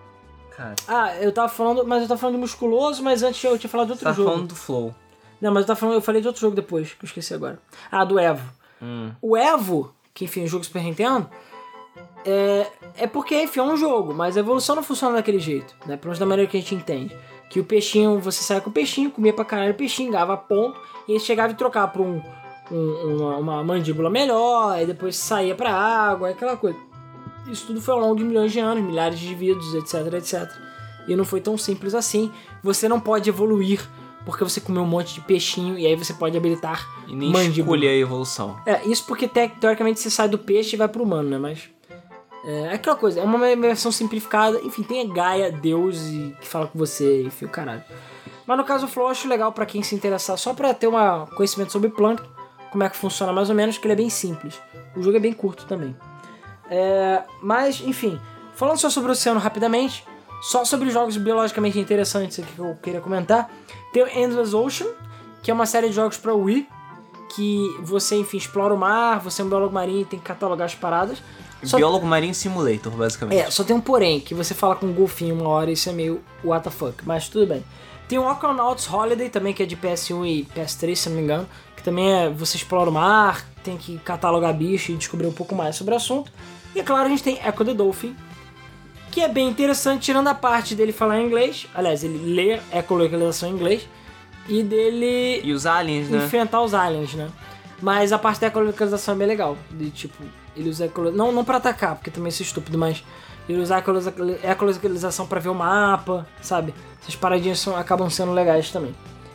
Cara. Eu tava falando de musculoso, mas antes eu tinha falado de outro jogo. Tá falando do Flow. Não, mas eu falei de outro jogo depois, que eu esqueci agora. Do Evo. O Evo, que enfim, é um jogo Super Nintendo, É porque, enfim, é um jogo, mas a evolução não funciona daquele jeito, né? Pelo menos da maneira que a gente entende. Que o peixinho, você saia com o peixinho, comia pra caralho o peixinho, ganhava ponto, e ele chegava e trocava por uma mandíbula melhor, e depois saía pra água, aquela coisa. Isso tudo foi ao longo de milhões de anos, milhares de indivíduos, etc, etc. E não foi tão simples assim. Você não pode evoluir porque você comeu um monte de peixinho, e aí você pode habilitar E nem mandíbula. escolher a evolução. Isso porque teoricamente você sai do peixe e vai pro humano, né? Mas é aquela coisa, é uma versão simplificada. Enfim, tem a Gaia, Deus, que fala com você, enfim, o caralho. Mas no caso o Flow eu acho legal pra quem se interessar, só pra ter um conhecimento sobre Plâncton, como é que funciona mais ou menos, que ele é bem simples. O jogo é bem curto também. Mas, enfim, falando só sobre o oceano rapidamente, só sobre jogos biologicamente interessantes aqui que eu queria comentar, tem o Endless Ocean, que é uma série de jogos pra Wii, que você, enfim, explora o mar, você é um biólogo marinho e tem que catalogar as paradas. Biólogo Marine Simulator, basicamente. Só tem um porém, que você fala com um golfinho uma hora e isso é meio what the fuck, mas tudo bem. Tem o Aquanauts Holiday também, que é de PS1 e PS3, se não me engano, que também você explora o mar, tem que catalogar bicho e descobrir um pouco mais sobre o assunto. E é claro, a gente tem Echo the Dolphin, que é bem interessante, tirando a parte dele falar em inglês, aliás, ele lê ecolocalização em inglês, e dele E os aliens, né? enfrentar os aliens, né? Mas a parte da ecolocalização é bem legal, de tipo, ele usa não pra atacar, porque também isso é estúpido, mas ele usa a ecolocalização pra ver o mapa, sabe? Essas paradinhas acabam sendo legais também.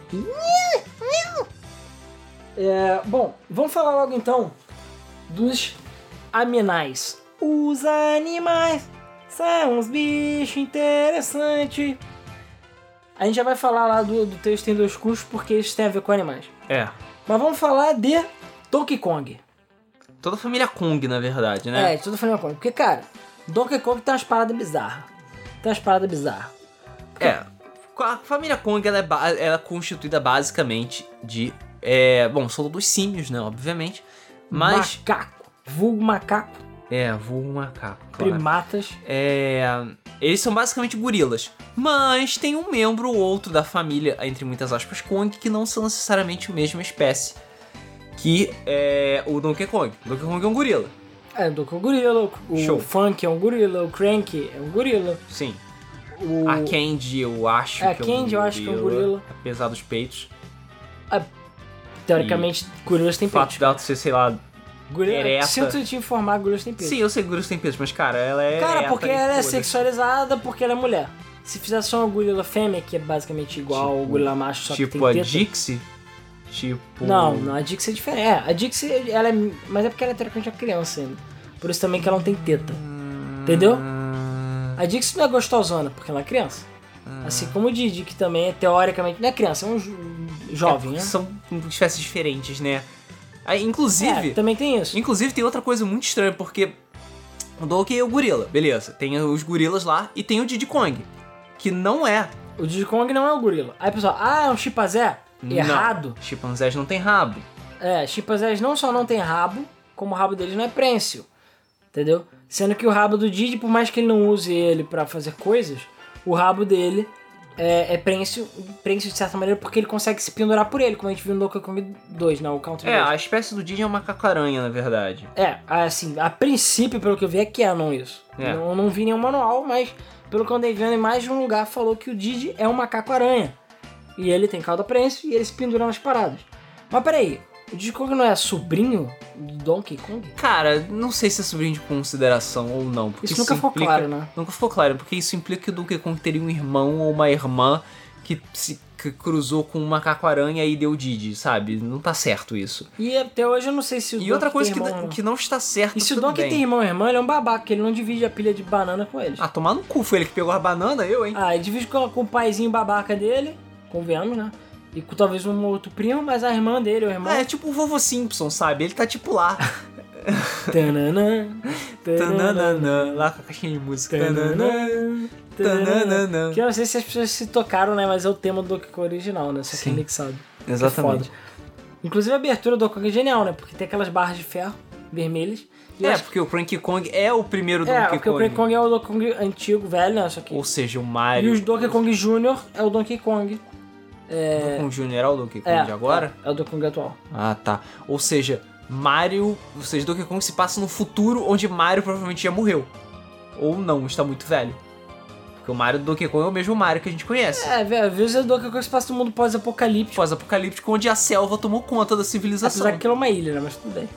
Bom, vamos falar logo então dos aminais. Os animais são uns bichos interessantes. A gente já vai falar lá do texto em dois cursos porque isso tem a ver com animais. Mas vamos falar de Donkey Kong. Toda a família Kong, na verdade, né? Toda a família Kong. Porque, cara, Donkey Kong tem umas paradas bizarras. A família Kong, ela é constituída basicamente de... são todos símios, né? Obviamente. Mas... Macaco. Vulgo macaco. Vulgo macaco, claro. Primatas. Eles são basicamente gorilas. Mas tem um membro ou outro da família, entre muitas aspas, Kong, que não são necessariamente a mesma espécie. Que é o Donkey Kong. O Donkey Kong é um gorila. O Donkey Kong é um gorila. O Funk é um gorila. O Crank é um gorila. Sim. A Candy eu acho que é um gorila. A Candy eu acho que é um gorila. Apesar dos peitos. Teoricamente, gorilas têm peitos. O fato peitos. dela ser, sei lá... Ereta. Sinto te informar, gorilas têm peitos. Sim, eu sei que gorilas têm peitos, mas cara, ela é Cara, porque ela é sexualizada, porque ela é mulher. Se fizesse só uma gorila fêmea, que é basicamente igual ao gorila macho, só que tem teta. Tipo a Dixie? Não, a Dixie é diferente. A Dixie, ela é... Mas é porque ela é teoricamente uma criança ainda. Por isso também que ela não tem teta. Entendeu? A Dixie não é gostosona, porque ela é criança. Assim como o Didi, que também é teoricamente... Não é criança, é um jovem, né? São espécies diferentes, né? Inclusive... também tem isso. Inclusive tem outra coisa muito estranha, porque o Donkey é o gorila, beleza. Tem os gorilas lá e tem o Diddy Kong, que não é. O Diddy Kong não é o gorila. Aí pessoal, é um chimpanzé? Errado. Chimpanzés não tem rabo. Chimpanzés não só não tem rabo, como o rabo deles não é prênsil. Entendeu? Sendo que o rabo do Diddy, por mais que ele não use ele pra fazer coisas, o rabo dele é prênsil de certa maneira porque ele consegue se pendurar por ele, como a gente viu no Donkey Kong 2, né? O Country 2. A espécie do Diddy é uma macaco-aranha, na verdade. Assim, a princípio, pelo que eu vi, é canon isso. Eu não vi nenhum manual, mas pelo que eu andei vendo em mais de um lugar, falou que o Diddy é um macaco-aranha. E ele tem cauda prênsil e ele se pendura nas paradas. Mas peraí, o Diddy Kong não é sobrinho do Donkey Kong? Cara, não sei se é sobrinho de consideração ou não. Isso nunca ficou claro, né? Nunca ficou claro, porque isso implica que o Donkey Kong teria um irmão ou uma irmã que cruzou com um macaco-aranha e deu Diddy, sabe? Não tá certo isso. E até hoje eu não sei se o Donkey E outra coisa tem que não está certo. E se o Donkey tem irmão ou irmã, ele é um babaca, ele não divide a pilha de banana com eles. Tomar no cu, foi ele que pegou a banana, eu, hein? Ele divide com o paizinho babaca dele, convenhamos, né? E com talvez um outro primo, mas a irmã dele, o irmão... É tipo o vovô Simpson, sabe? Ele tá tipo lá. Tananã, tananã, lá com a caixinha de música. Tananã, tananã. Que eu não sei se as pessoas se tocaram, né? Mas é o tema do Donkey Kong original, né? Só que é mixado. Exatamente. É inclusive a abertura do Donkey Kong é genial, né? Porque tem aquelas barras de ferro vermelhas. Porque o Cranky Kong é o primeiro Donkey Kong. Porque o Cranky Kong é o Donkey Kong antigo, velho, né? Só que... Ou seja, o Mario... E o Donkey Kong Jr. é o Donkey Kong. Donkey Kong Jr. é o Donkey Kong de agora? É o Donkey Kong atual. Tá. Ou seja, Mario, ou seja, Donkey Kong se passa no futuro onde Mario provavelmente já morreu. Ou não, está muito velho. Porque o Mario do Donkey Kong é o mesmo Mario que a gente conhece. Às vezes o Donkey Kong se passa no mundo pós-apocalíptico. Pós-apocalíptico, onde a selva tomou conta da civilização. Apesar que aquilo é uma ilha, né? Mas tudo bem.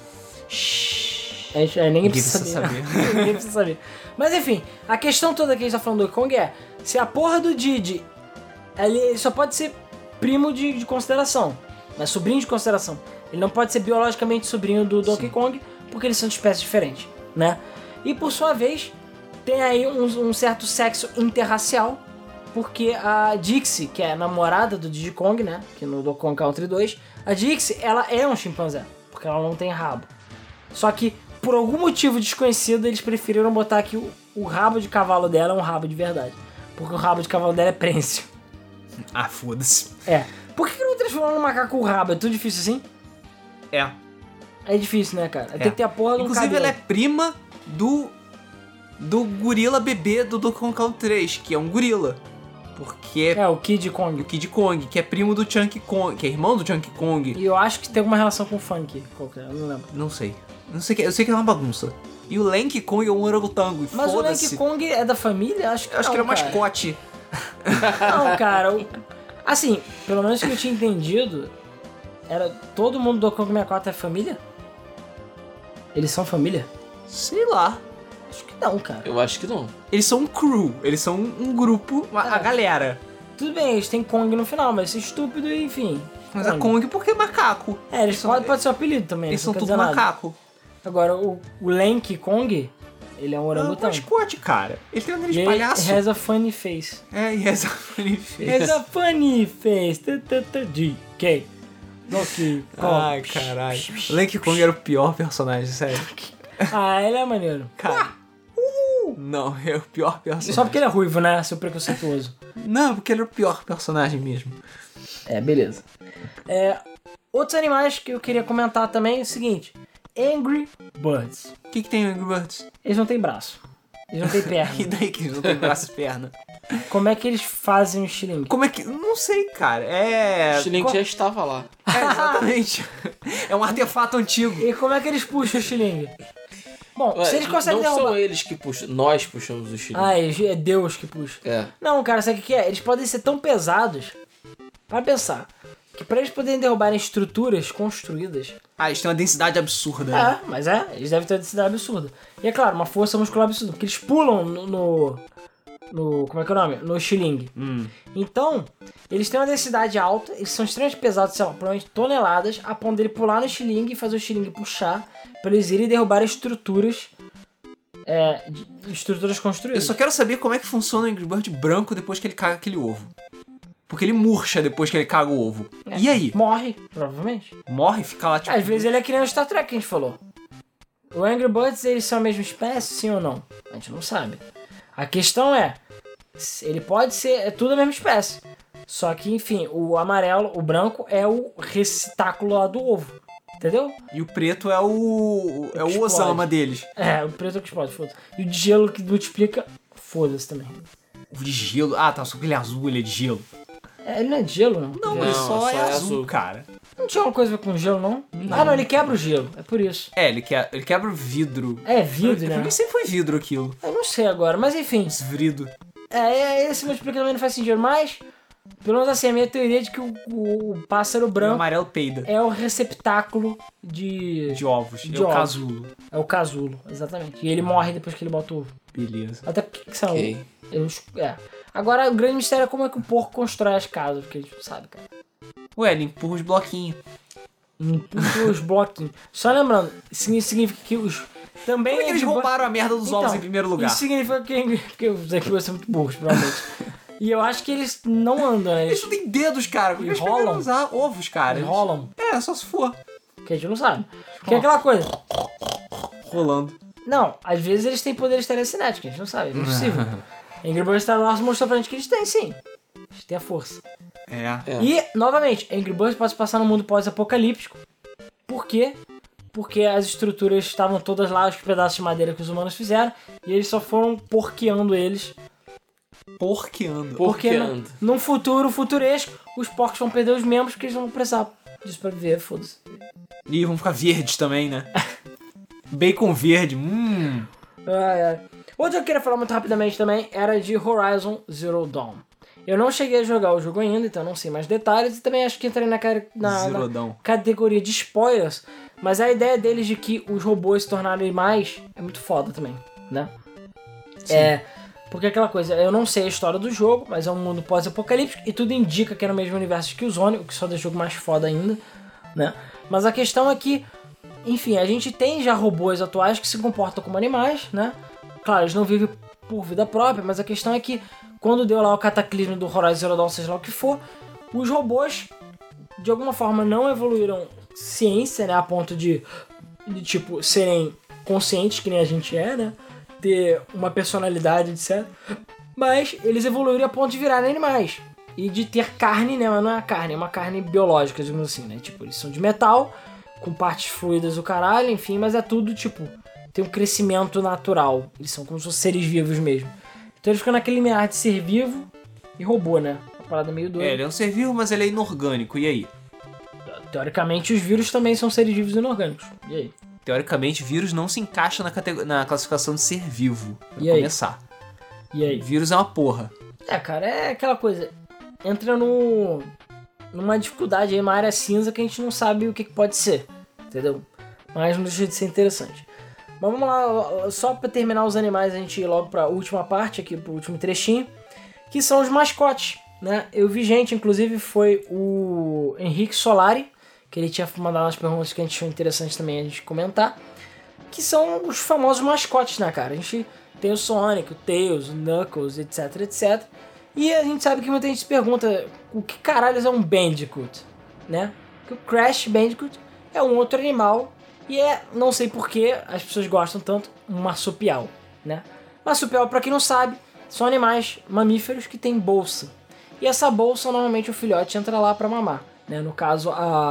Ninguém precisa saber. Ninguém precisa saber. Mas enfim, a questão toda que a gente tá falando do Donkey Kong é: se a porra do Diddy, ele só pode ser primo de consideração, mas sobrinho de consideração. Ele não pode ser biologicamente sobrinho do Donkey Kong, porque eles são de espécies diferentes, né? E por sua vez, tem aí um certo sexo interracial, porque a Dixie, que é a namorada do Diddy Kong, né? Que no Donkey Kong Country 2, a Dixie, ela é um chimpanzé, porque ela não tem rabo. Só que, por algum motivo desconhecido, eles preferiram botar que o rabo de cavalo dela é um rabo de verdade. Porque o rabo de cavalo dela é prêncio. Ah, foda-se. É. Por que não transformar num macaco com rabo? É tudo difícil assim? É. É difícil, né, cara? Tem que ter a porra de um Inclusive, cabelo. ela é prima do gorila bebê do Donkey Kong Country 3, que é um gorila. Porque É, o Kid Kong. o Kid Kong, que é primo do Chunky Kong, que é irmão do Chunky Kong. E eu acho que tem alguma relação com o funk qualquer, eu não lembro. Não sei. Eu sei que é uma bagunça. E o Lanky Kong é um orangotango. Mas o Lanky Foda-se. Kong é da família? Acho que Eu acho que não, ele é cara. mascote. Não, cara. Assim, pelo menos que eu tinha entendido, era todo mundo do Donkey Kong 64 é família? Eles são família? Sei lá. Acho que não, cara. Eu acho que não. Eles são um crew. Eles são um grupo, a galera. Tudo bem, eles têm Kong no final, mas isso é estúpido e enfim. Mas a Kong porque é macaco. É, eles pode ser um apelido também. Eles isso não são quer tudo dizer nada. macaco. Agora, o Lanky Kong, ele é um É um orangotango. mascote, cara. Ele tem um nariz E de ele palhaço. has a funny face. É, e essa Has a funny face. DK. Donkey Kong. Ai, caralho. Lanky Kong era o pior personagem, sério. Ah, ele é maneiro. Cara. Não, é o pior personagem. Só porque ele é ruivo, né? Seu preconceituoso. Não, porque ele era o pior personagem mesmo. É, beleza. Outros animais que eu queria comentar também é o seguinte. Angry Birds. O que tem no Angry Birds? Eles não têm braço. Eles não têm E perna. daí que eles não tem braço e perna? Como é que eles fazem o estilingue? Como é que... Não sei, cara. É... O Shilink já estava lá. É, exatamente. É um artefato antigo. E como é que eles puxam o estilingue? Bom, Ué, se eles conseguem não derrubar... são eles que puxam, nós puxamos o Shilink. É Deus que puxa. É. Não, cara, sabe o que é? Eles podem ser tão pesados, para pensar, que pra eles poderem derrubarem estruturas construídas... Ah, eles têm uma densidade absurda. Né? Mas eles devem ter uma densidade absurda. E é claro, uma força muscular absurda, porque eles pulam no como é que é o nome? No estilingue. Então, eles têm uma densidade alta, eles são extremamente pesados, sei lá, provavelmente toneladas, a ponto dele pular no estilingue e fazer o estilingue puxar, pra eles irem derrubar estruturas... estruturas Eu construídas. só quero saber como é que funciona o Angry Bird branco depois que ele caga aquele ovo. Porque ele murcha depois que ele caga o ovo. E aí? Morre, provavelmente. Morre? Fica lá tipo... Às vezes ele é que nem o Star Trek que a gente falou. O Angry Birds, eles são a mesma espécie, sim ou não? A gente não sabe. A questão é, ele pode ser, é tudo a mesma espécie. Só que, enfim, o amarelo, o branco é o receptáculo lá do ovo. Entendeu? E o preto é o explode. Osama deles. O preto é o que explode, foda-se. E o de gelo que multiplica, foda-se também. O de gelo... Ah, tá, só que ele é azul, ele é de gelo. Ele não é de gelo, não? Não, Não, ele só é só é azul, azul. cara. Não tinha alguma coisa a ver com gelo, não? Ah, não, ele quebra o gelo, é por isso. É, ele quebra o vidro. É vidro, Pra né? mim sempre foi vidro aquilo. Eu não sei agora, mas enfim. Esvrido. Esse multiplica também não faz sentido, mas... Pelo menos assim, a minha teoria é de que o pássaro O branco amarelo peida. é o receptáculo de De ovos. De é o ovos. casulo. É o casulo, exatamente. E ele morre depois que ele bota o ovo. Beleza. Até porque que são... Ok. Agora, o grande mistério é como é que o porco constrói as casas, porque a gente não sabe, cara. Ué, ele empurra os bloquinhos. Empurra os bloquinhos. Só lembrando, isso significa que os... Também Como é que eles Angry Birds- roubaram a merda dos ovos em primeiro lugar? Isso significa que... Porque os aqui vão ser muito burros, provavelmente. E eu acho que eles não andam, né? Eles não têm dedos, cara. Como Eles eles pegaram rolam. usar ovos, cara? Eles rolam. É, só se for. Que a gente não sabe. Porque é aquela coisa... Rolando. Não, às vezes eles têm poderes telecinéticos, a gente não sabe, é possível. Angry Birds Star Wars mostrou pra gente que eles têm, sim. Eles têm a força. É. E, novamente, Angry Birds pode se passar no mundo pós-apocalíptico. Por quê? Porque as estruturas estavam todas lá, os pedaços de madeira que os humanos fizeram, e eles só foram porqueando eles. Porqueando. Porque Porqueando. num futuro futuresco, os porcos vão perder os membros porque eles vão precisar disso pra viver, foda-se. E vão ficar verdes também, né? Bacon verde, Outro que eu queria falar muito rapidamente também era de Horizon Zero Dawn. Eu não cheguei a jogar o jogo ainda, então não sei mais detalhes. E também acho que entrei na categoria de spoilers. Mas a ideia deles de que os robôs se tornarem mais é muito foda também, né? Sim. Porque aquela coisa, eu não sei a história do jogo, mas é um mundo pós-apocalíptico e tudo indica que é no mesmo universo de Killzone, o que só deixa o jogo mais foda ainda, né? Mas a questão é que, enfim, a gente tem já robôs atuais que se comportam como animais, né? Claro, eles não vivem por vida própria, mas a questão é que quando deu lá o cataclismo do Horizon Zero Dawn, seja lá o que for, os robôs de alguma forma não evoluíram ciência, né? A ponto de tipo, serem conscientes que nem a gente é, né? Ter uma personalidade, etc. Mas eles evoluíram a ponto de virarem animais. E de ter carne, né? Mas não é a carne, é uma carne biológica, digamos assim, né? Tipo, eles são de metal, com partes fluidas o caralho, enfim, mas é tudo, tipo, tem um crescimento natural. Eles são como se fossem seres vivos mesmo. Então eles ficam naquele limiar de ser vivo e robô, né? Uma parada meio doida. Ele é um ser vivo, mas ele é inorgânico, e aí? Teoricamente, os vírus também são seres vivos inorgânicos. E aí? Teoricamente, vírus não se encaixa na classificação de ser vivo. Pra e começar. E aí? Vírus é uma porra. Cara, é aquela coisa. Entra numa dificuldade aí, uma área cinza que a gente não sabe o que pode ser. Entendeu? Mas não deixa de ser interessante. Mas vamos lá, só pra terminar os animais, a gente ir logo pra última parte, aqui pro último trechinho. Que são os mascotes, né? Eu vi gente, inclusive foi o Henrique Solari, que ele tinha mandado umas perguntas que a gente achou interessante também a gente comentar, que são os famosos mascotes, né, cara? A gente tem o Sonic, o Tails, o Knuckles, etc, etc. E a gente sabe que muita gente se pergunta o que caralho é um Bandicoot, né? Porque o Crash Bandicoot é um outro animal e não sei porquê as pessoas gostam tanto, um marsupial, né? Marsupial, pra quem não sabe, são animais mamíferos que têm bolsa. E essa bolsa, normalmente o filhote entra lá pra mamar, né? No caso,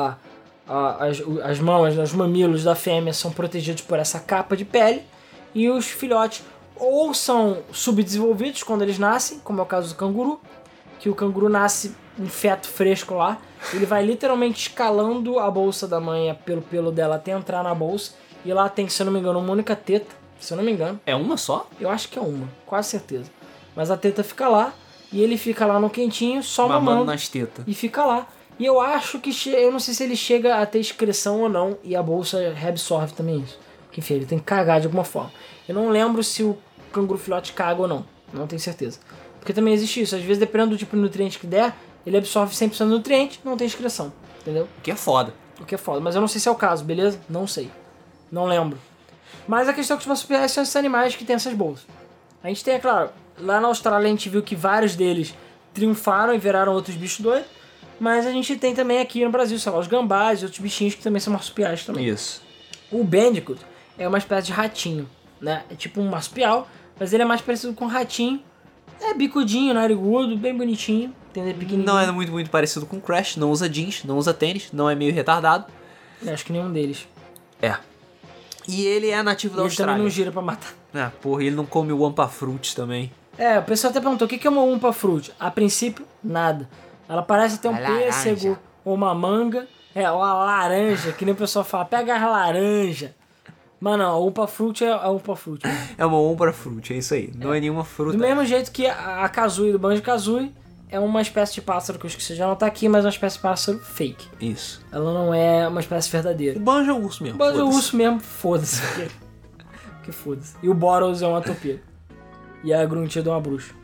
as mamas, os mamilos da fêmea são protegidos por essa capa de pele e os filhotes ou são subdesenvolvidos quando eles nascem, como é o caso do canguru, que o canguru nasce um feto fresco lá, ele vai literalmente escalando a bolsa da mãe pelo pelo dela até entrar na bolsa, e lá tem, se eu não me engano, uma única teta, se eu não me engano. É uma só? Eu acho que é uma, quase certeza. Mas a teta fica lá, e ele fica lá no quentinho, só mamando nas tetas. E fica lá. E eu acho que, eu não sei se ele chega a ter excreção ou não, e a bolsa reabsorve também isso. Porque, enfim, ele tem que cagar de alguma forma. Eu não lembro se o canguru filhote caga ou não. Não tenho certeza. Porque também existe isso. Às vezes, dependendo do tipo de nutriente que der, ele absorve 100% do nutriente, não tem excreção. Entendeu? O que é foda. O que é foda. Mas eu não sei se é o caso, beleza? Não sei. Não lembro. Mas a questão é que os marsupiais são esses animais que têm essas bolsas. A gente tem, é claro, lá na Austrália a gente viu que vários deles triunfaram e viraram outros bichos doidos. Mas a gente tem também aqui no Brasil, sei lá, os gambás e outros bichinhos que também são marsupiais também. Isso. O Bandicoot é uma espécie de ratinho, né? É tipo um marsupial, mas ele é mais parecido com um ratinho. É bicudinho, narigudo, bem bonitinho, entendeu? Pequenininho. Não é muito parecido com o Crash, não usa jeans, não usa tênis, não é meio retardado. Acho que nenhum deles. É. E ele é nativo da Austrália. Ele também não gira pra matar. Ah, porra, ele não come o Wampa Fruit também. O pessoal até perguntou, o que é uma Wampa Fruit? A princípio, nada. Ela parece ter um pêssego, ou uma manga, ou a laranja, que nem o pessoal fala, pega a laranja. Mas não, a Wampa Fruit é a Wampa Fruit. É uma Wampa Fruit, é isso aí. Não é nenhuma fruta. Do mesmo jeito que a Kazooie do Banjo-Kazooie é uma espécie de pássaro, que eu esqueci, já não tá aqui, mas é uma espécie de pássaro fake. Isso. Ela não é uma espécie verdadeira. O Banjo é o urso mesmo. O Banjo é o urso mesmo, foda-se. Que foda-se. E o Boros é uma topeira. E a Gruntilda é uma bruxa.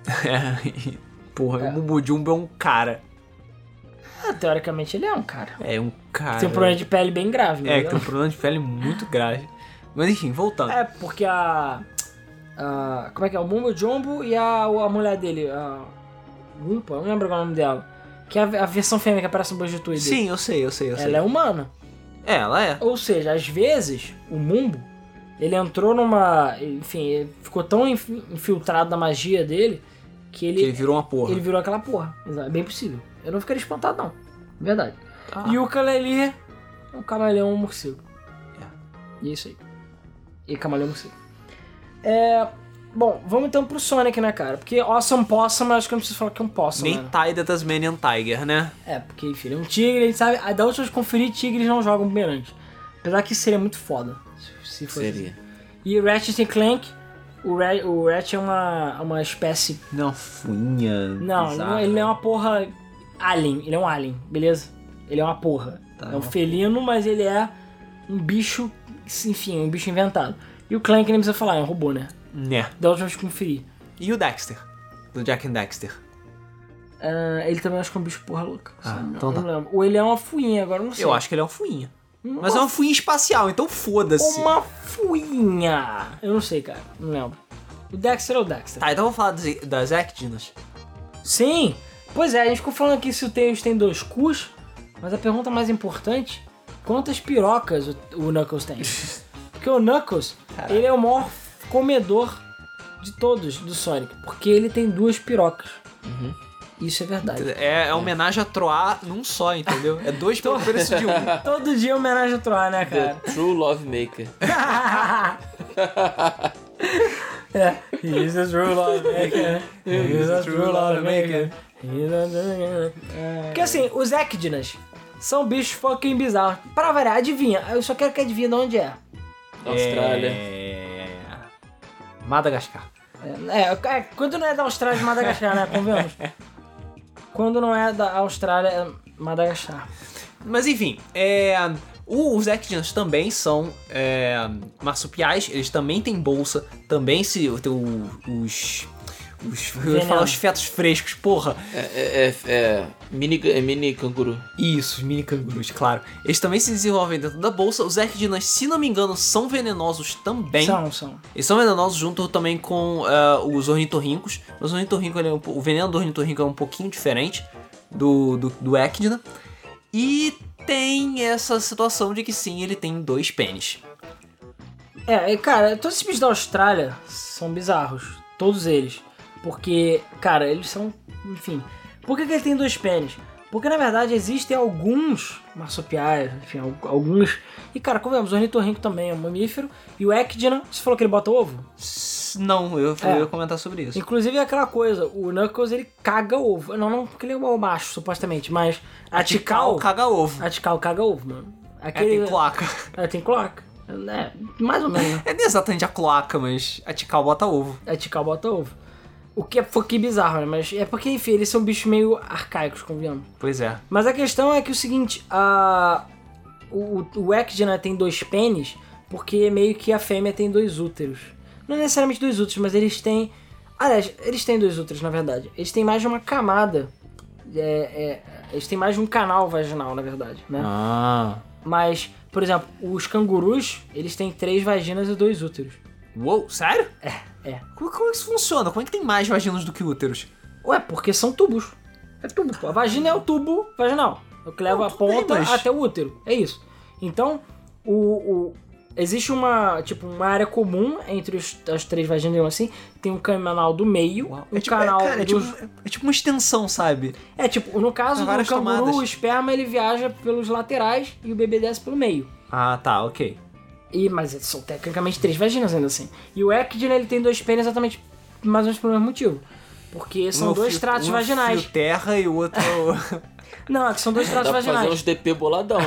Porra, o Mumbo Jumbo é um cara. Teoricamente ele é um cara. É um cara. Tem um problema de pele bem grave, né? Tem um problema de pele muito grave. Mas enfim, voltando. Porque como é que é? O Mumbo Jumbo e a mulher dele, a Wumpa, eu não lembro qual é o nome dela. Que é a versão fêmea que aparece no Banjo-Tooie dele. Sim, eu sei. Ela é humana. Ela é. Ou seja, às vezes, o Mumbo, ele entrou numa... Enfim, ele ficou tão infiltrado na magia dele que ele virou uma porra. Ele virou aquela porra. É bem possível. Eu não ficaria espantado, não. Verdade. E o Kaleli é um camaleão morcego. E é isso aí. E camaleão morcego. Bom, vamos então pro Sonic, né, cara? Porque Awesome Possum, eu acho que eu não preciso falar que é um Possum, Nem né? Ty the Tasmanian Tiger, né? É, porque, enfim, ele é um tigre, a gente sabe... Da última vez que eu conferi, tigres não jogam bumerangue. Apesar que seria muito foda, se fosse. Seria. E Ratchet & Clank, o Ratchet é uma espécie... Não, fuinha. Não, ele não é uma porra alien, ele é um alien, beleza? Ele é uma porra. Tá. É um felino, mas ele é um bicho, enfim, um bicho inventado. E o Clank nem precisa falar, é um robô, né? Né. Da última vez que eu conferi. E o Dexter? Do Jak and Daxter? Ele também acho que é um bicho porra louca. Então tá. Não lembro. Ou ele é uma fuinha, agora eu não sei. Eu acho que ele é uma fuinha. Mas é uma fuinha espacial, então foda-se. Uma fuinha. Eu não sei, cara. Não lembro. O Dexter é o Dexter. Tá, então vamos falar das Ecdinas. Sim. Pois é, a gente ficou falando aqui se o Tails tem 2 cus, mas a pergunta mais importante, quantas pirocas o Knuckles tem? Porque o Knuckles, ele é o maior comedor de todos do Sonic, porque ele tem 2 pirocas. Uhum. Isso é verdade. É homenagem a Troar num só, entendeu? É 2 pelo preço de 1. Todo dia é homenagem a Troar, né, cara? The True Love Maker. He's a true love maker. He's a true love maker. Porque assim, os Echidnas são bichos fucking bizarros. Para variar, adivinha. Eu só quero que adivinhe de onde é. Austrália. Madagascar. Quando não é da Austrália, é Madagascar, né? Convenhamos. Quando não é da Austrália, é Madagascar. Mas enfim, os Ecdinas também são marsupiais, eles também têm bolsa, também eu ia falar os fetos frescos, porra. Mini canguru. Isso, os mini cangurus, claro. Eles também se desenvolvem dentro da bolsa. Os Ecdinas, se não me engano, são venenosos também. São. Eles são venenosos junto também com os ornitorrincos. Os ornitorrincos, o veneno do ornitorrinco é um pouquinho diferente do Ecdina. E tem essa situação de que sim, ele tem 2 pênis. Cara, todos esses bichos da Austrália são bizarros. Todos eles. Porque, cara, eles são... Enfim. Por que ele tem 2 pênis? Porque, na verdade, existem alguns marsupiais, enfim, alguns... E, cara, como vemos, o ornitorrinco também é um mamífero. E o Ecdina, você falou que ele bota ovo? Não, eu ia comentar sobre isso. Inclusive, é aquela coisa, o Knuckles, ele caga ovo. Não porque ele é um macho, supostamente, mas... A Tikal caga ovo. A Tikal caga ovo, mano. Tem cloaca. Tem cloaca. Mais ou menos, né? É exatamente a cloaca, mas a Tikal bota ovo. A Tikal bota ovo. O que é pouquinho bizarro, né? Mas é porque, enfim, eles são bichos meio arcaicos, convenhamos. Pois é. Mas a questão é que o seguinte, o Ecdina tem 2 pênis porque meio que a fêmea tem 2 úteros. Não necessariamente 2 úteros, mas eles têm... Aliás, eles têm 2 úteros, na verdade. Eles têm mais de uma camada. Eles têm mais de um canal vaginal, na verdade, né? Mas, por exemplo, os cangurus, eles têm 3 vaginas e 2 úteros. Uou, sério? É. Como é que isso funciona? Como é que tem mais vaginas do que úteros? Ué, porque são tubos. É tubo, pô. A vagina é o tubo vaginal. É o que leva a ponta até o útero. É isso. Então, existe uma área comum entre as 3 vaginas, assim. Tem um canal do meio, canal... É tipo uma extensão, sabe? No caso do canguru, tomadas. o esperma ele viaja pelos laterais e o bebê desce pelo meio. Ah, tá, ok. Mas são tecnicamente 3 vaginas ainda assim. E o Ecdina, ele tem 2 pênis exatamente mais ou menos pelo mesmo motivo. Porque são 2 tratos vaginais. Um fio terra e o outro... Não, é que são 2 tratos Dá pra vaginais. fazer uns DP boladão.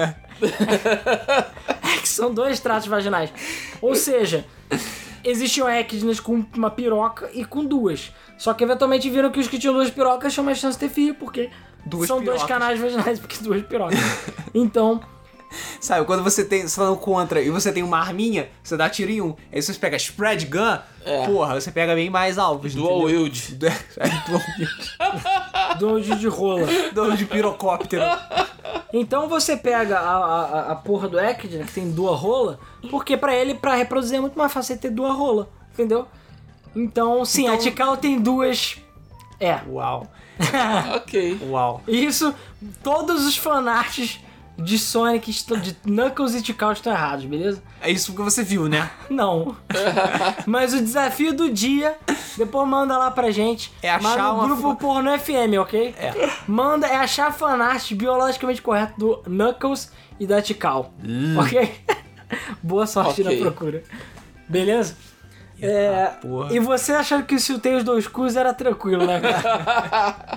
É que são 2 tratos vaginais. Ou seja, existiam Ecdinas com uma piroca e com 2. Só que eventualmente viram que os que tinham 2 pirocas tinham mais chance de ter filho, porque são 2 canais vaginais, porque 2 pirocas. Então... Sabe, quando você tá no contra e você tem uma arminha, você dá tiro em um. Aí você pega spread gun, porra, você pega bem mais alvos. Dual wield. Dual wield de rola. Dual de pirocóptero. Então você pega a porra do Ecdina, que tem 2 rola, porque pra ele, pra reproduzir, é muito mais fácil ter 2 rola, entendeu? Então, sim, a Tikal tem 2... Uau. Ok. Uau. Isso, todos os fanarts de Sonic, de Knuckles e Tikal estão errados, beleza? É isso que você viu, né? Não. Mas o desafio do dia, depois manda lá pra gente. É achar no uma... grupo Porno FM, ok? Manda, achar fanart biologicamente correto do Knuckles e da Tikal, ok? Boa sorte na procura. Beleza? Porra. E você achando que se tem os dois cus era tranquilo, né, cara?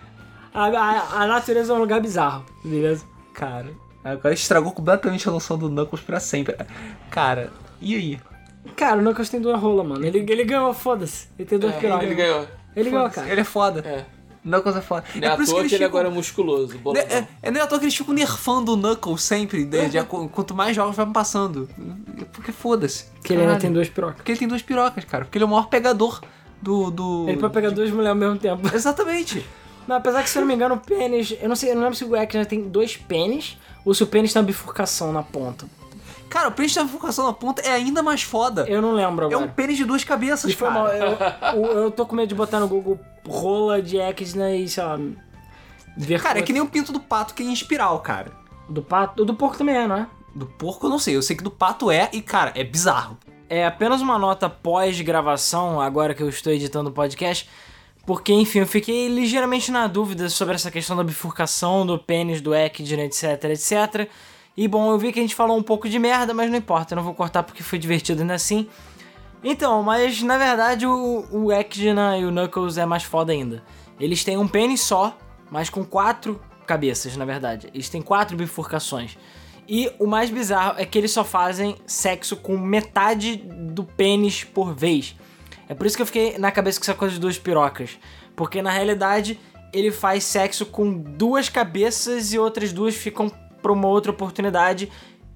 a natureza é um lugar bizarro, beleza? Cara, agora estragou completamente a noção do Knuckles pra sempre. Cara, e aí? Cara, o Knuckles tem 2 rolas, mano. Ele ganhou, foda-se. Ele tem 2 pirocas. Ele ganhou. Ele ganhou, cara. Ele é foda. É. Knuckles é foda. Não é à toa que ele agora é musculoso. Não é à toa que eles ficam nerfando o Knuckles sempre, quanto mais jogos vão passando. Porque foda-se. Porque ele ainda tem 2 pirocas. Porque ele tem 2 pirocas, cara. Porque ele é o maior pegador do... Ele pode pegar 2 mulheres ao mesmo tempo. Exatamente. Não, apesar que, se eu não me engano, o pênis... Eu não lembro se o Ekidna tem 2 pênis ou se o pênis tem uma bifurcação na ponta. Cara, o pênis da bifurcação na ponta é ainda mais foda. Eu não lembro agora. É um pênis de 2 cabeças, Foi cara. mal. Eu tô com medo de botar no Google rola de Ekidna e, sei lá... Ver Cara, é que nem o pinto do pato que é em espiral, cara. Do pato... O do porco também é, não é? Do porco eu não sei. Eu sei que do pato é e, cara, é bizarro. É apenas uma nota pós-gravação, agora que eu estou editando o podcast, porque, enfim, eu fiquei ligeiramente na dúvida sobre essa questão da bifurcação do pênis, do Ekidna, etc, etc. E, bom, eu vi que a gente falou um pouco de merda, mas não importa, eu não vou cortar porque foi divertido ainda assim. Então, mas, na verdade, o Ekidna e o Knuckles é mais foda ainda. Eles têm um pênis só, mas com 4 cabeças, na verdade. Eles têm 4 bifurcações. E o mais bizarro é que eles só fazem sexo com metade do pênis por vez. É por isso que eu fiquei na cabeça com essa coisa de 2 pirocas. Porque na realidade ele faz sexo com 2 cabeças e outras 2 ficam pra uma outra oportunidade.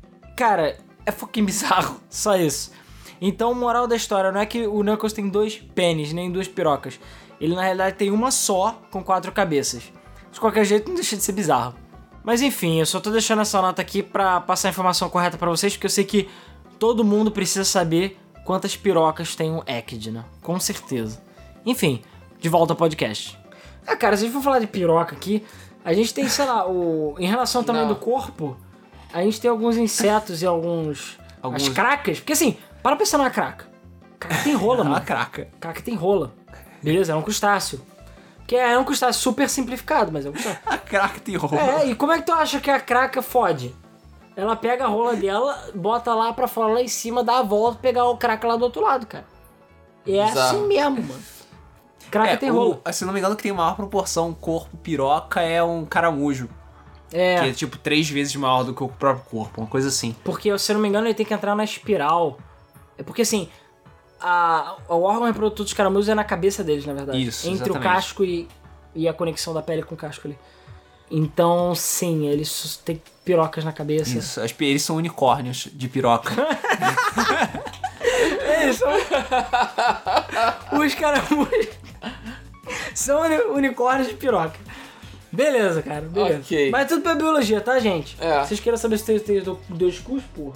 Cara, é fucking bizarro. Só isso. Então, moral da história, não é que o Knuckles tem 2 pênis, nem 2 pirocas. Ele na realidade tem uma só com 4 cabeças. De qualquer jeito não deixa de ser bizarro. Mas enfim, eu só tô deixando essa nota aqui pra passar a informação correta pra vocês, porque eu sei que todo mundo precisa saber quantas pirocas tem o Ekidna, com certeza. Enfim, de volta ao podcast. Cara, se a gente for falar de piroca aqui, a gente tem, sei lá, em relação ao tamanho do corpo, a gente tem alguns insetos e alguns... As cracas, porque assim, para pensar numa craca. Craca tem rola, mano. Uma craca. Craca tem rola. Beleza, é um crustáceo. Que é um crustáceo super simplificado, mas é um crustáceo. A craca tem rola. E como é que tu acha que a craca fode? Ela pega a rola dela, bota lá pra fora, lá em cima, dá a volta, pegar o craca lá do outro lado, cara. E é assim mesmo, mano. Craca tem rola. Se não me engano, que tem maior proporção corpo piroca é um caramujo. Que é tipo 3 vezes maior do que o próprio corpo, uma coisa assim. Porque, se eu não me engano, ele tem que entrar na espiral. É porque assim, o órgão reprodutor dos caramujos é na cabeça deles, na verdade. Isso, entre exatamente. o casco e a conexão da pele com o casco ali. Então, sim, eles têm pirocas na cabeça. Isso, eles são unicórnios de piroca. É isso. Os caramujos são unicórnios de piroca. Beleza, cara, beleza. Ok. Mas tudo pra biologia, tá, gente? É. Vocês querem saber se tem 2 cus, porra?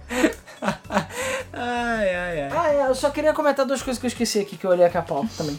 ai. Eu só queria comentar 2 coisas que eu esqueci aqui, que eu olhei aqui a pauta também.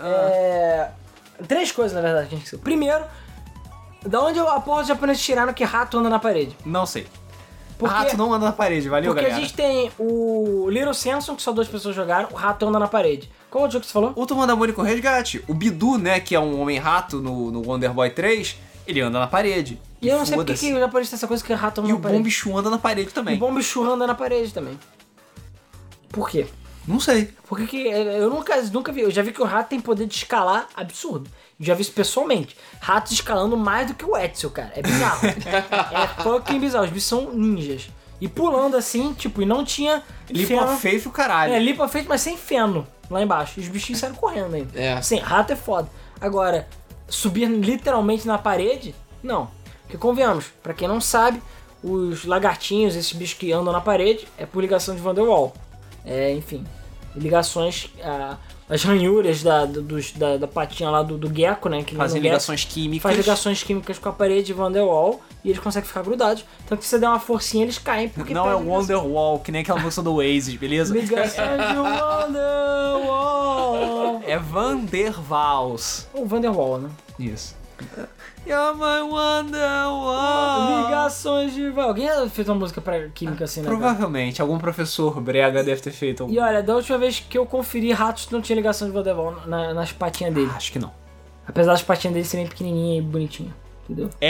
3 coisas, na verdade, que a gente esqueceu. Primeiro, da onde a porra dos japoneses tiraram que rato anda na parede? Não sei. Porque, Rato não anda na parede, valeu, porque galera. a gente tem o Little Samson, que só 2 pessoas jogaram, o rato anda na parede. Qual outro jogo que você falou? O Turma da Mônica Resgate. O Bidu, né, que é um homem-rato no Wonder Boy 3, ele anda na parede. E eu não sei porque que o japonês tem essa coisa que rato anda E na o parede. Bombichu anda na parede também. E o Bombichu anda na parede também. Por quê? Não sei. Porque que eu nunca vi. Eu já vi que o rato tem poder de escalar absurdo. Eu já vi isso pessoalmente. Ratos escalando mais do que o Etzel, cara. É bizarro. É fucking bizarro. Os bichos são ninjas. E pulando assim, tipo, e não tinha Lipa feio o caralho. Lipa feio, mas sem feno lá embaixo. E os bichinhos saíram correndo ainda. Assim, rato é foda. Agora, subir literalmente na parede, não. Porque convenhamos, pra quem não sabe, os lagartinhos, esses bichos que andam na parede, é por ligação de Van der Waal. Enfim, ligações, as ranhuras da patinha lá do gecko, né? Que fazem ligações químicas. Faz ligações químicas com a parede de Van der Waal e eles conseguem ficar grudados. Tanto que se você der uma forcinha, eles caem. Porque não é o Wonderwall, que nem aquela música do Oasis, beleza? Ligações de Van der Waal. É Van der Waals. Ou Van der Waal, né? Isso. You're my Wonderwall. Ligações de... Alguém fez uma música pra química assim, né? Provavelmente, algum professor brega deve ter feito. E olha, da última vez que eu conferi, ratos não tinha ligação de Van der Waal nas patinhas dele. Acho que não. Apesar das patinhas dele serem pequenininhas e bonitinhas, entendeu?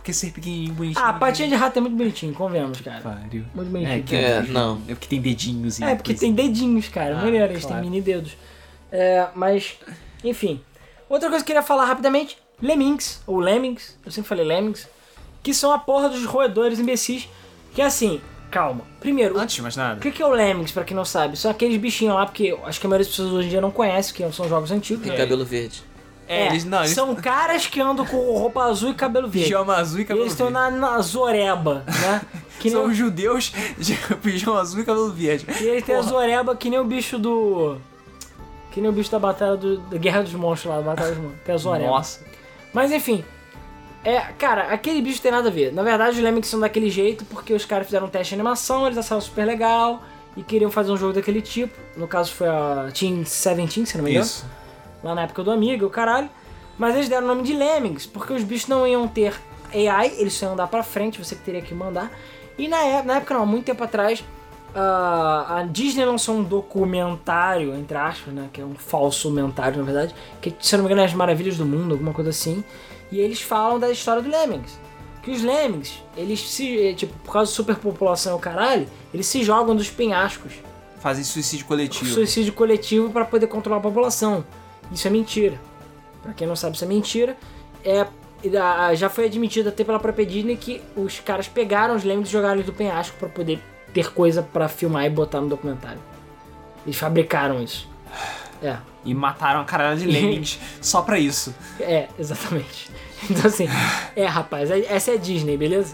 porque ser pequenininho, bonitinho. Ah, a patinha de rato é muito bonitinho, convenhamos, cara. Pariu. Muito bonitinho. Não. É porque tem dedinhos e É, porque tem dedinhos, cara. Maneiro, eles têm mini dedos. Mas, enfim. Outra coisa que eu queria falar rapidamente, Lemmings, ou Lemmings, eu sempre falei Lemmings, que são a porra dos roedores imbecis, que é assim, calma. Primeiro, Antes de mais nada. o que é o Lemmings, pra quem não sabe? São aqueles bichinhos lá, porque acho que a maioria das pessoas hoje em dia não conhece, que são jogos antigos. Tem cabelo verde. Eles são caras que andam com roupa azul e cabelo verde. Pijama azul e cabelo Eles verde. estão na Zoreba, né? Que São nem, os judeus de pijama azul e cabelo verde. e eles têm a Zoreba que nem o bicho do... Que nem o bicho da batalha da Guerra dos Monstros lá, da Batalha dos Monstros. Tem a Zoreba. Nossa. Mas enfim, cara, aquele bicho tem nada a ver. Na verdade, os Lemmings são daquele jeito porque os caras fizeram um teste de animação, eles acharam super legal e queriam fazer um jogo daquele tipo. No caso foi a Team 17, se não me engano. Isso. Lá na época do Amiga, o caralho. Mas eles deram o nome de Lemmings porque os bichos não iam ter AI, eles só iam andar pra frente, você que teria que mandar. E na época não, há muito tempo atrás, a Disney lançou um documentário, entre aspas, né, que é um falso documentário, na verdade, que, se eu não me engano, é As Maravilhas do Mundo, alguma coisa assim, e eles falam da história do Lemmings. Que os Lemmings, eles se, tipo, por causa da superpopulação e o caralho, eles se jogam dos penhascos. Fazem suicídio coletivo. Suicídio coletivo para poder controlar a população. Isso é mentira. Pra quem não sabe, isso é mentira. Já foi admitido até pela própria Disney que os caras pegaram os Lemmings e jogaram eles do penhasco pra poder ter coisa pra filmar e botar no documentário. Eles fabricaram isso. E mataram a caralho de Lemmings só pra isso. Exatamente. Então assim, rapaz, essa é a Disney, beleza?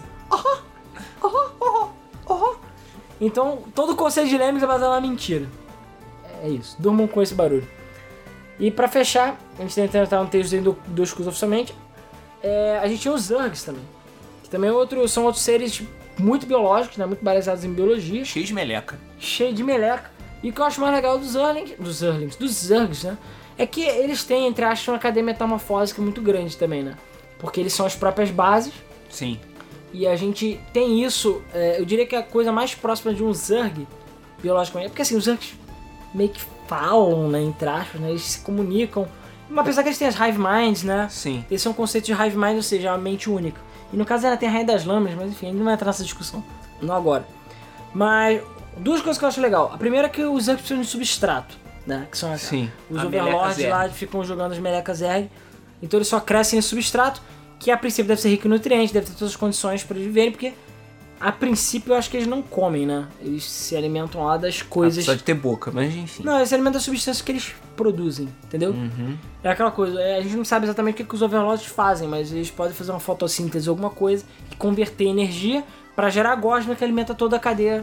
Então, todo o conceito de Lemmings é baseado na mentira. É isso, durmam com esse barulho. E pra fechar, a gente tem que tentar um texto do Escuso oficialmente. A gente tinha os Zurgs também. Que também são outros seres muito biológicos, né? Muito baseados em biologia. Cheio de meleca. Cheio de meleca. E o que eu acho mais legal dos Zurgs, né? É que eles têm, entre aspas, uma cadeia metamorfósica muito grande também, né? Porque eles são as próprias bases. Sim. E a gente tem isso, eu diria que é a coisa mais próxima de um Zurg, biologicamente. Porque assim, os Zurgs meio que falam, né? Entre aspas, né? Eles se comunicam. Mas apesar que eles têm as Hive Minds, né? Sim. Eles são conceitos de Hive Mind, ou seja, uma mente única. E no caso ela tem a Rainha das Lâminas, mas enfim, ainda não vai entrar nessa discussão. Não agora. Mas duas coisas que eu acho legal. A primeira é que os Zurgs precisam de substrato, né? Que são os Overlords lá que ficam jogando as melecas Zerg. Então eles só crescem nesse substrato, que a princípio deve ser rico em nutrientes, deve ter todas as condições para eles viverem, porque a princípio eu acho que eles não comem, né? Eles se alimentam lá das coisas... Apesar de ter boca, mas enfim. Não, eles se alimentam das substâncias que eles produzem, entendeu? É aquela coisa, a gente não sabe exatamente o que os Overlords fazem, mas eles podem fazer uma fotossíntese ou alguma coisa e converter energia para gerar gosma que alimenta toda a cadeia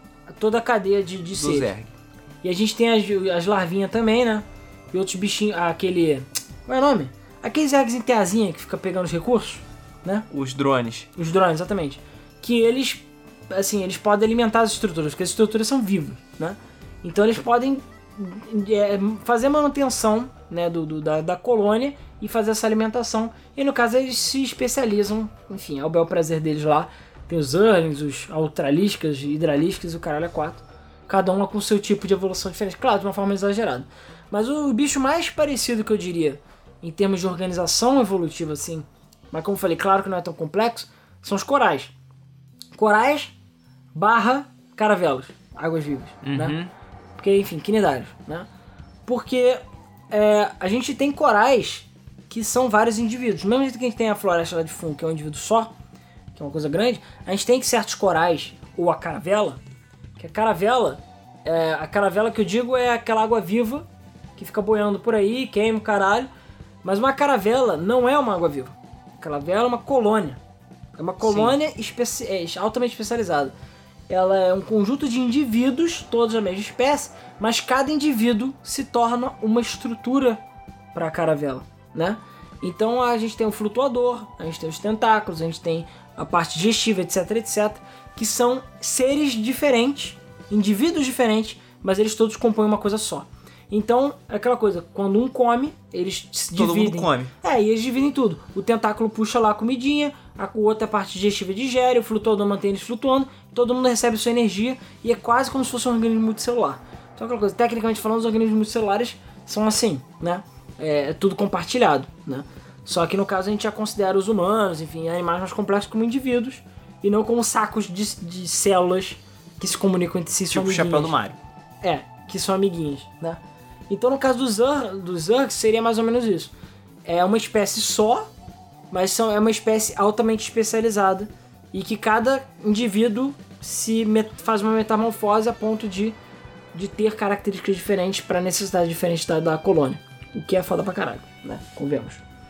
de seres. Zerg. E a gente tem as larvinhas também, né? E outros bichinhos, aquele... Qual é o nome? Aqueles Zergs em teazinha que fica pegando os recursos, né? Os drones. Os drones, exatamente. Que eles, assim, eles podem alimentar as estruturas, porque as estruturas são vivas, né? Então eles podem fazer manutenção, né, da colônia e fazer essa alimentação. E no caso eles se especializam, enfim, ao bel prazer deles lá. Tem os Zerlings, os Ultraliscas, Hidraliscas e o caralho é 4. Cada uma com seu tipo de evolução diferente. Claro, de uma forma exagerada. Mas o bicho mais parecido que eu diria, em termos de organização evolutiva, assim, mas como eu falei, claro que não é tão complexo, são os corais. Corais / caravelas, águas vivas, né? Porque, enfim, quinidários, né? Porque a gente tem corais que são vários indivíduos. Do mesmo jeito que a gente tem a floresta lá de fundo, que é um indivíduo só, que é uma coisa grande, a gente tem certos corais, ou a caravela, que a caravela que eu digo é aquela água viva que fica boiando por aí, queima o caralho. Mas uma caravela não é uma água viva. A caravela é uma colônia. É uma colônia altamente especializada. Ela é um conjunto de indivíduos, todos da mesma espécie, mas cada indivíduo se torna uma estrutura para a caravela, né? Então a gente tem o flutuador, a gente tem os tentáculos, a gente tem a parte digestiva, etc, etc, que são seres diferentes, indivíduos diferentes, mas eles todos compõem uma coisa só. Então, é aquela coisa, quando um come, eles se dividem. Todo mundo come. E eles dividem tudo. O tentáculo puxa lá a comidinha, o outro a parte digestiva digere, o flutuador mantém eles flutuando, todo mundo recebe sua energia e é quase como se fosse um organismo multicelular. Então, aquela coisa, tecnicamente falando, os organismos multicelulares são assim, né? É tudo compartilhado, né? Só que no caso a gente já considera os humanos, enfim, animais mais complexos como indivíduos e não como sacos de células que se comunicam entre si e são Tipo o amiguinhas. chapéu do Mario. Que são amiguinhos, né? Então no caso dos Zergs seria mais ou menos isso. É uma espécie só, mas é uma espécie altamente especializada e que cada indivíduo faz uma metamorfose a ponto de ter características diferentes para necessidade diferente da colônia. O que é foda pra caralho, né? Convenhamos.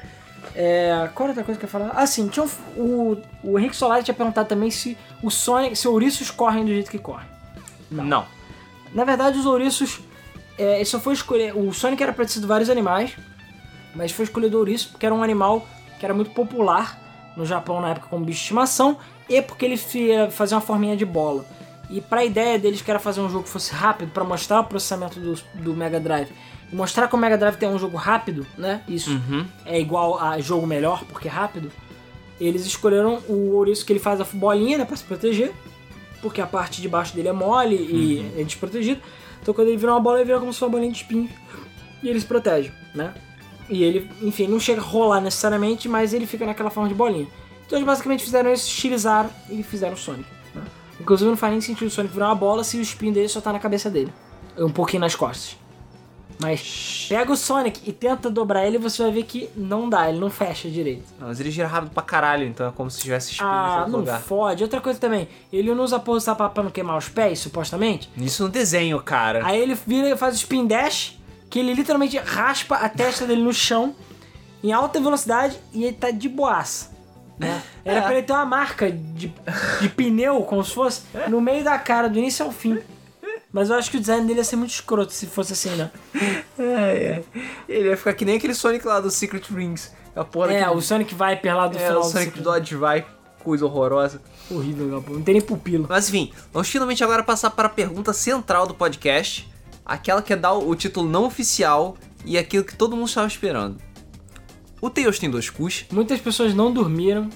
Qual outra coisa que eu ia falar? Ah, sim, o Henrique Solari tinha perguntado também se o ouriços correm do jeito que correm. Não. Na verdade, os ouriços, só foi escolher... O Sonic era pra ter sido vários animais, mas foi escolhido o ouriço porque era um animal que era muito popular no Japão na época como bicho de estimação e porque ele fazia uma forminha de bola. E pra ideia deles que era fazer um jogo que fosse rápido, pra mostrar o processamento do Mega Drive e mostrar que o Mega Drive tem um jogo rápido, né? Isso é igual a jogo melhor porque é rápido. Eles escolheram o ouriço que ele faz a bolinha, né, pra se proteger, porque a parte de baixo dele é mole e é desprotegido. Então quando ele vira uma bola, ele vira como se fosse uma bolinha de espinho e ele se protege, né? E ele, enfim, não chega a rolar necessariamente, mas ele fica naquela forma de bolinha. Então eles basicamente fizeram isso, estilizaram e fizeram o Sonic, né? Inclusive não faz nem sentido o Sonic virar uma bola se o espinho dele só tá na cabeça dele. Um pouquinho nas costas. Mas pega o Sonic e tenta dobrar ele e você vai ver que não dá, ele não fecha direito. Não, mas ele gira rápido pra caralho, então é como se tivesse espinho em todo não lugar. fode. Outra coisa também, ele não usa a porra do sapato pra não queimar os pés, supostamente. Isso no desenho, cara. Aí ele vira e faz o spin dash, que ele literalmente raspa a testa dele no chão, em alta velocidade, e ele tá de boaça, né? Era pra ele ter uma marca de pneu, como se fosse, no meio da cara, do início ao fim. Mas eu acho que o design dele ia ser muito escroto se fosse assim, né? Ele ia ficar que nem aquele Sonic lá do Secret Rings. A porra o Sonic Viper lá do final o do Sonic ciclo. Dodge vai, coisa horrorosa. Horrível, não tem nem pupilo. Mas enfim, vamos finalmente agora passar para a pergunta central do podcast. Aquela que é dar o título não oficial e aquilo que todo mundo estava esperando. O Tails tem 2 cus? Muitas pessoas não dormiram,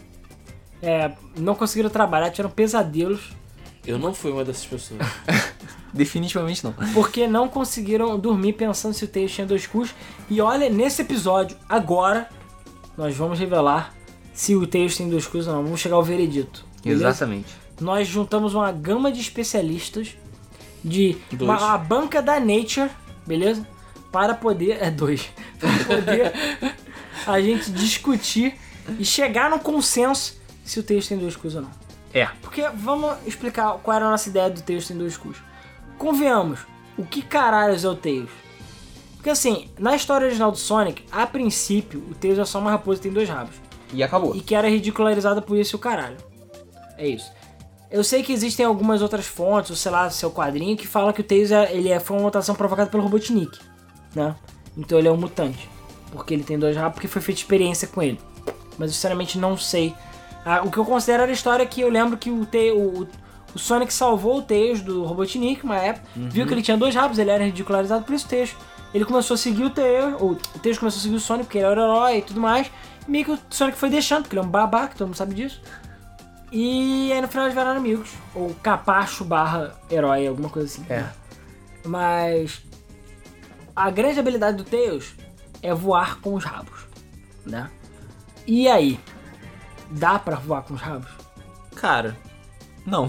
não conseguiram trabalhar, tiveram pesadelos. Eu não fui uma dessas pessoas. Definitivamente não. Porque não conseguiram dormir pensando se o Tails tinha 2 cus. E olha, nesse episódio, agora, nós vamos revelar se o Tails tem 2 cus ou não. Vamos chegar ao veredito. Beleza? Exatamente. Nós juntamos uma gama de especialistas de uma banca da Nature, beleza? Para poder... 2. Para poder a gente discutir e chegar no consenso se o Tails tem 2 cus ou não. Porque vamos explicar qual era a nossa ideia do Tails tem 2 cus. Convenhamos, o que caralhos é o Tails? Porque assim, na história original do Sonic, a princípio, o Tails é só uma raposa que tem 2 rabos. E acabou. E que era ridicularizada por isso e o caralho. É isso. Eu sei que existem algumas outras fontes, ou sei lá, seu quadrinho, que fala que o Tails foi uma mutação provocada pelo Robotnik, né? Então ele é um mutante. Porque ele tem 2 rabos, porque foi feita experiência com ele. Mas eu sinceramente não sei. O que eu considero era a história que eu lembro que o Sonic salvou o Tails do Robotnik uma época, viu que ele tinha 2 rabos, ele era ridicularizado por isso, o Tails. Ele começou a seguir o Tails, ou o Tails começou a seguir o Sonic, porque ele era o herói e tudo mais. E meio que o Sonic foi deixando, porque ele é um babaca, todo mundo sabe disso. E aí no final eles viraram amigos, ou capacho / herói, alguma coisa assim. Mas a grande habilidade do Tails é voar com os rabos, né? E aí? Dá pra voar com os rabos? Cara, não.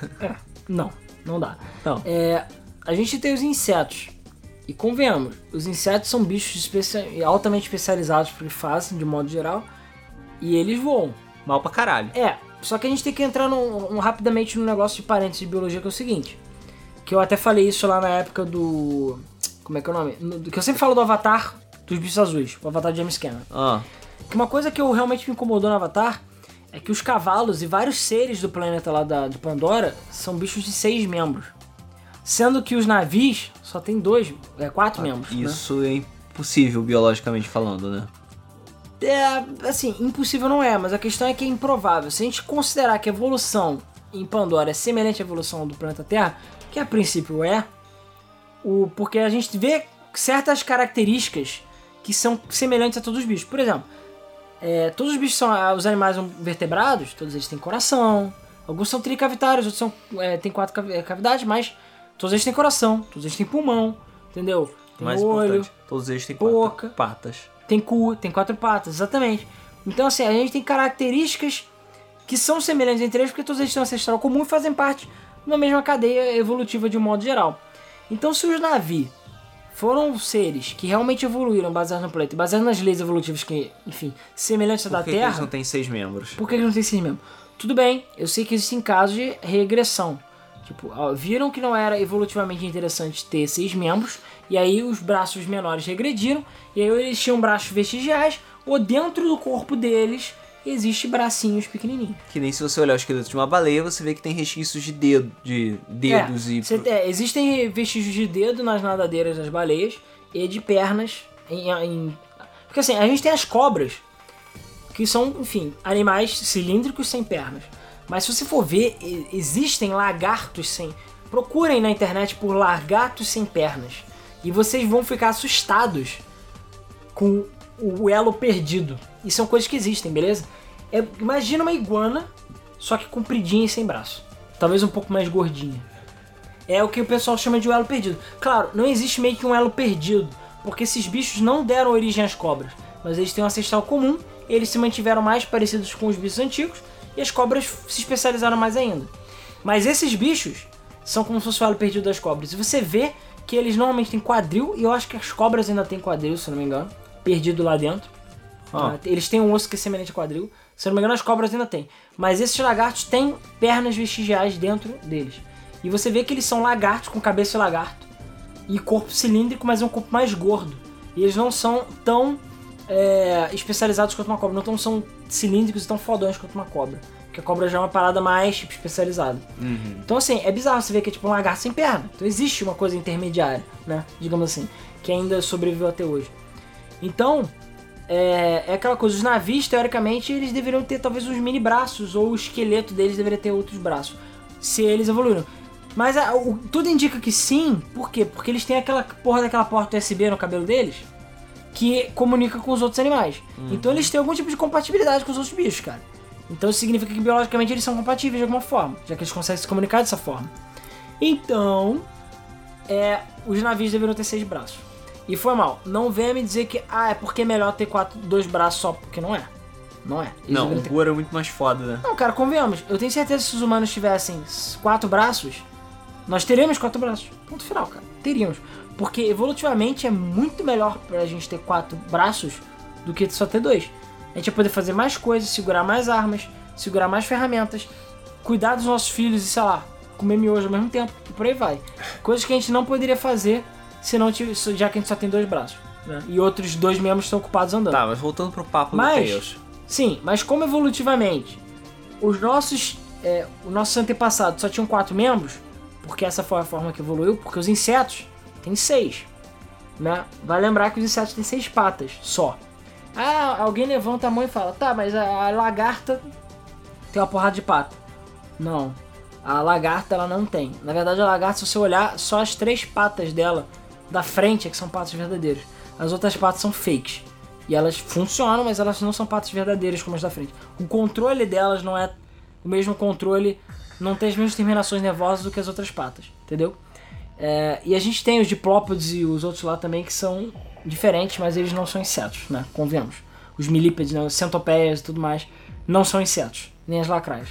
Não dá. Não. A gente tem os insetos. E convenhamos, os insetos são bichos altamente especializados porque fazem, de modo geral. E eles voam. Mal pra caralho. Só que a gente tem que entrar rapidamente num negócio de parênteses de biologia que é o seguinte. Que eu até falei isso lá na época do... Como é que é o nome? Que eu sempre falo do Avatar dos bichos azuis. O Avatar de James Cameron. Que uma coisa que realmente me incomodou no Avatar é que os cavalos e vários seres do planeta lá de Pandora são bichos de 6 membros. Sendo que os navios só tem 4 membros. Isso, né? É impossível, biologicamente falando, né? Assim, impossível não é, mas a questão é que é improvável. Se a gente considerar que a evolução em Pandora é semelhante à evolução do planeta Terra, que a princípio porque a gente vê certas características que são semelhantes a todos os bichos. Por exemplo, todos os bichos os animais são vertebrados, todos eles têm coração, alguns são tricavitários, outros têm 4 cavidades, mas todos eles têm coração, todos eles têm pulmão, entendeu? Tem mais olho, importante, todos eles têm boca, patas. tem cu, tem 4 patas, exatamente. Então assim, a gente tem características que são semelhantes entre eles, porque todos eles têm um ancestral comum e fazem parte da mesma cadeia evolutiva de um modo geral. Então se os Na'vi foram seres que realmente evoluíram baseados no planeta, baseados nas leis evolutivas que, enfim, semelhantes à da Terra... Por que eles não têm 6 membros? Por que eles não têm 6 membros? Tudo bem, eu sei que existem casos de regressão. Tipo, viram que não era evolutivamente interessante ter 6 membros, e aí os braços menores regrediram, e aí eles tinham braços vestigiais, ou dentro do corpo deles existe bracinhos pequenininhos. Que nem se você olhar o esqueleto de uma baleia, você vê que tem resquícios de dedos e... Existem vestígios de dedo nas nadadeiras das baleias e de pernas Porque assim, a gente tem as cobras, que são, enfim, animais cilíndricos sem pernas. Mas se você for ver, existem lagartos sem... Procurem na internet por lagartos sem pernas. E vocês vão ficar assustados com o elo perdido. E são coisas que existem, beleza? Imagina uma iguana, só que compridinha e sem braço. Talvez um pouco mais gordinha. É o que o pessoal chama de elo perdido. Claro, não existe meio que um elo perdido, porque esses bichos não deram origem às cobras. Mas eles têm um ancestral comum, eles se mantiveram mais parecidos com os bichos antigos, e as cobras se especializaram mais ainda. Mas esses bichos são como se fosse o elo perdido das cobras. E você vê que eles normalmente têm quadril, e eu acho que as cobras ainda têm quadril, se eu não me engano, perdido lá dentro. Eles têm um osso que é semelhante a quadril. Se eu não me engano, as cobras ainda têm. Mas esses lagartos têm pernas vestigiais dentro deles. E você vê que eles são lagartos, com cabeça de lagarto. E corpo cilíndrico, mas é um corpo mais gordo. E eles não são tão especializados quanto uma cobra. Não são cilíndricos e tão fodões quanto uma cobra. Porque a cobra já é uma parada mais tipo, especializada. Uhum. Então assim, é bizarro você ver que é tipo um lagarto sem perna. Então existe uma coisa intermediária, né? Digamos assim. Que ainda sobreviveu até hoje. Então... É aquela coisa, os navios, teoricamente, eles deveriam ter talvez uns mini braços, ou o esqueleto deles deveria ter outros braços, se eles evoluíram. Mas tudo indica que sim, por quê? Porque eles têm aquela porra daquela porta USB no cabelo deles, que comunica com os outros animais. Uhum. Então eles têm algum tipo de compatibilidade com os outros bichos, cara. Então isso significa que biologicamente eles são compatíveis de alguma forma, já que eles conseguem se comunicar dessa forma. Então, os navios deveriam ter 6 braços. E foi mal. Não venha me dizer que é porque é melhor ter 2 braços só, porque não é. Não é. Não, o Goro é muito mais foda, né? Não, cara, convenhamos. Eu tenho certeza que se os humanos tivessem 4 braços, nós teríamos 4 braços. Ponto final, cara. Teríamos. Porque evolutivamente é muito melhor pra gente ter 4 braços do que só ter 2. A gente vai poder fazer mais coisas, segurar mais armas, segurar mais ferramentas, cuidar dos nossos filhos e, sei lá, comer miojo ao mesmo tempo. E por aí vai. Coisas que a gente não poderia fazer... já que a gente só tem 2 braços, né? E outros 2 membros estão ocupados andando. Tá, mas voltando pro papo do Tails. Sim, mas como evolutivamente os nossos antepassados só tinham 4 membros, porque essa foi a forma que evoluiu, porque os insetos têm 6, né? Vai lembrar que os insetos têm 6 patas só. Alguém levanta a mão e fala, tá, mas a lagarta tem uma porrada de pata. Não, a lagarta ela não tem. Na verdade a lagarta, se você olhar, só as 3 patas dela da frente é que são patas verdadeiras. As outras patas são fakes. E elas funcionam, mas elas não são patas verdadeiras como as da frente. O controle delas não é o mesmo controle, não tem as mesmas terminações nervosas do que as outras patas, entendeu? E a gente tem os diplópodes e os outros lá também que são diferentes, mas eles não são insetos, né? Convenhamos. Os milípedes, né? Os centopeias e tudo mais, não são insetos, nem as lacraias.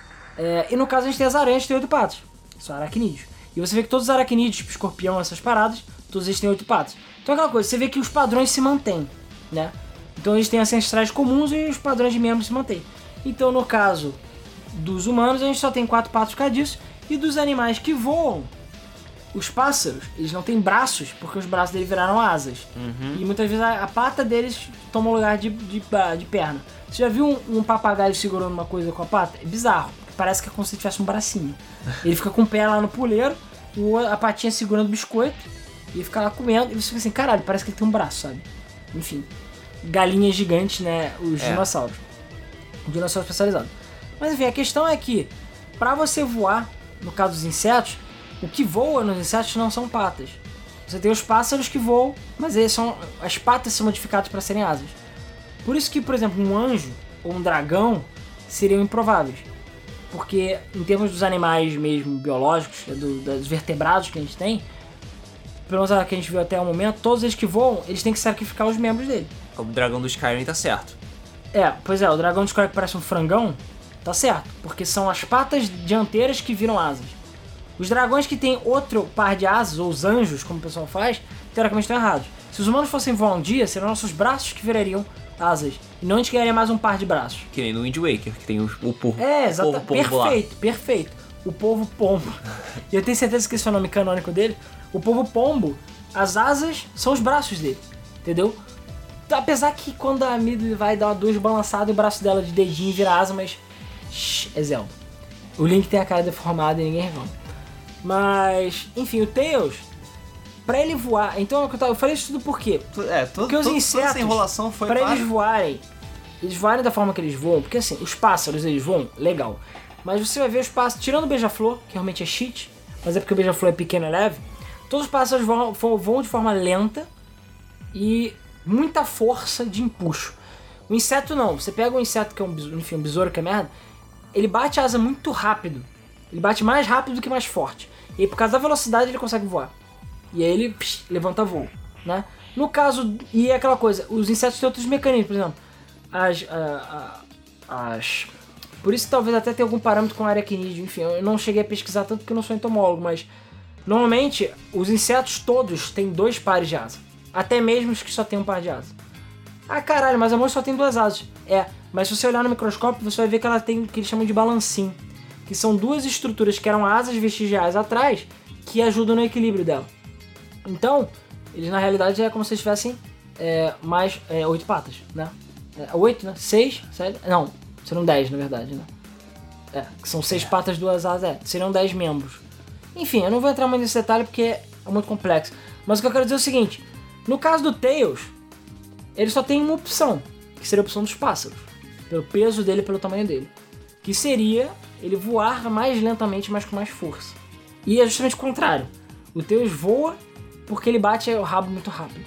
E no caso a gente tem as aranhas que têm 8 patas, são aracnídeos. E você vê que todos os aracnídeos, tipo escorpião, essas paradas, todos eles têm 8 patas. Então é aquela coisa, você vê que os padrões se mantêm, né? Então eles têm ancestrais comuns e os padrões de membros se mantêm. Então no caso dos humanos a gente só tem 4 patas por causa disso. E dos animais que voam, os pássaros, eles não têm braços, porque os braços deles viraram asas. Uhum. E muitas vezes a pata deles toma o lugar de perna. Você já viu um papagaio segurando uma coisa com a pata? É bizarro. Parece que é como se tivesse um bracinho. Ele fica com o pé lá no puleiro, a patinha segurando o biscoito, e ele fica lá comendo, e você fica assim, caralho, parece que ele tem um braço, sabe? Enfim, galinhas gigantes, né? Os dinossauros. Dinossauro especializado. Mas enfim, a questão é que, pra você voar, no caso dos insetos, o que voa nos insetos não são patas. Você tem os pássaros que voam, mas as patas são modificadas para serem asas. Por isso que, por exemplo, um anjo ou um dragão seriam improváveis. Porque, em termos dos animais mesmo biológicos, dos vertebrados que a gente tem, pelo menos que a gente viu até o momento, todos eles que voam, eles têm que sacrificar os membros dele. O dragão do Skyrim tá certo. Pois é, o dragão de Skyrim que parece um frangão, tá certo, porque são as patas dianteiras que viram asas. Os dragões que têm outro par de asas, ou os anjos, como o pessoal faz, teoricamente estão errados. Se os humanos fossem voar um dia, seriam nossos braços que virariam asas. E não a gente ganharia mais um par de braços. Que nem no Wind Waker, que tem o povo. Exato. Perfeito. O povo pombo. E eu tenho certeza que esse é o nome canônico dele. O povo pombo, as asas são os braços dele. Entendeu? Apesar que quando a Midley vai dar uma 2 balançada, o braço dela de dedinho vira asa, mas... é Zelda. O Link tem a cara deformada e ninguém reclama. Mas, enfim, o Tails, pra ele voar... Então, eu falei isso tudo por quê? Porque os insetos, essa enrolação foi pra eles voarem da forma que eles voam, porque assim, os pássaros, eles voam, legal. Mas você vai ver os pássaros, tirando o beija-flor, que realmente é cheat, mas é porque o beija-flor é pequeno e leve, todos os pássaros voam de forma lenta e muita força de empuxo. O inseto não, você pega um inseto que é um besouro que é merda, ele bate a asa muito rápido. Ele bate mais rápido do que mais forte. E aí, por causa da velocidade, ele consegue voar. E aí ele levanta voo, né? No caso, e é aquela coisa, os insetos têm outros mecanismos, por exemplo, por isso talvez até tenha algum parâmetro com aracnídeo, enfim, eu não cheguei a pesquisar tanto porque eu não sou entomólogo, mas normalmente os insetos todos têm 2 pares de asa. Até mesmo os que só têm um par de asa. Ah, caralho, mas a mosca só tem 2 asas. Mas se você olhar no microscópio, você vai ver que ela tem o que eles chamam de balancim, que são 2 estruturas que eram asas vestigiais atrás, que ajudam no equilíbrio dela. Então, eles na realidade é como se eles tivessem mais 8 patas, né? 8, né? 6, 7... Não, seriam 10 na verdade, né? Que são 6 patas, 2 asas, seriam 10 membros. Enfim, eu não vou entrar muito nesse detalhe porque é muito complexo. Mas o que eu quero dizer é o seguinte, no caso do Tails, ele só tem uma opção, que seria a opção dos pássaros, pelo peso dele e pelo tamanho dele, que seria ele voar mais lentamente, mas com mais força. E é justamente o contrário. O Tails voa porque ele bate o rabo muito rápido.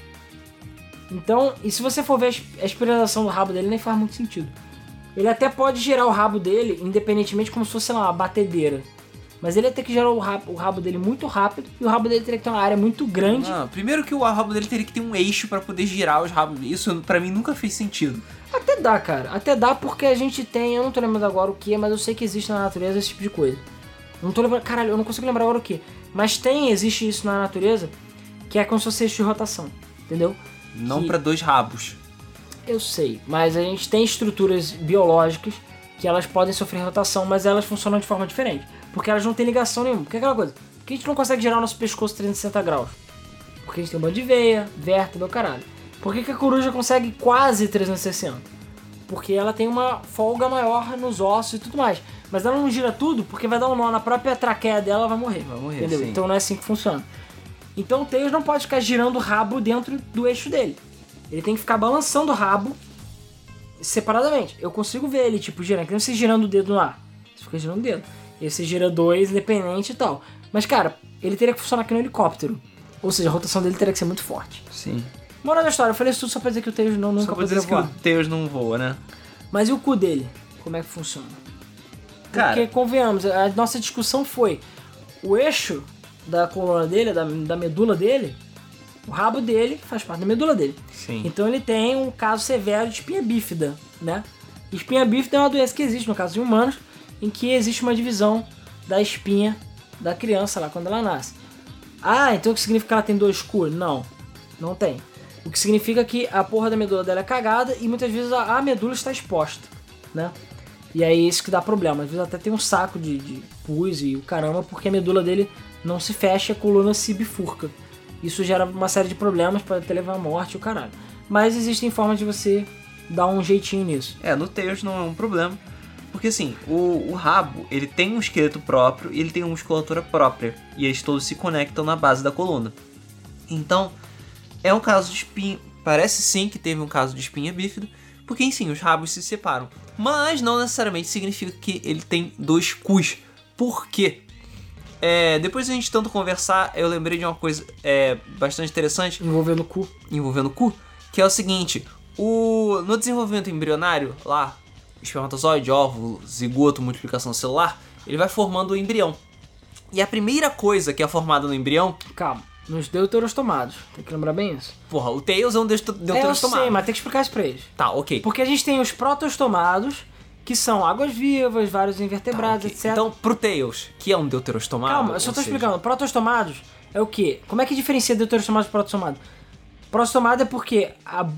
Então, e se você for ver a espiralização do rabo dele, nem faz muito sentido. Ele até pode girar o rabo dele, independentemente, como se fosse, sei lá, uma batedeira. Mas ele ia ter que girar o rabo dele muito rápido, e o rabo dele teria que ter uma área muito grande. Primeiro que o rabo dele teria que ter um eixo pra poder girar os rabos. Isso pra mim nunca fez sentido. Até dá, cara. Até dá porque a gente tem... Eu não tô lembrando agora o que é, mas eu sei que existe na natureza esse tipo de coisa. Não tô lembrando... Caralho, eu não consigo lembrar agora o que. Mas existe isso na natureza, que é como se fosse eixo de rotação. Entendeu? Não pra 2 rabos. Eu sei, mas a gente tem estruturas biológicas que elas podem sofrer rotação, mas elas funcionam de forma diferente. Porque elas não têm ligação nenhuma. Porque é aquela coisa, por que a gente não consegue girar o nosso pescoço 360 graus? Porque a gente tem um bando de veia, vértebra, caralho. Por que a coruja consegue quase 360? Porque ela tem uma folga maior nos ossos e tudo mais. Mas ela não gira tudo porque vai dar um nó na própria traqueia dela, ela vai morrer. Entendeu? Sim. Então não é assim que funciona. Então o Tails não pode ficar girando o rabo dentro do eixo dele. Ele tem que ficar balançando o rabo separadamente. Eu consigo ver ele, tipo, girando. Que não você girando o dedo no ar. Você fica girando o dedo. E você gira 2, independente e tal. Mas, cara, ele teria que funcionar aqui no helicóptero. Ou seja, a rotação dele teria que ser muito forte. Sim. Moral da história, eu falei isso tudo só pra dizer que o Tails nunca poderia voar. Que o Tails não voa, né? Mas e o cu dele? Como é que funciona? Cara... Porque, convenhamos, a nossa discussão foi... O eixo da coluna dele, da medula dele... O rabo dele faz parte da medula dele. Sim. Então ele tem um caso severo de espinha bífida, né? Espinha bífida é uma doença que existe no caso de humanos, em que existe uma divisão da espinha da criança lá quando ela nasce. Ah, então o que significa que ela tem 2 cus? Não, não tem. O que significa que a porra da medula dela é cagada e muitas vezes a medula está exposta, né? E aí isso que dá problema. Às vezes até tem um saco de pus e o caramba, porque a medula dele não se fecha e a coluna se bifurca. Isso gera uma série de problemas, pode até levar à morte e o caralho. Mas existem formas de você dar um jeitinho nisso. No Tails não é um problema. Porque assim, o rabo, ele tem um esqueleto próprio e ele tem uma musculatura própria. E eles todos se conectam na base da coluna. Então, é um caso de espinha... Parece sim que teve um caso de espinha bífida. Porque sim, os rabos se separam. Mas não necessariamente significa que ele tem 2 cus. Por quê? Depois de a gente tanto conversar, eu lembrei de uma coisa bastante interessante. Envolvendo o cu. Que é o seguinte. No desenvolvimento embrionário, lá, espermatozoide, óvulo, zigoto, multiplicação celular, ele vai formando o embrião. E a primeira coisa que é formada no embrião... Calma. Nos deuterostomados. Tem que lembrar bem isso. Porra, o Tails é um deuterostomado. Eu sei, mas tem que explicar isso pra eles. Tá, ok. Porque a gente tem os protostomados, que são águas-vivas, vários invertebrados, Ok. etc. Então, pro Tails, que é um deuterostomado... Calma, eu só tô ou seja, explicando. Protostomados é o quê? Como é que diferencia deuterostomado de protostomado? Protostomado é porque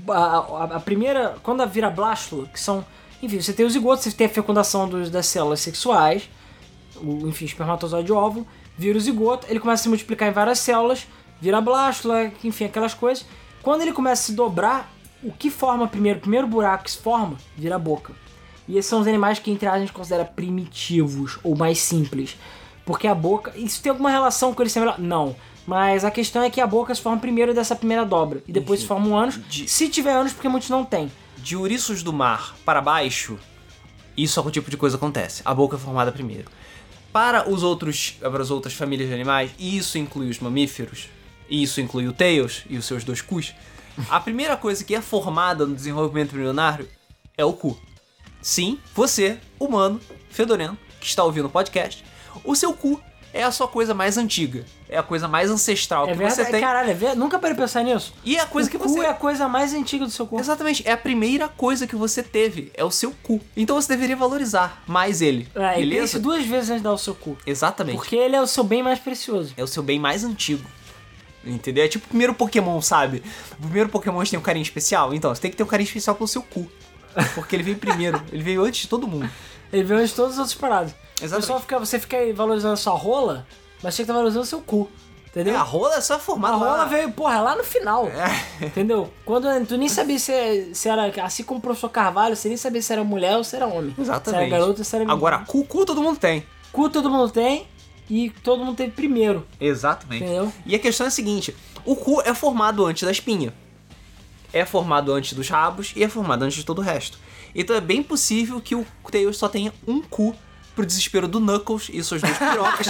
a primeira... Quando vira blástula, que são... Enfim, você tem os zigotos, você tem a fecundação das células sexuais, enfim, espermatozoide e óvulo, vira o zigoto, ele começa a se multiplicar em várias células, vira blástula, enfim, aquelas coisas. Quando ele começa a se dobrar, o que forma primeiro? O primeiro buraco que se forma, vira a boca. E esses são os animais que, entre aspas, a gente considera primitivos ou mais simples. Porque a boca... Isso tem alguma relação com ele ser melhor? Não. Mas a questão é que a boca se forma primeiro dessa primeira dobra. E depois se forma um ânus. Se tiver ânus, porque muitos não tem. De ouriços do mar para baixo, isso é o tipo de coisa que acontece. A boca é formada primeiro. Para as outras famílias de animais, e isso inclui os mamíferos, e isso inclui o Tails e os seus 2 cus, a primeira coisa que é formada no desenvolvimento embrionário é o cu. Sim, você, humano, fedorento, que está ouvindo o podcast, o seu cu é a sua coisa mais antiga. É a coisa mais ancestral que você tem. Caralho, nunca parei de pensar nisso. E é a coisa que você... O cu é a coisa mais antiga do seu corpo. Exatamente, é a primeira coisa que você teve, é o seu cu. Então você deveria valorizar mais ele, E beleza? pense 2 vezes antes de dar o seu cu. Exatamente. Porque ele é o seu bem mais precioso. É o seu bem mais antigo. Entendeu? É tipo o primeiro Pokémon, sabe? O primeiro Pokémon tem um carinho especial. Então, você tem que ter um carinho especial pelo seu cu. Porque ele veio primeiro. Ele veio antes de todo mundo. Ele veio antes de todos os outros parados. Exatamente. Você fica aí valorizando a sua rola, mas tinha que estar valorizando o seu cu. Entendeu? A rola é só formada A rola lá. veio, porra, lá no final. Entendeu? Quando tu nem sabia se era... Assim como o professor Carvalho, você nem sabia se era mulher ou se era homem. Exatamente. Se era garota ou se era menina. Agora, cu todo mundo tem. Cu todo mundo tem e todo mundo teve primeiro. Exatamente. Entendeu? E a questão é a seguinte. O cu é formado antes da espinha. É formado antes dos rabos e é formado antes de todo o resto. Então é bem possível que o Tails só tenha um cu pro desespero do Knuckles e suas 2 pirocas.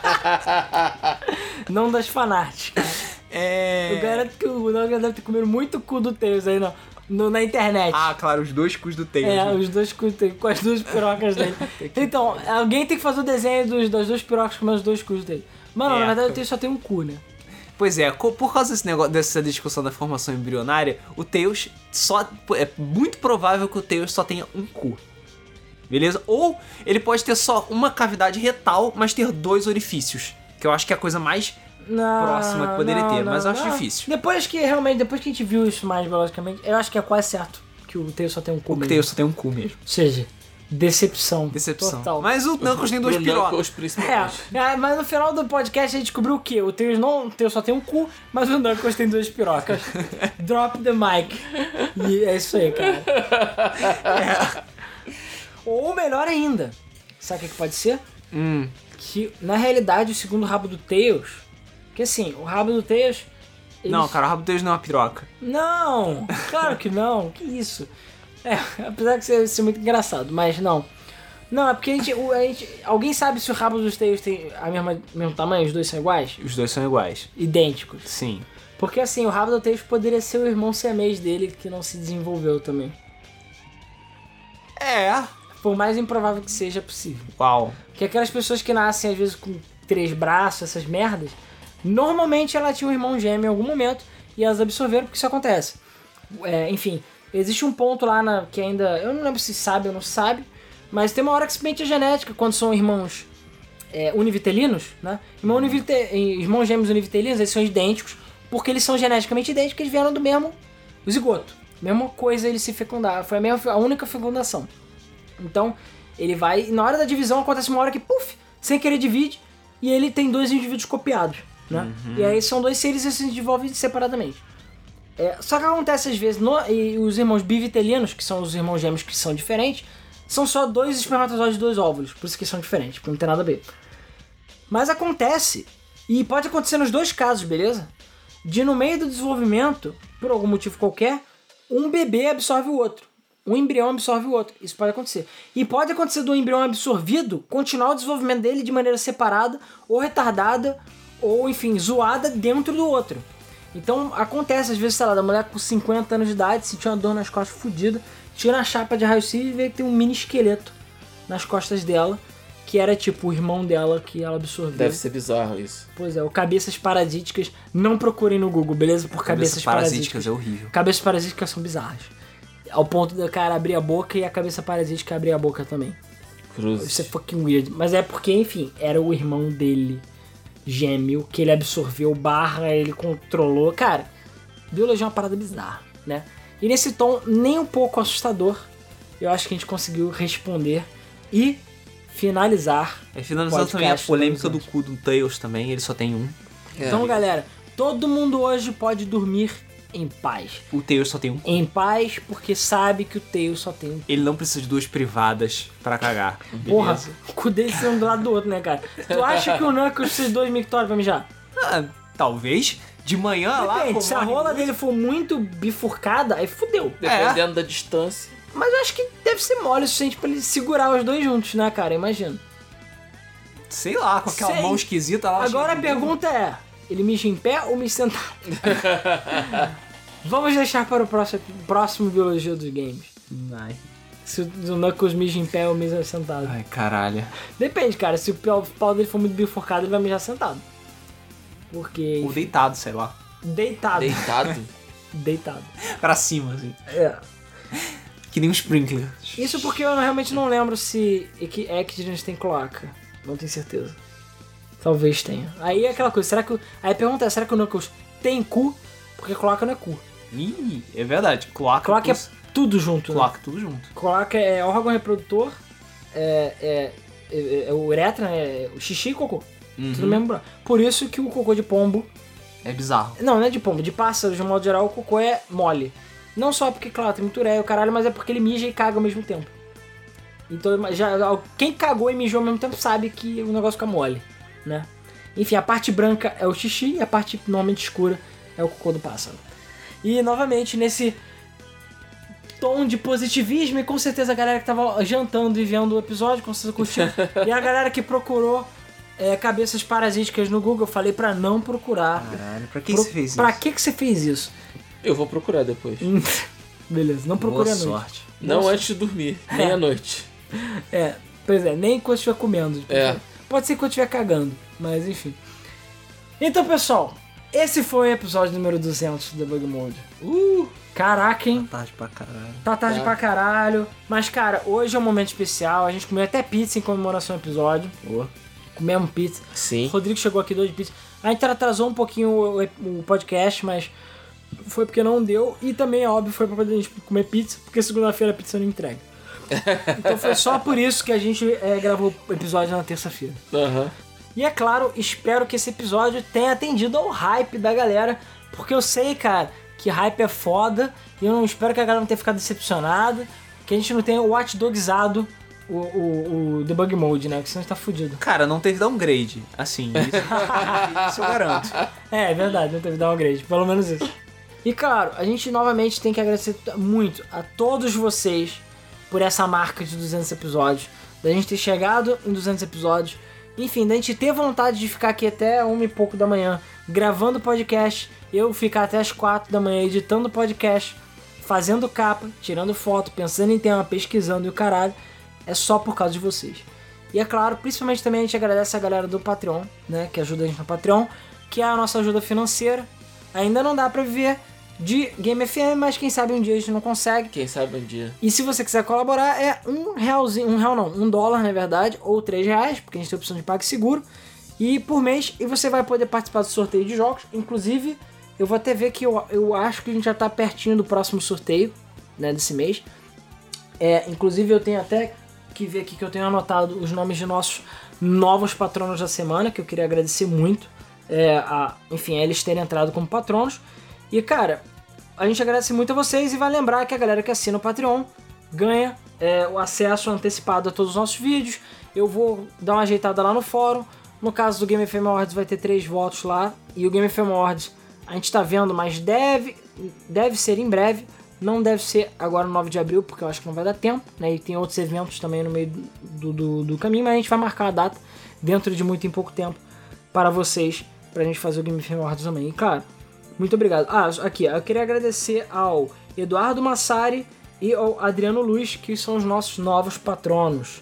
Não das fanarts. Eu garanto que o Knuckles deve ter comido muito cu do Tails aí na internet. Ah, claro, os 2 cus do Tails. É, os 2 cus com as 2 pirocas dele. Então, alguém tem que fazer o desenho das 2 pirocas com os 2 cus dele. Mano, na verdade o Tails só tem um cu, né? Pois é, por causa desse negócio, dessa discussão da formação embrionária, o Tails é muito provável que o Tails só tenha um cu. Beleza? Ou ele pode ter só uma cavidade retal, mas ter 2 orifícios. Que eu acho que é a coisa mais próxima que poderia ter, mas eu acho difícil. Depois que a gente viu isso mais biologicamente, eu acho que é quase certo que o Tails só tem um cu mesmo. O Tails só tem um cu mesmo. Ou seja, decepção. Total. Mas o Knuckles tem 2 pirocas. Mas no final do podcast a gente descobriu o quê? O Tails só tem um cu, mas o Knuckles tem 2 pirocas. Drop the mic. E é isso aí, cara. Ou melhor ainda, sabe o que pode ser? Que na realidade o segundo rabo do Tails, que assim, o rabo do Tails... Não, cara, o rabo do Tails não é uma piroca. Não, claro que não, que isso. Apesar de ser muito engraçado, mas não. Não, é porque alguém sabe se o rabo dos Tails tem mesmo tamanho, os 2 são iguais? Os 2 são iguais. Idênticos. Sim. Porque assim, o rabo do Tails poderia ser o irmão siamês dele, que não se desenvolveu também. Por mais improvável que seja possível. Uau. Que aquelas pessoas que nascem às vezes com 3 braços, essas merdas, normalmente ela tinha um irmão gêmeo em algum momento e elas absorveram porque isso acontece. Enfim, existe um ponto lá que ainda... Eu não lembro se sabe ou não sabe, mas tem uma hora que simplesmente a genética, quando são irmãos univitelinos, né? Irmãos gêmeos univitelinos, eles são idênticos, porque eles são geneticamente idênticos, eles vieram do mesmo zigoto. Mesma coisa eles se fecundaram, foi a única fecundação. Então, ele vai... Na hora da divisão acontece uma hora que, puf, sem querer divide, e ele tem 2 indivíduos copiados, né? E aí são 2 seres e se desenvolvem separadamente. Só que acontece às vezes, e os irmãos bivitelinos, que são os irmãos gêmeos que são diferentes, são só 2 espermatozoides e 2 óvulos, por isso que são diferentes, porque não tem nada a ver. Mas acontece, e pode acontecer nos 2 casos, beleza? De no meio do desenvolvimento, por algum motivo qualquer, um bebê absorve o outro. Um embrião absorve o outro. Isso pode acontecer. E pode acontecer do embrião absorvido continuar o desenvolvimento dele de maneira separada, ou retardada, ou, enfim, zoada dentro do outro. Então, acontece, às vezes, sei lá, da mulher com 50 anos de idade, sentir uma dor nas costas fodida, tira a chapa de raio-x e vê que tem um mini esqueleto nas costas dela. que era tipo o irmão dela que ela absorveu. Deve ser bizarro isso. Pois é, o Cabeças Parasíticas. Não procurem no Google, beleza? Por Cabeças Parasíticas. É horrível. Cabeças Parasíticas são bizarras. Ao ponto do cara abrir a boca e a cabeça parasítica abrir a boca também. Cruzes. Isso é fucking weird. Mas é porque, enfim, era o irmão dele, gêmeo, que ele absorveu, ele controlou. Cara, biologia é uma parada bizarra, né? E nesse tom, nem um pouco assustador, eu acho que a gente conseguiu responder e finalizar. Finalizando também a polêmica do cu do Tails também, ele só tem um. Então, galera, todo mundo hoje pode dormir em paz. O Tails só tem um. Em paz, porque sabe que o Tails só tem um. Ele não precisa de 2 privadas pra cagar. Porra, o cu dele ser um do lado do outro, né, cara? Tu acha que o Knuckles precisa de 2 mictórios pra mijar? Talvez. De manhã lá... Depende, se a rola dele for muito bifurcada, aí fudeu. Dependendo da distância. Mas eu acho que deve ser mole o suficiente pra ele segurar os dois juntos, né, cara? Imagina. Sei lá, com aquela mão esquisita lá. Agora a pergunta é, ele mija em pé ou mija sentado? Vamos deixar para o próximo Biologia dos Games. Ai. Se o Knuckles mija em pé ou mija sentado. Ai, caralho. Depende, cara. Se o pau dele for muito bifurcado, ele vai mijar sentado. Porque... Ou deitado, sei lá. Deitado. Deitado. Pra cima, assim. É. Que nem um sprinkler. Isso porque eu realmente não lembro se Ecdidans tem cloaca. Não tenho certeza. Talvez tenha. Aí é aquela coisa, Aí a pergunta é, será que o Knuckles tem cu? Porque cloaca não é cu. Ih, é verdade. Cloaca é tudo junto, Cloaca, tudo junto. Cloaca é órgão reprodutor, é uretra, é o xixi e cocô. Tudo mesmo. Por isso que o cocô de pombo... É bizarro. Não é de pombo, de pássaro, de modo geral, o cocô é mole. Não só porque, claro, tem muito ureia o caralho, mas é porque ele mija e caga ao mesmo tempo. Então, quem cagou e mijou ao mesmo tempo sabe que o negócio fica mole, né? Enfim, a parte branca é o xixi e a parte normalmente escura é o cocô do pássaro. E, novamente, nesse tom de positivismo, e com certeza a galera que tava jantando e vendo o episódio, com certeza curtiu. E a galera que procurou cabeças parasíticas no Google, eu falei pra não procurar. Caralho, pra que você fez isso? Pra que você fez isso? Eu vou procurar depois. Beleza, não procure à noite. Sorte. Não antes de dormir, nem à noite. Pois é, nem quando estiver comendo. Pode ser quando estiver cagando, mas enfim. Então, pessoal, esse foi o episódio número 200 do Debug Mode. Caraca, hein? Tá tarde pra caralho. Tá tarde pra caralho. Mas, cara, hoje é um momento especial. A gente comeu até pizza em comemoração ao episódio. Comemos pizza. Sim. O Rodrigo chegou aqui 2 de pizza. A gente atrasou um pouquinho o podcast, mas foi porque não deu. E também, óbvio, foi pra poder a gente comer pizza, porque segunda-feira a pizza não entrega. Então foi só por isso que a gente gravou o episódio na terça-feira. E é claro, espero que esse episódio tenha atendido ao hype da galera, porque eu sei, cara, que hype é foda, e eu não espero que a galera não tenha ficado decepcionada, que a gente não tenha watchdogizado o Debug Mode, né? Porque senão a gente tá fudido. Cara, não teve downgrade, assim, isso eu garanto. É verdade, não teve downgrade, pelo menos isso. E claro, a gente novamente tem que agradecer muito a todos vocês por essa marca de 200 episódios, da gente ter chegado em 200 episódios, enfim, da gente ter vontade de ficar aqui até 1 e pouco da manhã, gravando podcast, eu ficar até as 4 da manhã editando podcast, fazendo capa, tirando foto, pensando em tema, pesquisando e o caralho, é só por causa de vocês. E é claro, principalmente também a gente agradece a galera do Patreon, né, que ajuda a gente no Patreon, que é a nossa ajuda financeira. Ainda não dá pra viver de Game FM, mas quem sabe um dia a gente não consegue. Quem sabe um dia. E se você quiser colaborar, é $1 na verdade, ou R$3, porque a gente tem a opção de PagSeguro, e por mês, e você vai poder participar do sorteio de jogos. Inclusive, eu vou até ver que eu acho que a gente já tá pertinho do próximo sorteio, né, desse mês. Inclusive eu tenho até que ver aqui que eu tenho anotado os nomes de nossos novos patronos da semana, que eu queria agradecer muito, enfim, eles terem entrado como patronos. E cara, a gente agradece muito a vocês e vai lembrar que a galera que assina o Patreon ganha o acesso antecipado a todos os nossos vídeos. Eu vou dar uma ajeitada lá no fórum. No caso do Game FM Awards vai ter 3 votos lá, e o Game FM Awards a gente tá vendo, mas deve ser em breve. Não deve ser agora no 9 de abril, porque eu acho que não vai dar tempo, né? E tem outros eventos também no meio do caminho, mas a gente vai marcar a data dentro de muito em pouco tempo para vocês, pra gente fazer o Game FM Awards também. E claro, muito obrigado. Aqui, eu queria agradecer ao Eduardo Massari e ao Adriano Luiz, que são os nossos novos patronos.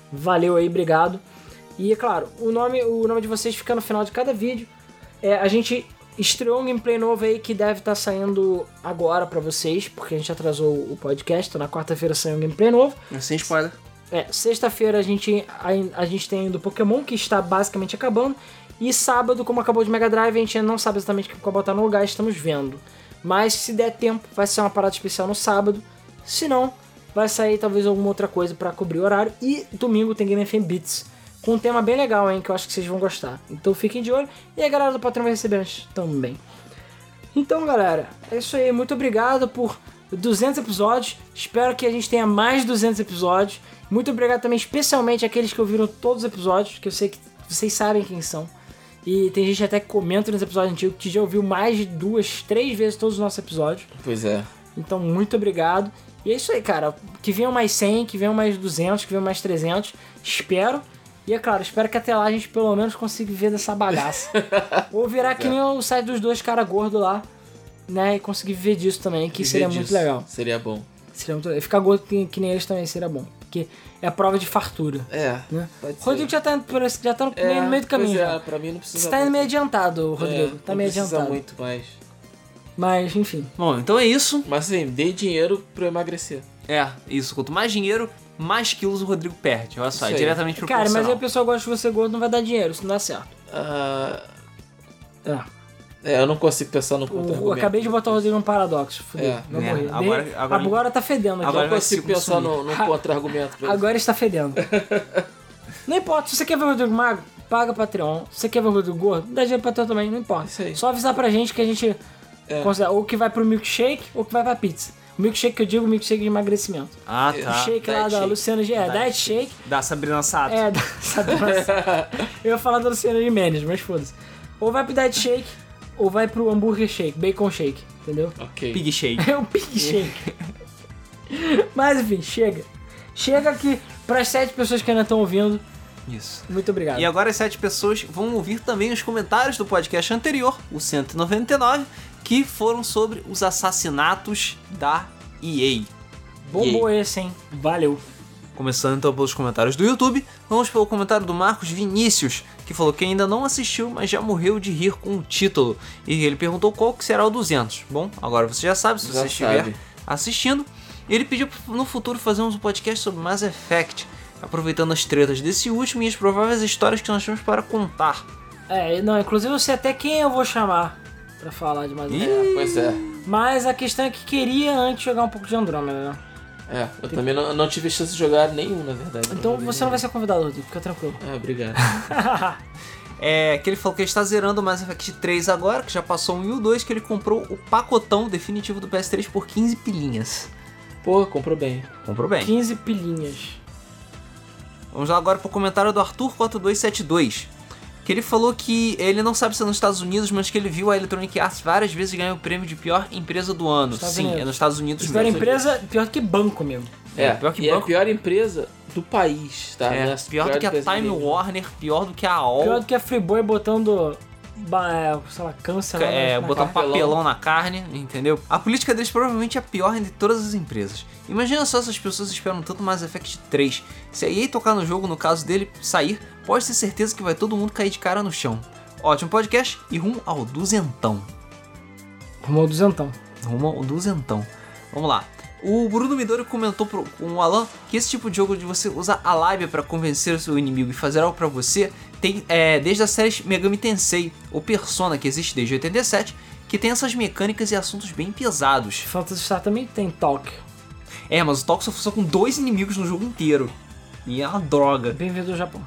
Valeu aí, obrigado. E, é claro, o nome de vocês fica no final de cada vídeo. A gente estreou um gameplay novo aí que deve estar saindo agora pra vocês, porque a gente atrasou o podcast, então na quarta-feira saiu um gameplay novo. Sem spoiler. Sexta-feira a gente tem do Pokémon, que está basicamente acabando. E sábado, como acabou de Mega Drive, a gente ainda não sabe exatamente o que vai botar no lugar, estamos vendo. Mas se der tempo, vai ser uma parada especial no sábado. Se não, vai sair talvez alguma outra coisa pra cobrir o horário. E domingo tem Game FM Beats, com um tema bem legal, hein, que eu acho que vocês vão gostar. Então fiquem de olho. E a galera do Patreon vai receber antes também. Então, galera, é isso aí. Muito obrigado por 200 episódios. Espero que a gente tenha mais 200 episódios. Muito obrigado também, especialmente àqueles que ouviram todos os episódios, que eu sei que vocês sabem quem são. E tem gente até que comenta nos episódios antigos que já ouviu mais de 2, 3 vezes todos os nossos episódios. Pois é. Então, muito obrigado. E é isso aí, cara. Que venham mais 100, que venham mais 200, que venham mais 300. Espero. E é claro, espero que até lá a gente pelo menos consiga viver dessa bagaça. Ou virar que nem o site dos dois caras gordos lá, né? E conseguir viver disso também, que seria muito legal. Seria bom. Seria muito legal. Ficar gordo que nem eles também seria bom. Porque é a prova de fartura. Né? Pode ser. Rodrigo já tá no meio do caminho. Pois é, pra mim não precisa. Você tá indo meio adiantado, Rodrigo. Tá meio adiantado. Não precisa muito mais. Mas, enfim. Bom, então é isso. Mas assim, dei dinheiro pra eu emagrecer. Isso. Quanto mais dinheiro, mais quilos o Rodrigo perde. Olha só, é diretamente proporcional. Cara, mas aí a pessoa gosta de você gordo, não vai dar dinheiro, isso não dá certo. Eu não consigo pensar no contra-argumento. Eu acabei de botar o Rodrigo num paradoxo. Fudeu, vai morrer. Agora tá fedendo aqui. Agora eu não consigo pensar no contra-argumento. Agora está fedendo. Não importa, se você quer ver o Rodrigo magro, paga Patreon. Se você quer ver o Rodrigo gordo, dá dinheiro pra Patreon também, não importa. Isso aí. Só avisar pra gente que a gente considera ou que vai pro milkshake ou que vai pra pizza. O milkshake que eu digo, o milkshake de emagrecimento. Tá. O shake lá da Luciana G. Diet Shake. Da Sabrina Sato. Da Sabrina Sato. Eu ia falar da Luciana de Mendes, mas foda-se. Ou vai pro Diet Shake, ou vai pro hambúrguer shake, bacon shake, entendeu? Ok. Pig shake. É um pig shake. Mas enfim, chega. Chega aqui pras 7 pessoas que ainda estão ouvindo. Isso. Muito obrigado. E agora as 7 pessoas vão ouvir também os comentários do podcast anterior, o 199, que foram sobre os assassinatos da EA. Bombou esse, hein? Valeu. Começando então pelos comentários do YouTube, vamos pelo comentário do Marcos Vinícius, que falou que ainda não assistiu, mas já morreu de rir com o título. E ele perguntou qual que será o 200. Bom, agora você já sabe, se você estiver assistindo. Ele pediu no futuro fazermos um podcast sobre Mass Effect, aproveitando as tretas desse último e as prováveis histórias que nós temos para contar. Inclusive eu sei até quem eu vou chamar pra falar de Mass Effect. Pois é. Mas a questão é que queria antes jogar um pouco de Andrômeda, né? Eu também não tive chance de jogar nenhum, na verdade. Então você não vai ser convidado, Rodrigo, fica tranquilo. Obrigado. Que ele falou que ele está zerando o Mass Effect 3 agora, que já passou o 1 e o 2, que ele comprou o pacotão definitivo do PS3 por 15 pilinhas. Pô, comprou bem. 15 pilinhas. Vamos lá agora pro comentário do Arthur4272. Que ele falou que ele não sabe se é nos Estados Unidos, mas que ele viu a Electronic Arts várias vezes ganhar o prêmio de pior empresa do ano. Sim, é nos Estados Unidos mesmo. Pior empresa, pior que banco mesmo. Pior que e banco. é a pior empresa do país, tá? Pior do que a Time Warner, pior do que a AOL. Pior do que a Friboi botando, sei lá, câncer na botando papelão na carne, entendeu? A política deles provavelmente é a pior entre todas as empresas. Imagina só essas pessoas esperam tanto Mass Effect 3. Se a EA tocar no jogo, no caso dele sair, pode ter certeza que vai todo mundo cair de cara no chão. Ótimo podcast e rumo ao duzentão. Rumo ao duzentão. Vamos lá. O Bruno Midori comentou com o Alan que esse tipo de jogo de você usar a lábia pra convencer o seu inimigo e fazer algo pra você tem desde a série Megami Tensei ou Persona, que existe desde 87, que tem essas mecânicas e assuntos bem pesados. Phantasy Star também tem talk. Mas o talk só funciona com 2 inimigos no jogo inteiro. E é uma droga. Bem-vindo ao Japão.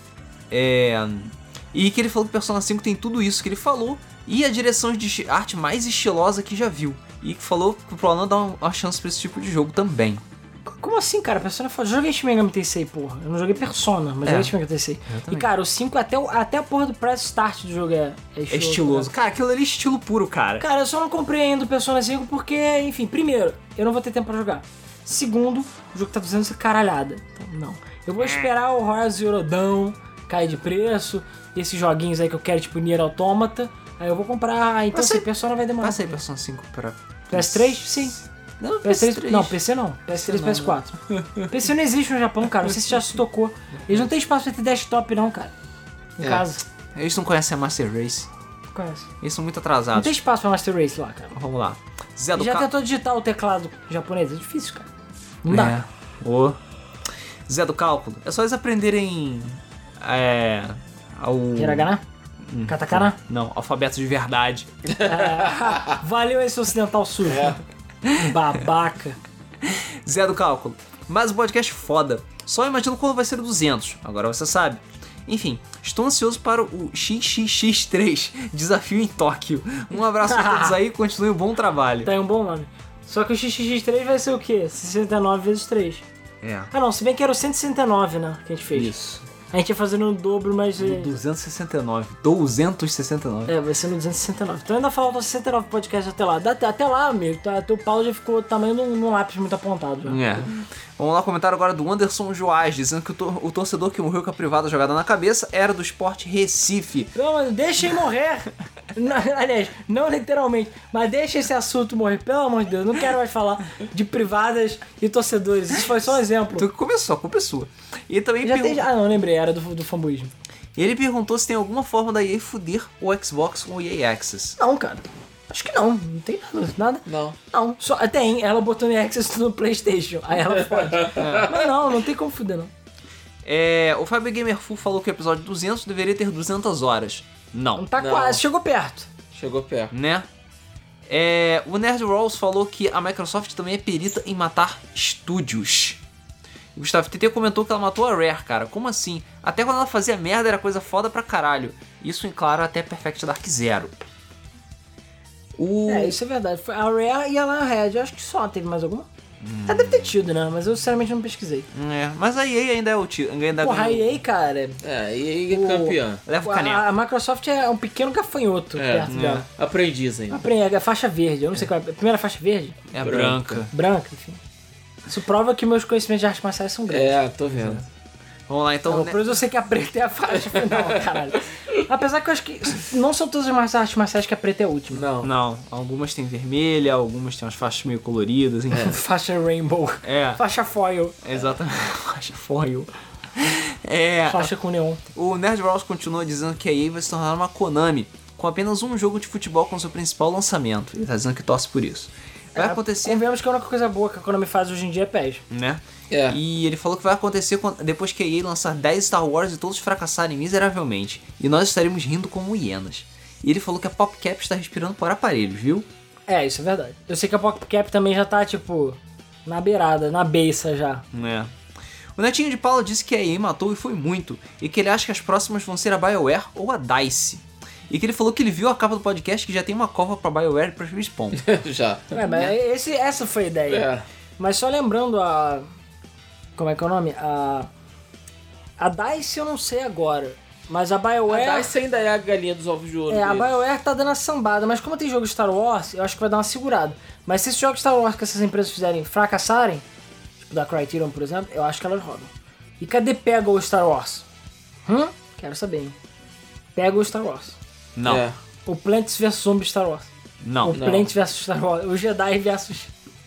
E que ele falou que Persona 5 tem tudo isso que ele falou e a direção de arte mais estilosa que já viu. E que falou que pro Alan dar uma chance pra esse tipo de jogo também. Como assim, cara? Persona foi... Eu joguei Shin Megami Tensei, porra. Eu não joguei Persona, mas joguei Shin Megami Tensei. E, cara, o 5 até a porra do press start do jogo é estiloso. Cara, aquilo ali é estilo puro, cara. Cara, eu só não comprei ainda o Persona 5 porque, enfim, primeiro, eu não vou ter tempo pra jogar. Segundo, o jogo tá 200 caralhada. Então, não. Eu vou esperar o Horizon Zero Dawn cair de preço, esses joguinhos aí que eu quero, tipo Nier Automata. Aí eu vou comprar, então assim, Persona vai demorar. Vai sair Persona 5 pra... PS3? Sim. Não, PS3. Não, PC não. PS3 e PS4. PC não existe no Japão, cara. Não sei se já se tocou. Eles não têm espaço pra ter desktop, não, cara. Em casa. Eles não conhecem a Master Race. Não conhece. Eles são muito Não atrasados. tem espaço pra Master Race lá, cara. Vamos lá. Zé do Já tentou digitar o teclado japonês? É difícil, cara. Não dá. Zé do Cálculo. É só eles aprenderem... Hiragana? Katakana? Não, alfabeto de verdade. Valeu esse ocidental sujo. Babaca. Zé do Cálculo. Mas o podcast foda. Só imagino quando vai ser o 200. Agora você sabe. Enfim, estou ansioso para o XXX3, Desafio em Tóquio. Um abraço a todos aí e continue um bom trabalho. Tá aí um bom nome. Só que o XXX3 vai ser o quê? 69 vezes 3. Ah não, se bem que era o 169, né, que a gente fez. Isso. A gente ia fazendo o dobro, mas... 269. 269. Vai ser no 269. Então ainda faltam 69 podcasts até lá. Até lá, amigo, teu pau já ficou tamanho num lápis muito apontado. Já. Vamos lá, comentário agora do Anderson Joás, dizendo que o torcedor que morreu com a privada jogada na cabeça era do Sport Recife. Não, mas deixa ele morrer. Aliás, não literalmente, mas deixa esse assunto morrer, pelo amor de Deus. Não quero mais falar de privadas e torcedores. Isso foi só um exemplo. Tu que começou, a culpa é sua. E também não, lembrei, era do fanboyismo. E ele perguntou se tem alguma forma da EA fuder o Xbox com o EA Access. Não, cara. Acho que não tem nada. Não. Só tem, ela botou EA Access no PlayStation. Aí ela pode. Mas não tem como fuder, não. O Fábio Gamer Full falou que o episódio 200 deveria ter 200 horas. Não. Tá quase, chegou perto. Né? O Nerd Rolls falou que a Microsoft também é perita em matar estúdios. O Gustavo TT comentou que ela matou a Rare, cara. Como assim? Até quando ela fazia merda era coisa foda pra caralho. Isso em claro até Perfect Dark Zero. Isso é verdade. Foi a Rare e a Lionhead. Eu acho que só teve mais alguma. Deve ter tido, né? Mas eu sinceramente não pesquisei. Mas a EA ainda é o tio. Porra, a EA, cara... a EA é campeã. Leva o caneco. A Microsoft é um pequeno gafanhoto perto dela. Aprendiz ainda. A faixa verde. Eu não sei qual é. A primeira faixa verde? É a branca. Branca, enfim. Isso prova que meus conhecimentos de artes marciais são grandes. Tô vendo. Vamos lá, então... Por isso eu sei que a preta é a faixa final, caralho. Apesar que eu acho que não são todas as artes marciais que a preta é a última. Não. Algumas tem vermelha, algumas tem umas faixas meio coloridas. Faixa rainbow. Faixa foil. Exatamente. Faixa foil. Faixa com neon. O Nerd Bros continua dizendo que a EA vai se tornar uma Konami, com apenas um jogo de futebol como seu principal lançamento. Ele tá dizendo que torce por isso. Vai acontecer... Convenhamos que a única coisa boa que a Konami faz hoje em dia é PES. Né? E ele falou que vai acontecer depois que a EA lançar 10 Star Wars e todos fracassarem miseravelmente. E nós estaremos rindo como hienas. E ele falou que a PopCap está respirando por aparelhos, viu? Isso é verdade. Eu sei que a PopCap também já tá, tipo, na beirada, na beiça já. O Netinho de Paula disse que a EA matou e foi muito. E que ele acha que as próximas vão ser a BioWare ou a DICE. E que ele falou que ele viu a capa do podcast que já tem uma cova pra BioWare e pra Respawn. Já. Mas essa foi a ideia. Mas só lembrando como é que é o nome? A DICE eu não sei agora. Mas a BioWare... A DICE ainda é a galinha dos ovos de ouro. A BioWare tá dando a sambada. Mas como tem jogo Star Wars, eu acho que vai dar uma segurada. Mas se esses jogos Star Wars que essas empresas fizerem fracassarem, tipo da Criterion, por exemplo, eu acho que elas rodam. E cadê Pega o Star Wars? Quero saber, hein? Pega o Star Wars. Não. O Plants vs Zombies Star Wars. Não. O Plants vs Star Wars. O Jedi vs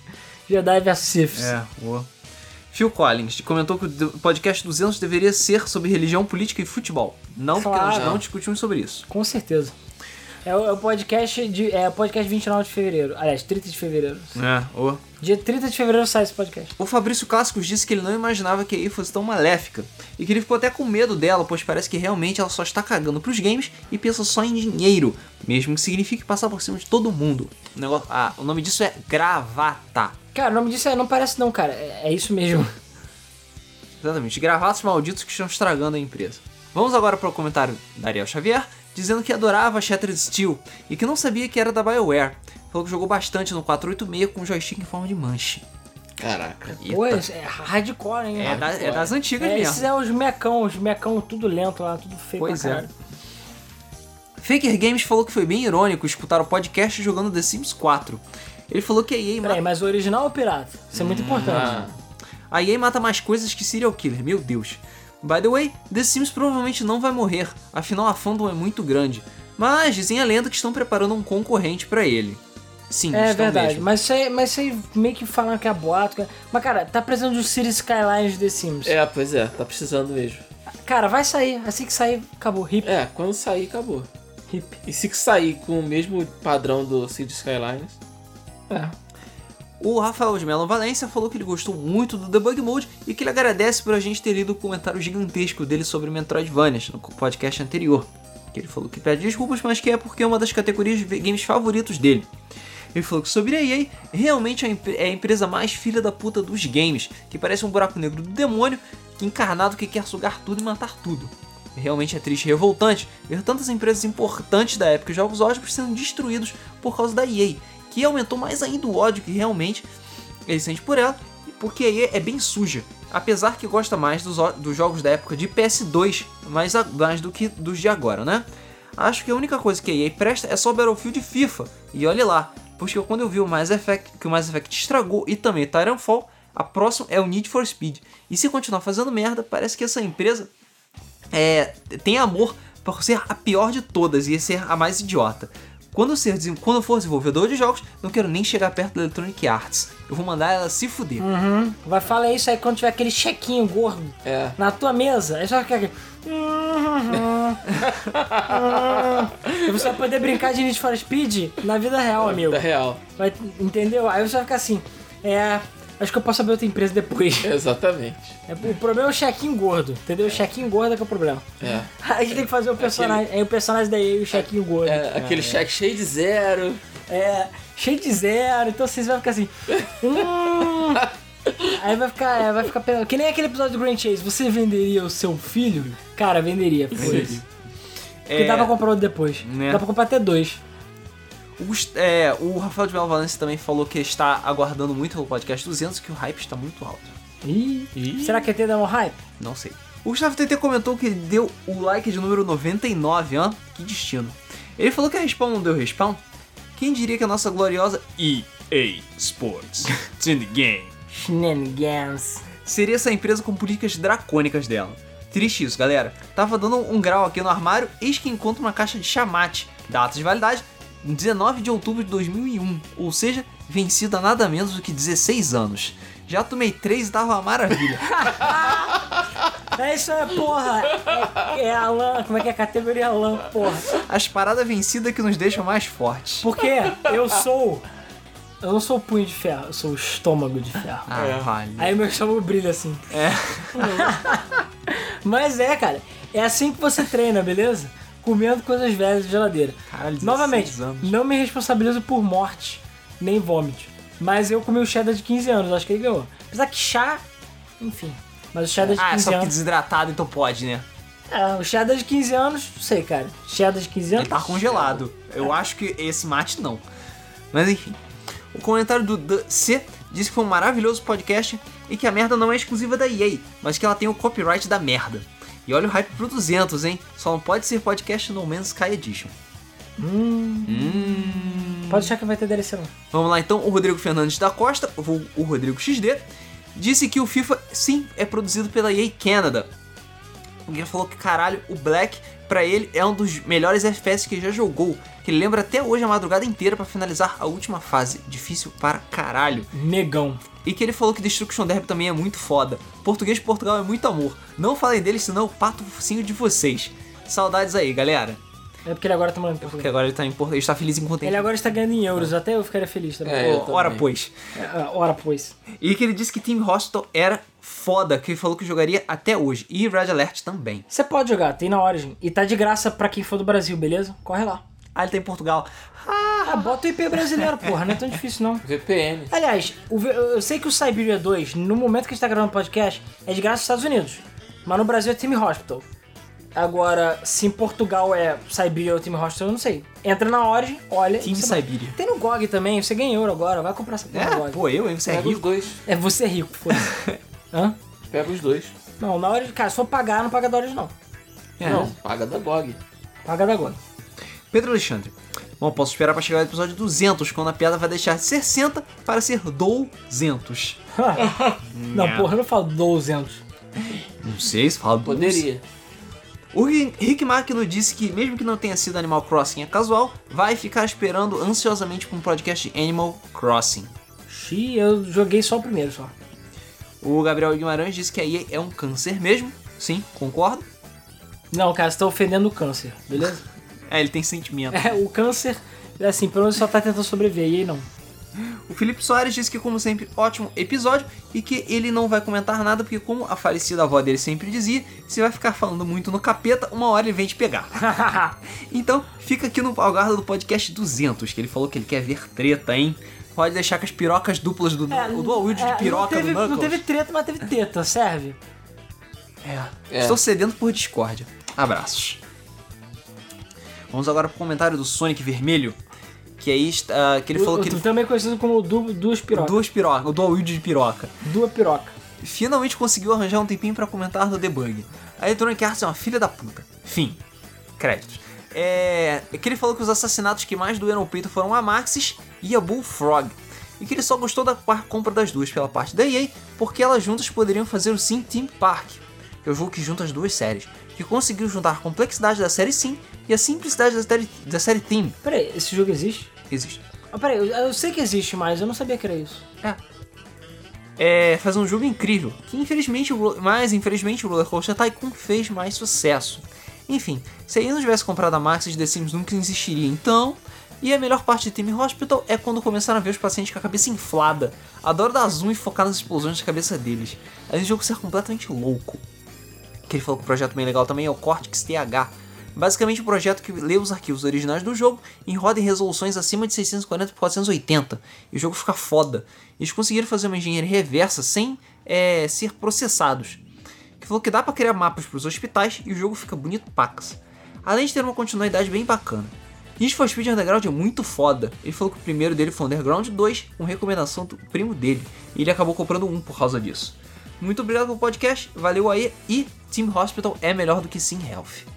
Sith. Phil Collins comentou que o podcast 200 deveria ser sobre religião, política e futebol. Não, porque nós não discutimos sobre isso. Com certeza. É o podcast podcast 29 de fevereiro. Aliás, 30 de fevereiro. Dia 30 de fevereiro sai esse podcast. O Fabrício Clássicos disse que ele não imaginava que a EA fosse tão maléfica. E que ele ficou até com medo dela, pois parece que realmente ela só está cagando pros games e pensa só em dinheiro. Mesmo que signifique passar por cima de todo mundo. O nome disso é gravata. Cara, o nome disso não parece não, cara. É isso mesmo. Exatamente. Gravatas malditos que estão estragando a empresa. Vamos agora para o comentário da Ariel Xavier, dizendo que adorava Shattered Steel e que não sabia que era da BioWare. Falou que jogou bastante no 486 com joystick em forma de manche. Caraca. Pô, é hardcore, hein? É das antigas mesmo. Esses os mecão tudo lento lá, tudo feio pra caralho. Faker Games falou que foi bem irônico escutar o podcast jogando The Sims 4. Ele falou que a EA... Peraí, mas o original ou o pirata? Isso é muito importante. A EA mata mais coisas que serial killer, meu Deus. By the way, The Sims provavelmente não vai morrer, afinal a fandom é muito grande. Mas dizem a lenda que estão preparando um concorrente pra ele. Sim, É estão verdade, mesmo. mas isso aí meio que falam que é boato. Mas, cara, tá precisando de um Cities Skylines The Sims. É, pois é, tá precisando mesmo. Cara, vai sair. Assim que sair, acabou. Hip. É, quando sair, acabou. Hip. E se sair com o mesmo padrão do Cities Skylines... O Rafael de Mello Valência falou que ele gostou muito do Debug Mode e que ele agradece por a gente ter lido o comentário gigantesco dele sobre Metroidvanias no podcast anterior. Que ele falou que pede desculpas, mas que é porque é uma das categorias de games favoritos dele. Ele falou que sobre a EA, realmente é a empresa mais filha da puta dos games, que parece um buraco negro do demônio, encarnado que quer sugar tudo e matar tudo. Realmente é triste e revoltante ver tantas empresas importantes da época de jogos ótimos sendo destruídos por causa da EA, que aumentou mais ainda o ódio que realmente ele sente por ela, porque a EA é bem suja, apesar que gosta mais dos jogos da época de PS2, mais do que dos de agora, né? Acho que a única coisa que a EA presta é só Battlefield e FIFA, e olhe lá, porque quando eu vi o Mass Effect, que o Mass Effect estragou, e também Titanfall, a próxima é o Need for Speed, e se continuar fazendo merda, parece que essa empresa tem amor por ser a pior de todas e ser a mais idiota. Quando eu for desenvolvedor de jogos, não quero nem chegar perto da Electronic Arts. Eu vou mandar ela se fuder. Vai falar isso aí quando tiver aquele chequinho gordo na tua mesa. Aí só fica aqui. E você vai poder brincar de Need for Speed na vida real, amigo. Da real. Entendeu? Aí você vai ficar assim. Acho que eu posso abrir outra empresa depois. Exatamente. O problema é o chequinho gordo, entendeu? O chequinho gordo é que é o problema. A gente tem que fazer o personagem, o personagem da EA e o chequinho gordo. Aquele cheque cheio de zero. Cheio de zero, então vocês vão ficar assim. Aí vai ficar que nem aquele episódio do Grand Chase. Você venderia o seu filho? Cara, venderia. Porque dá pra comprar outro depois. Né? Dá pra comprar até 2. O Rafael de Mello Valência também falou que está aguardando muito pelo podcast 200, que o hype está muito alto. Será que é ter dá um hype? Não sei. O Gustavo TT comentou que ele deu o like de número 99, ó. Que destino. Ele falou que a Respawn não deu Respawn. Quem diria que a nossa gloriosa EA Sports It's in the game Shenanigans seria essa empresa com políticas dracônicas dela. Triste isso, galera. Tava dando um grau aqui no armário, eis que encontro uma caixa de chamate. Data de validade 19 de outubro de 2001, ou seja, vencido há nada menos do que 16 anos. Já tomei 3 e tava uma maravilha. Isso é porra. É a lã, como é que é a categoria lã, porra? As paradas vencidas que nos deixam mais fortes. Porque eu não sou o punho de ferro, eu sou o estômago de ferro. Vale. Aí meu estômago brilha assim. Mas cara, é assim que você treina, beleza? Comendo coisas velhas de geladeira. Caralho, novamente, anos. Não me responsabilizo por morte, nem vômito. Mas eu comi o cheddar de 15 anos, acho que ele ganhou. Apesar que chá, enfim. Mas o cheddar de 15 só que anos... desidratado, então pode, né? O cheddar de 15 anos, não sei, cara. Cheddar de 15 anos... Ele tá congelado. Eu acho que esse mate não. Mas enfim. O comentário do C disse que foi um maravilhoso podcast e que a merda não é exclusiva da EA, mas que ela tem o copyright da merda. E olha o hype pro 200, hein? Só não pode ser podcast No Man's Sky Edition. Pode deixar que vai ter DLC não. Vamos lá então, o Rodrigo Fernandes da Costa, o Rodrigo XD, disse que o FIFA sim é produzido pela EA Canada. Ele falou que caralho, o Black pra ele é um dos melhores FPS que ele já jogou, que ele lembra até hoje a madrugada inteira pra finalizar a última fase, difícil para caralho. Negão. E que ele falou que Destruction Derby também é muito foda. Português de Portugal é muito amor. Não falem dele, senão eu pato o focinho de vocês. Saudades aí, galera. É porque ele agora tá morando em Porque Portugal. agora ele tá em Portugal, ele está feliz enquanto Ele agora está ganhando em euros, até eu ficaria feliz também. eu também. Ora pois. Ora, pois. E que ele disse que Team Hospital era foda, que ele falou que jogaria até hoje. E Red Alert também. Você pode jogar, tem na Origin. E tá de graça pra quem for do Brasil, beleza? Corre lá. Ele tá em Portugal. Bota o IP brasileiro, porra, não é tão difícil não. VPN. Aliás, eu sei que o Siberia 2, no momento que a gente tá gravando o podcast, é de graça nos Estados Unidos. Mas no Brasil é Team Hospital. Agora, se em Portugal é Siberia ou Team Hospital, eu não sei. Entra na Origin, olha... Team Siberia. Tem no GOG também, você ganha euro agora, vai comprar essa porra no GOG. Pô, hein? Você é Pega os rico. dois. Você é rico, foda-se. Hã? Pega os dois. Não, na Origin, cara, se for pagar, não paga da Origin não. Não, paga da GOG. Paga da GOG. Pedro Alexandre. Bom, posso esperar pra chegar no episódio 200, quando a piada vai deixar de ser 60 para ser 200. Não, porra, eu não falo 200. Não sei se fala. Poderia. O Rick Makino disse que, mesmo que não tenha sido Animal Crossing é casual, vai ficar esperando ansiosamente por um podcast de Animal Crossing. Eu joguei só o primeiro, só. O Gabriel Guimarães disse que a EA é um câncer mesmo. Sim, concordo. Não, cara, você tá ofendendo o câncer, beleza? Ele tem sentimento. O câncer, assim, pelo menos só tá tentando sobreviver, e aí não. O Felipe Soares disse que, como sempre, ótimo episódio e que ele não vai comentar nada porque, como a falecida avó dele sempre dizia, se vai ficar falando muito no capeta, uma hora ele vem te pegar. Então, fica aqui no aguardo do podcast 200, que ele falou que ele quer ver treta, hein? Pode deixar com as pirocas duplas do dual wield de piroca do Knuckles. Não teve treta, mas teve teta, serve? Estou cedendo por discórdia. Abraços. Vamos agora pro comentário do Sonic Vermelho. Que aí que ele falou que ele... também conhecido como duas pirocas. Duas pirocas, o dual wield de piroca. Duas pirocas. Finalmente conseguiu arranjar um tempinho pra comentar no debug. A Electronic Arts é uma filha da puta. Fim. Créditos. Que ele falou que os assassinatos que mais doeram o peito foram a Maxis e a Bullfrog. E que ele só gostou da compra das duas pela parte da EA, porque elas juntas poderiam fazer o Sim Team Park, que é o jogo que junta as duas séries, que conseguiu juntar a complexidade da série Sim e a simplicidade da série Team. Peraí, esse jogo existe? Existe. Peraí, eu sei que existe, mas eu não sabia que era isso. Faz um jogo incrível, que infelizmente o Roller Coaster Tycoon fez mais sucesso. Enfim, se ele não tivesse comprado a Maxis, The Sims nunca existiria então. E a melhor parte de Team Hospital é quando começaram a ver os pacientes com a cabeça inflada. Adoro dar zoom e focar nas explosões da cabeça deles. Além do jogo ser completamente louco. Que ele falou que o projeto bem legal também é o Cortex TH. Basicamente um projeto que lê os arquivos originais do jogo e roda em resoluções acima de 640 por 480. E o jogo fica foda. Eles conseguiram fazer uma engenharia reversa sem ser processados. Que falou que dá pra criar mapas pros hospitais e o jogo fica bonito pacas. Além de ter uma continuidade bem bacana. Need for Speed Underground é muito foda. Ele falou que o primeiro dele foi Underground 2, com recomendação do primo dele. E ele acabou comprando um por causa disso. Muito obrigado pelo podcast, valeu aí. E Team Hospital é melhor do que Sim Health.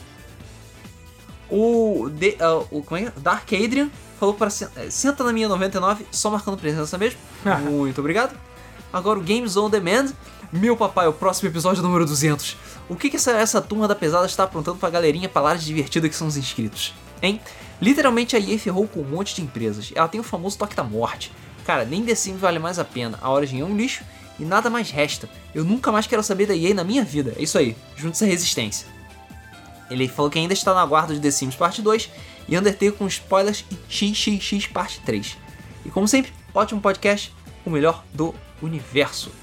Dark Adrian falou para senta na minha 99, só marcando presença mesmo. Muito obrigado. Agora o Games on Demand. Meu papai, o próximo episódio número 200. O que essa turma da pesada está aprontando pra galerinha palavra divertida que são os inscritos? Hein? Literalmente a EA ferrou com um monte de empresas. Ela tem o famoso toque da morte. Cara, nem The Sims vale mais a pena. A Origin é um lixo e nada mais resta. Eu nunca mais quero saber da EA na minha vida. É isso aí, junte-se à resistência. Ele falou que ainda está na guarda de The Sims Parte 2 e Undertale com spoilers e XXX Parte 3. E como sempre, ótimo podcast, o melhor do universo.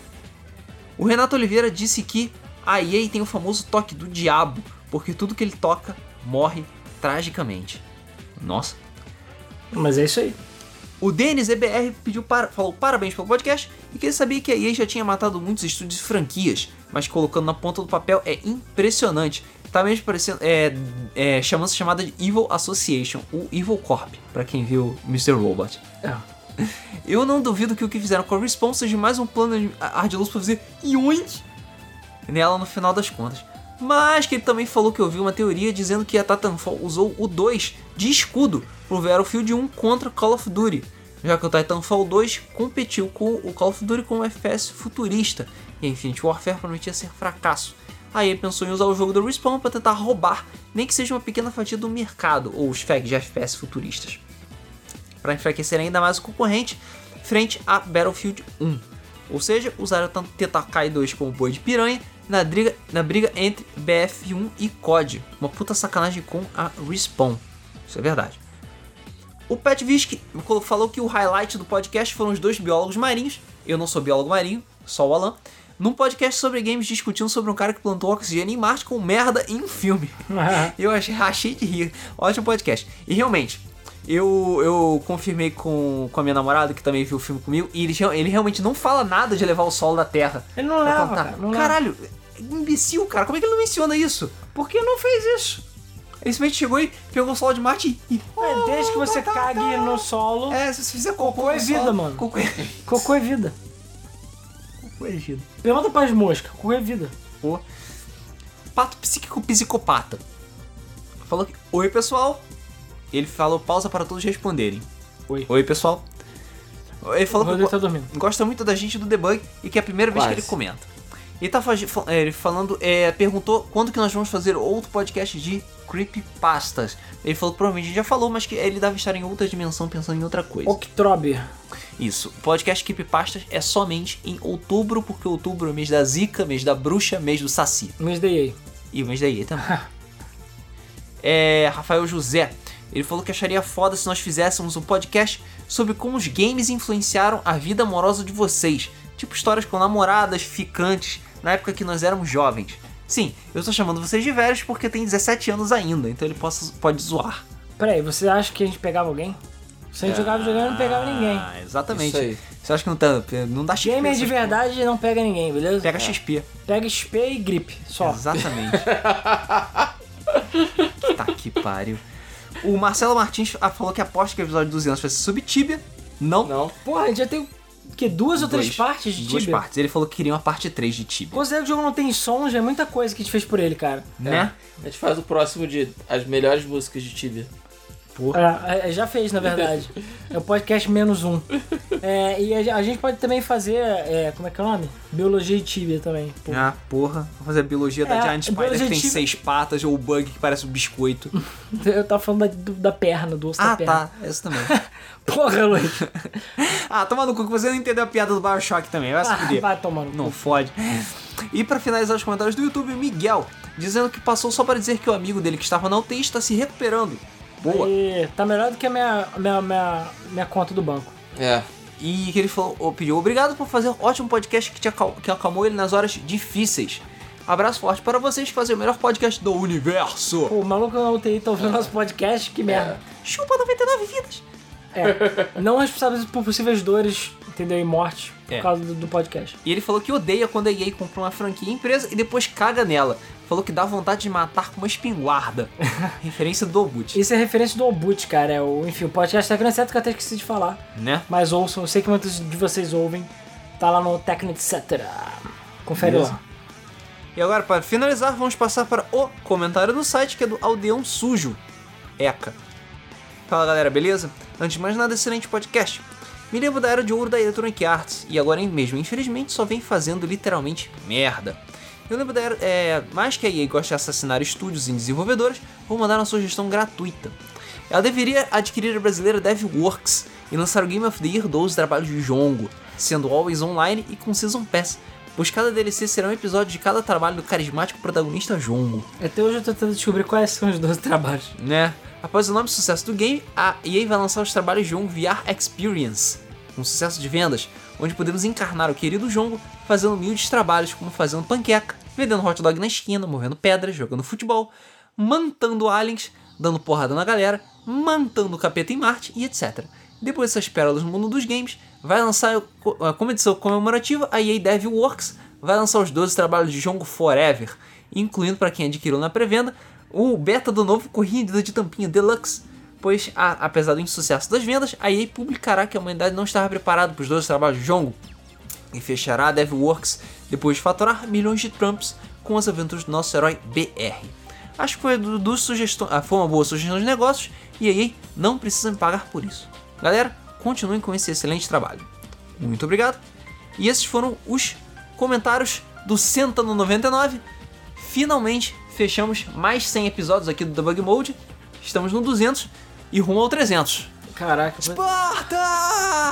O Renato Oliveira disse que a EA tem o famoso toque do diabo, porque tudo que ele toca morre tragicamente. Nossa. Mas é isso aí. O Denis EBR falou parabéns pelo podcast e que ele sabia que a EA já tinha matado muitos estúdios e franquias, mas colocando na ponta do papel é impressionante. Tá mesmo parecendo chamada de Evil Association, o Evil Corp, pra quem viu Mr. Robot. Eu não duvido que o que fizeram com a Respawn seja mais um plano de ardiloso pra fazer yoink nela no final das contas. Mas que ele também falou que ouviu uma teoria dizendo que a Titanfall usou o 2 de escudo pro Battlefield 1 contra Call of Duty, já que o Titanfall 2 competiu com o Call of Duty como um FPS futurista e a Infinite Warfare prometia ser fracasso. Aí ele pensou em usar o jogo do Respawn para tentar roubar, nem que seja uma pequena fatia do mercado, ou os FAG de FPS futuristas, para enfraquecer ainda mais o concorrente frente a Battlefield 1. Ou seja, usaram tanto Tetakai 2 como boi de piranha na briga entre BF1 e COD. Uma puta sacanagem com a Respawn. Isso é verdade. O Pat Visky falou que o highlight do podcast foram os dois biólogos marinhos. Eu não sou biólogo marinho, só o Alan. Num podcast sobre games discutindo sobre um cara que plantou oxigênio em Marte com merda em um filme. Eu rachei de rir. Ótimo podcast. E realmente, eu confirmei com a minha namorada, que também viu o filme comigo, e ele realmente não fala nada de levar o solo da Terra. Ele não leva, cara. Não Caralho, imbecil, cara. Como é que ele não menciona isso? Por que não fez isso? Ele simplesmente chegou e pegou o solo de Marte e... desde que você cague no solo... se você fizer cocô é vida, mano. Cocô é vida. Corrigido. Pergunta pras moscas, cocô é vida. Pato psíquico psicopata falou que... Oi, pessoal. Ele falou pausa para todos responderem. Oi, pessoal. Ele falou que tá dormindo. Gosta muito da gente do Debug e que é a primeira vez que ele comenta. Ele tá ele falando, perguntou quando que nós vamos fazer outro podcast de creepypastas. Ele falou que provavelmente a gente já falou, mas que ele deve estar em outra dimensão pensando em outra coisa. October. Isso, o podcast creepypastas é somente em outubro, porque outubro é o mês da zica, mês da bruxa, mês do saci. Mês da EA. E o mês da EA também. Rafael José, ele falou que acharia foda se nós fizéssemos um podcast sobre como os games influenciaram a vida amorosa de vocês. Tipo histórias com namoradas, ficantes, na época que nós éramos jovens. Sim, eu tô chamando vocês de velhos porque tem 17 anos ainda, então ele pode zoar. Peraí, você acha que a gente pegava alguém? Se a gente jogava videogame, não pegava ninguém. Exatamente. Isso aí. Você acha que não dá XP? Gamer de verdade não pega ninguém, beleza? Pega XP. Pega XP e gripe, só. Exatamente. Tá que pariu. O Marcelo Martins falou que aposta que o episódio 200 vai ser sobre Tibia. Não. Porra, a gente já tem o quê? Duas ou três partes de Tibia? Duas partes. Ele falou que queria uma parte 3 de Tibia. Considera que o jogo não tem som, já é muita coisa que a gente fez por ele, cara. Né? A gente faz o próximo de as melhores músicas de Tibia. Já fez, na verdade. É o podcast -1. E a gente pode também fazer, como é que é o nome? Biologia e Tibia também. Porra. Vamos fazer a biologia da Giant Spider que tem 6 patas, ou o bug que parece um biscoito. Eu tava falando da perna, do osso da perna. Ah, tá. Essa também. Porra, Luiz. Toma no cu que você não entendeu a piada do Bioshock também. Vai se fuder. Vai tomando. Não fode. E pra finalizar os comentários do YouTube, Miguel, dizendo que passou só para dizer que o amigo dele que estava na UTI está se recuperando. Boa. Tá melhor do que a minha conta do banco. E que ele pediu obrigado por fazer um ótimo podcast que acalmou ele nas horas difíceis. Abraço forte para vocês que fazem o melhor podcast do universo. Pô, o maluco na UTI tá ouvindo nosso podcast, que merda. Chupa 99 vidas. Não responsáveis por possíveis dores, entendeu? E morte por causa do podcast. E ele falou que odeia quando a EA compra uma franquia empresa e depois caga nela. Falou que dá vontade de matar com uma espingarda. Referência do Obut. Isso é referência do Obut, cara. Enfim, o podcast Tecno Etc que eu até esqueci de falar. Né? Mas ouçam, eu sei que muitos de vocês ouvem. Tá lá no Tecno Etc. Confere lá. E agora, para finalizar, vamos passar para o comentário do site, que é do Aldeão Sujo. Eca. Fala galera, beleza? Antes de mais nada, excelente podcast. Me lembro da era de ouro da Electronic Arts, e agora mesmo, infelizmente, só vem fazendo literalmente merda. Eu lembro da era, mais que a EA gosta de assassinar estúdios e desenvolvedores, vou mandar uma sugestão gratuita. Ela deveria adquirir a brasileira DevWorks e lançar o Game of the Year 12 trabalhos de jongo, sendo always online e com Season Pass, pois cada DLC será um episódio de cada trabalho do carismático protagonista jongo. Até hoje eu tô tentando descobrir quais são os 12 trabalhos. Né? Após o enorme sucesso do game, a EA vai lançar os trabalhos de Jongo VR Experience, um sucesso de vendas, onde podemos encarnar o querido Jongo fazendo humildes trabalhos como fazendo panqueca, vendendo hot dog na esquina, movendo pedras, jogando futebol, mantando aliens, dando porrada na galera, mantando o capeta em Marte e etc. Depois dessas pérolas no mundo dos games, vai lançar como edição comemorativa a EA DevWorks, vai lançar os 12 trabalhos de Jongo Forever, incluindo para quem adquiriu na pré-venda, o beta do novo Corrida de Tampinha Deluxe, pois, apesar do insucesso das vendas, a EA publicará que a humanidade não estava preparada para os 12 trabalhos de Jongo e fechará a DevWorks depois de faturar milhões de Trumps com as aventuras do nosso herói BR. Acho que foi uma boa sugestão de negócios e a EA não precisa me pagar por isso. Galera, continuem com esse excelente trabalho. Muito obrigado. E esses foram os comentários do Senta no 99. Finalmente fechamos mais 100 episódios aqui do Debug Mode. Estamos no 200 e rumo ao 300. Caraca. Esparta!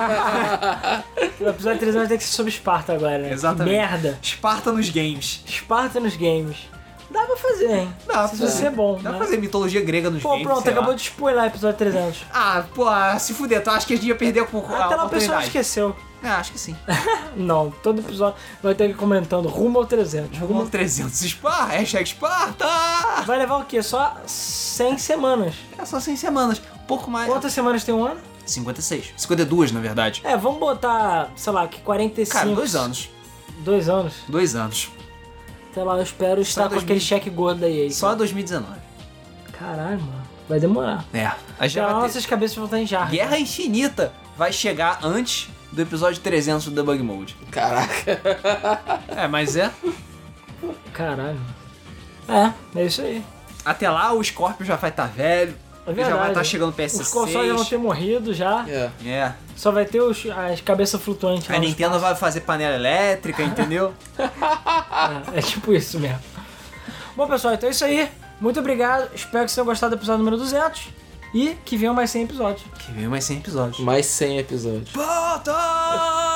O episódio 300 vai ter que ser sobre Esparta agora, né? Exatamente. Que merda. Esparta nos games. Esparta nos games. Dá pra fazer, hein? Dá Se isso é bom, Dá né? pra fazer mitologia grega nos games. Pô, pronto, acabou de spoiler o episódio 300. Se fuder, tu acha que a gente ia perder a Até lá o pessoal oportunidade? esqueceu. Acho que sim. Não, todo episódio vai ter que ir comentando rumo ao 300. Rumo ao 300. Hashtag Esparta! Vai levar o quê? Só 100 semanas. É só 100 semanas. Um pouco mais. Quantas semanas tem um ano? 56. 52, na verdade. Vamos botar, sei lá, que 45. Cara, 2 anos. 2 anos? 2 anos. Sei lá, eu espero estar com aquele cheque gordo da EA. Só 2019. Caralho, mano. Vai demorar. A gente vai ter... nossas cabeças vão estar em jarra. Guerra Infinita vai chegar antes do episódio 300 do Debug Mode. Caraca. Mas é. Caralho. É isso aí. Até lá o Scorpio já vai estar velho. É verdade. Já vai estar chegando o PS6. Os consoles já vão ter morrido já. É. Só vai ter as cabeças flutuantes. A Nintendo vai fazer panela elétrica, entendeu? É tipo isso mesmo. Bom, pessoal, então é isso aí. Muito obrigado. Espero que vocês tenham gostado do episódio número 200. E que venham mais 100 episódios. Que veio mais 100 episódios. Mais 100 episódios. Volta!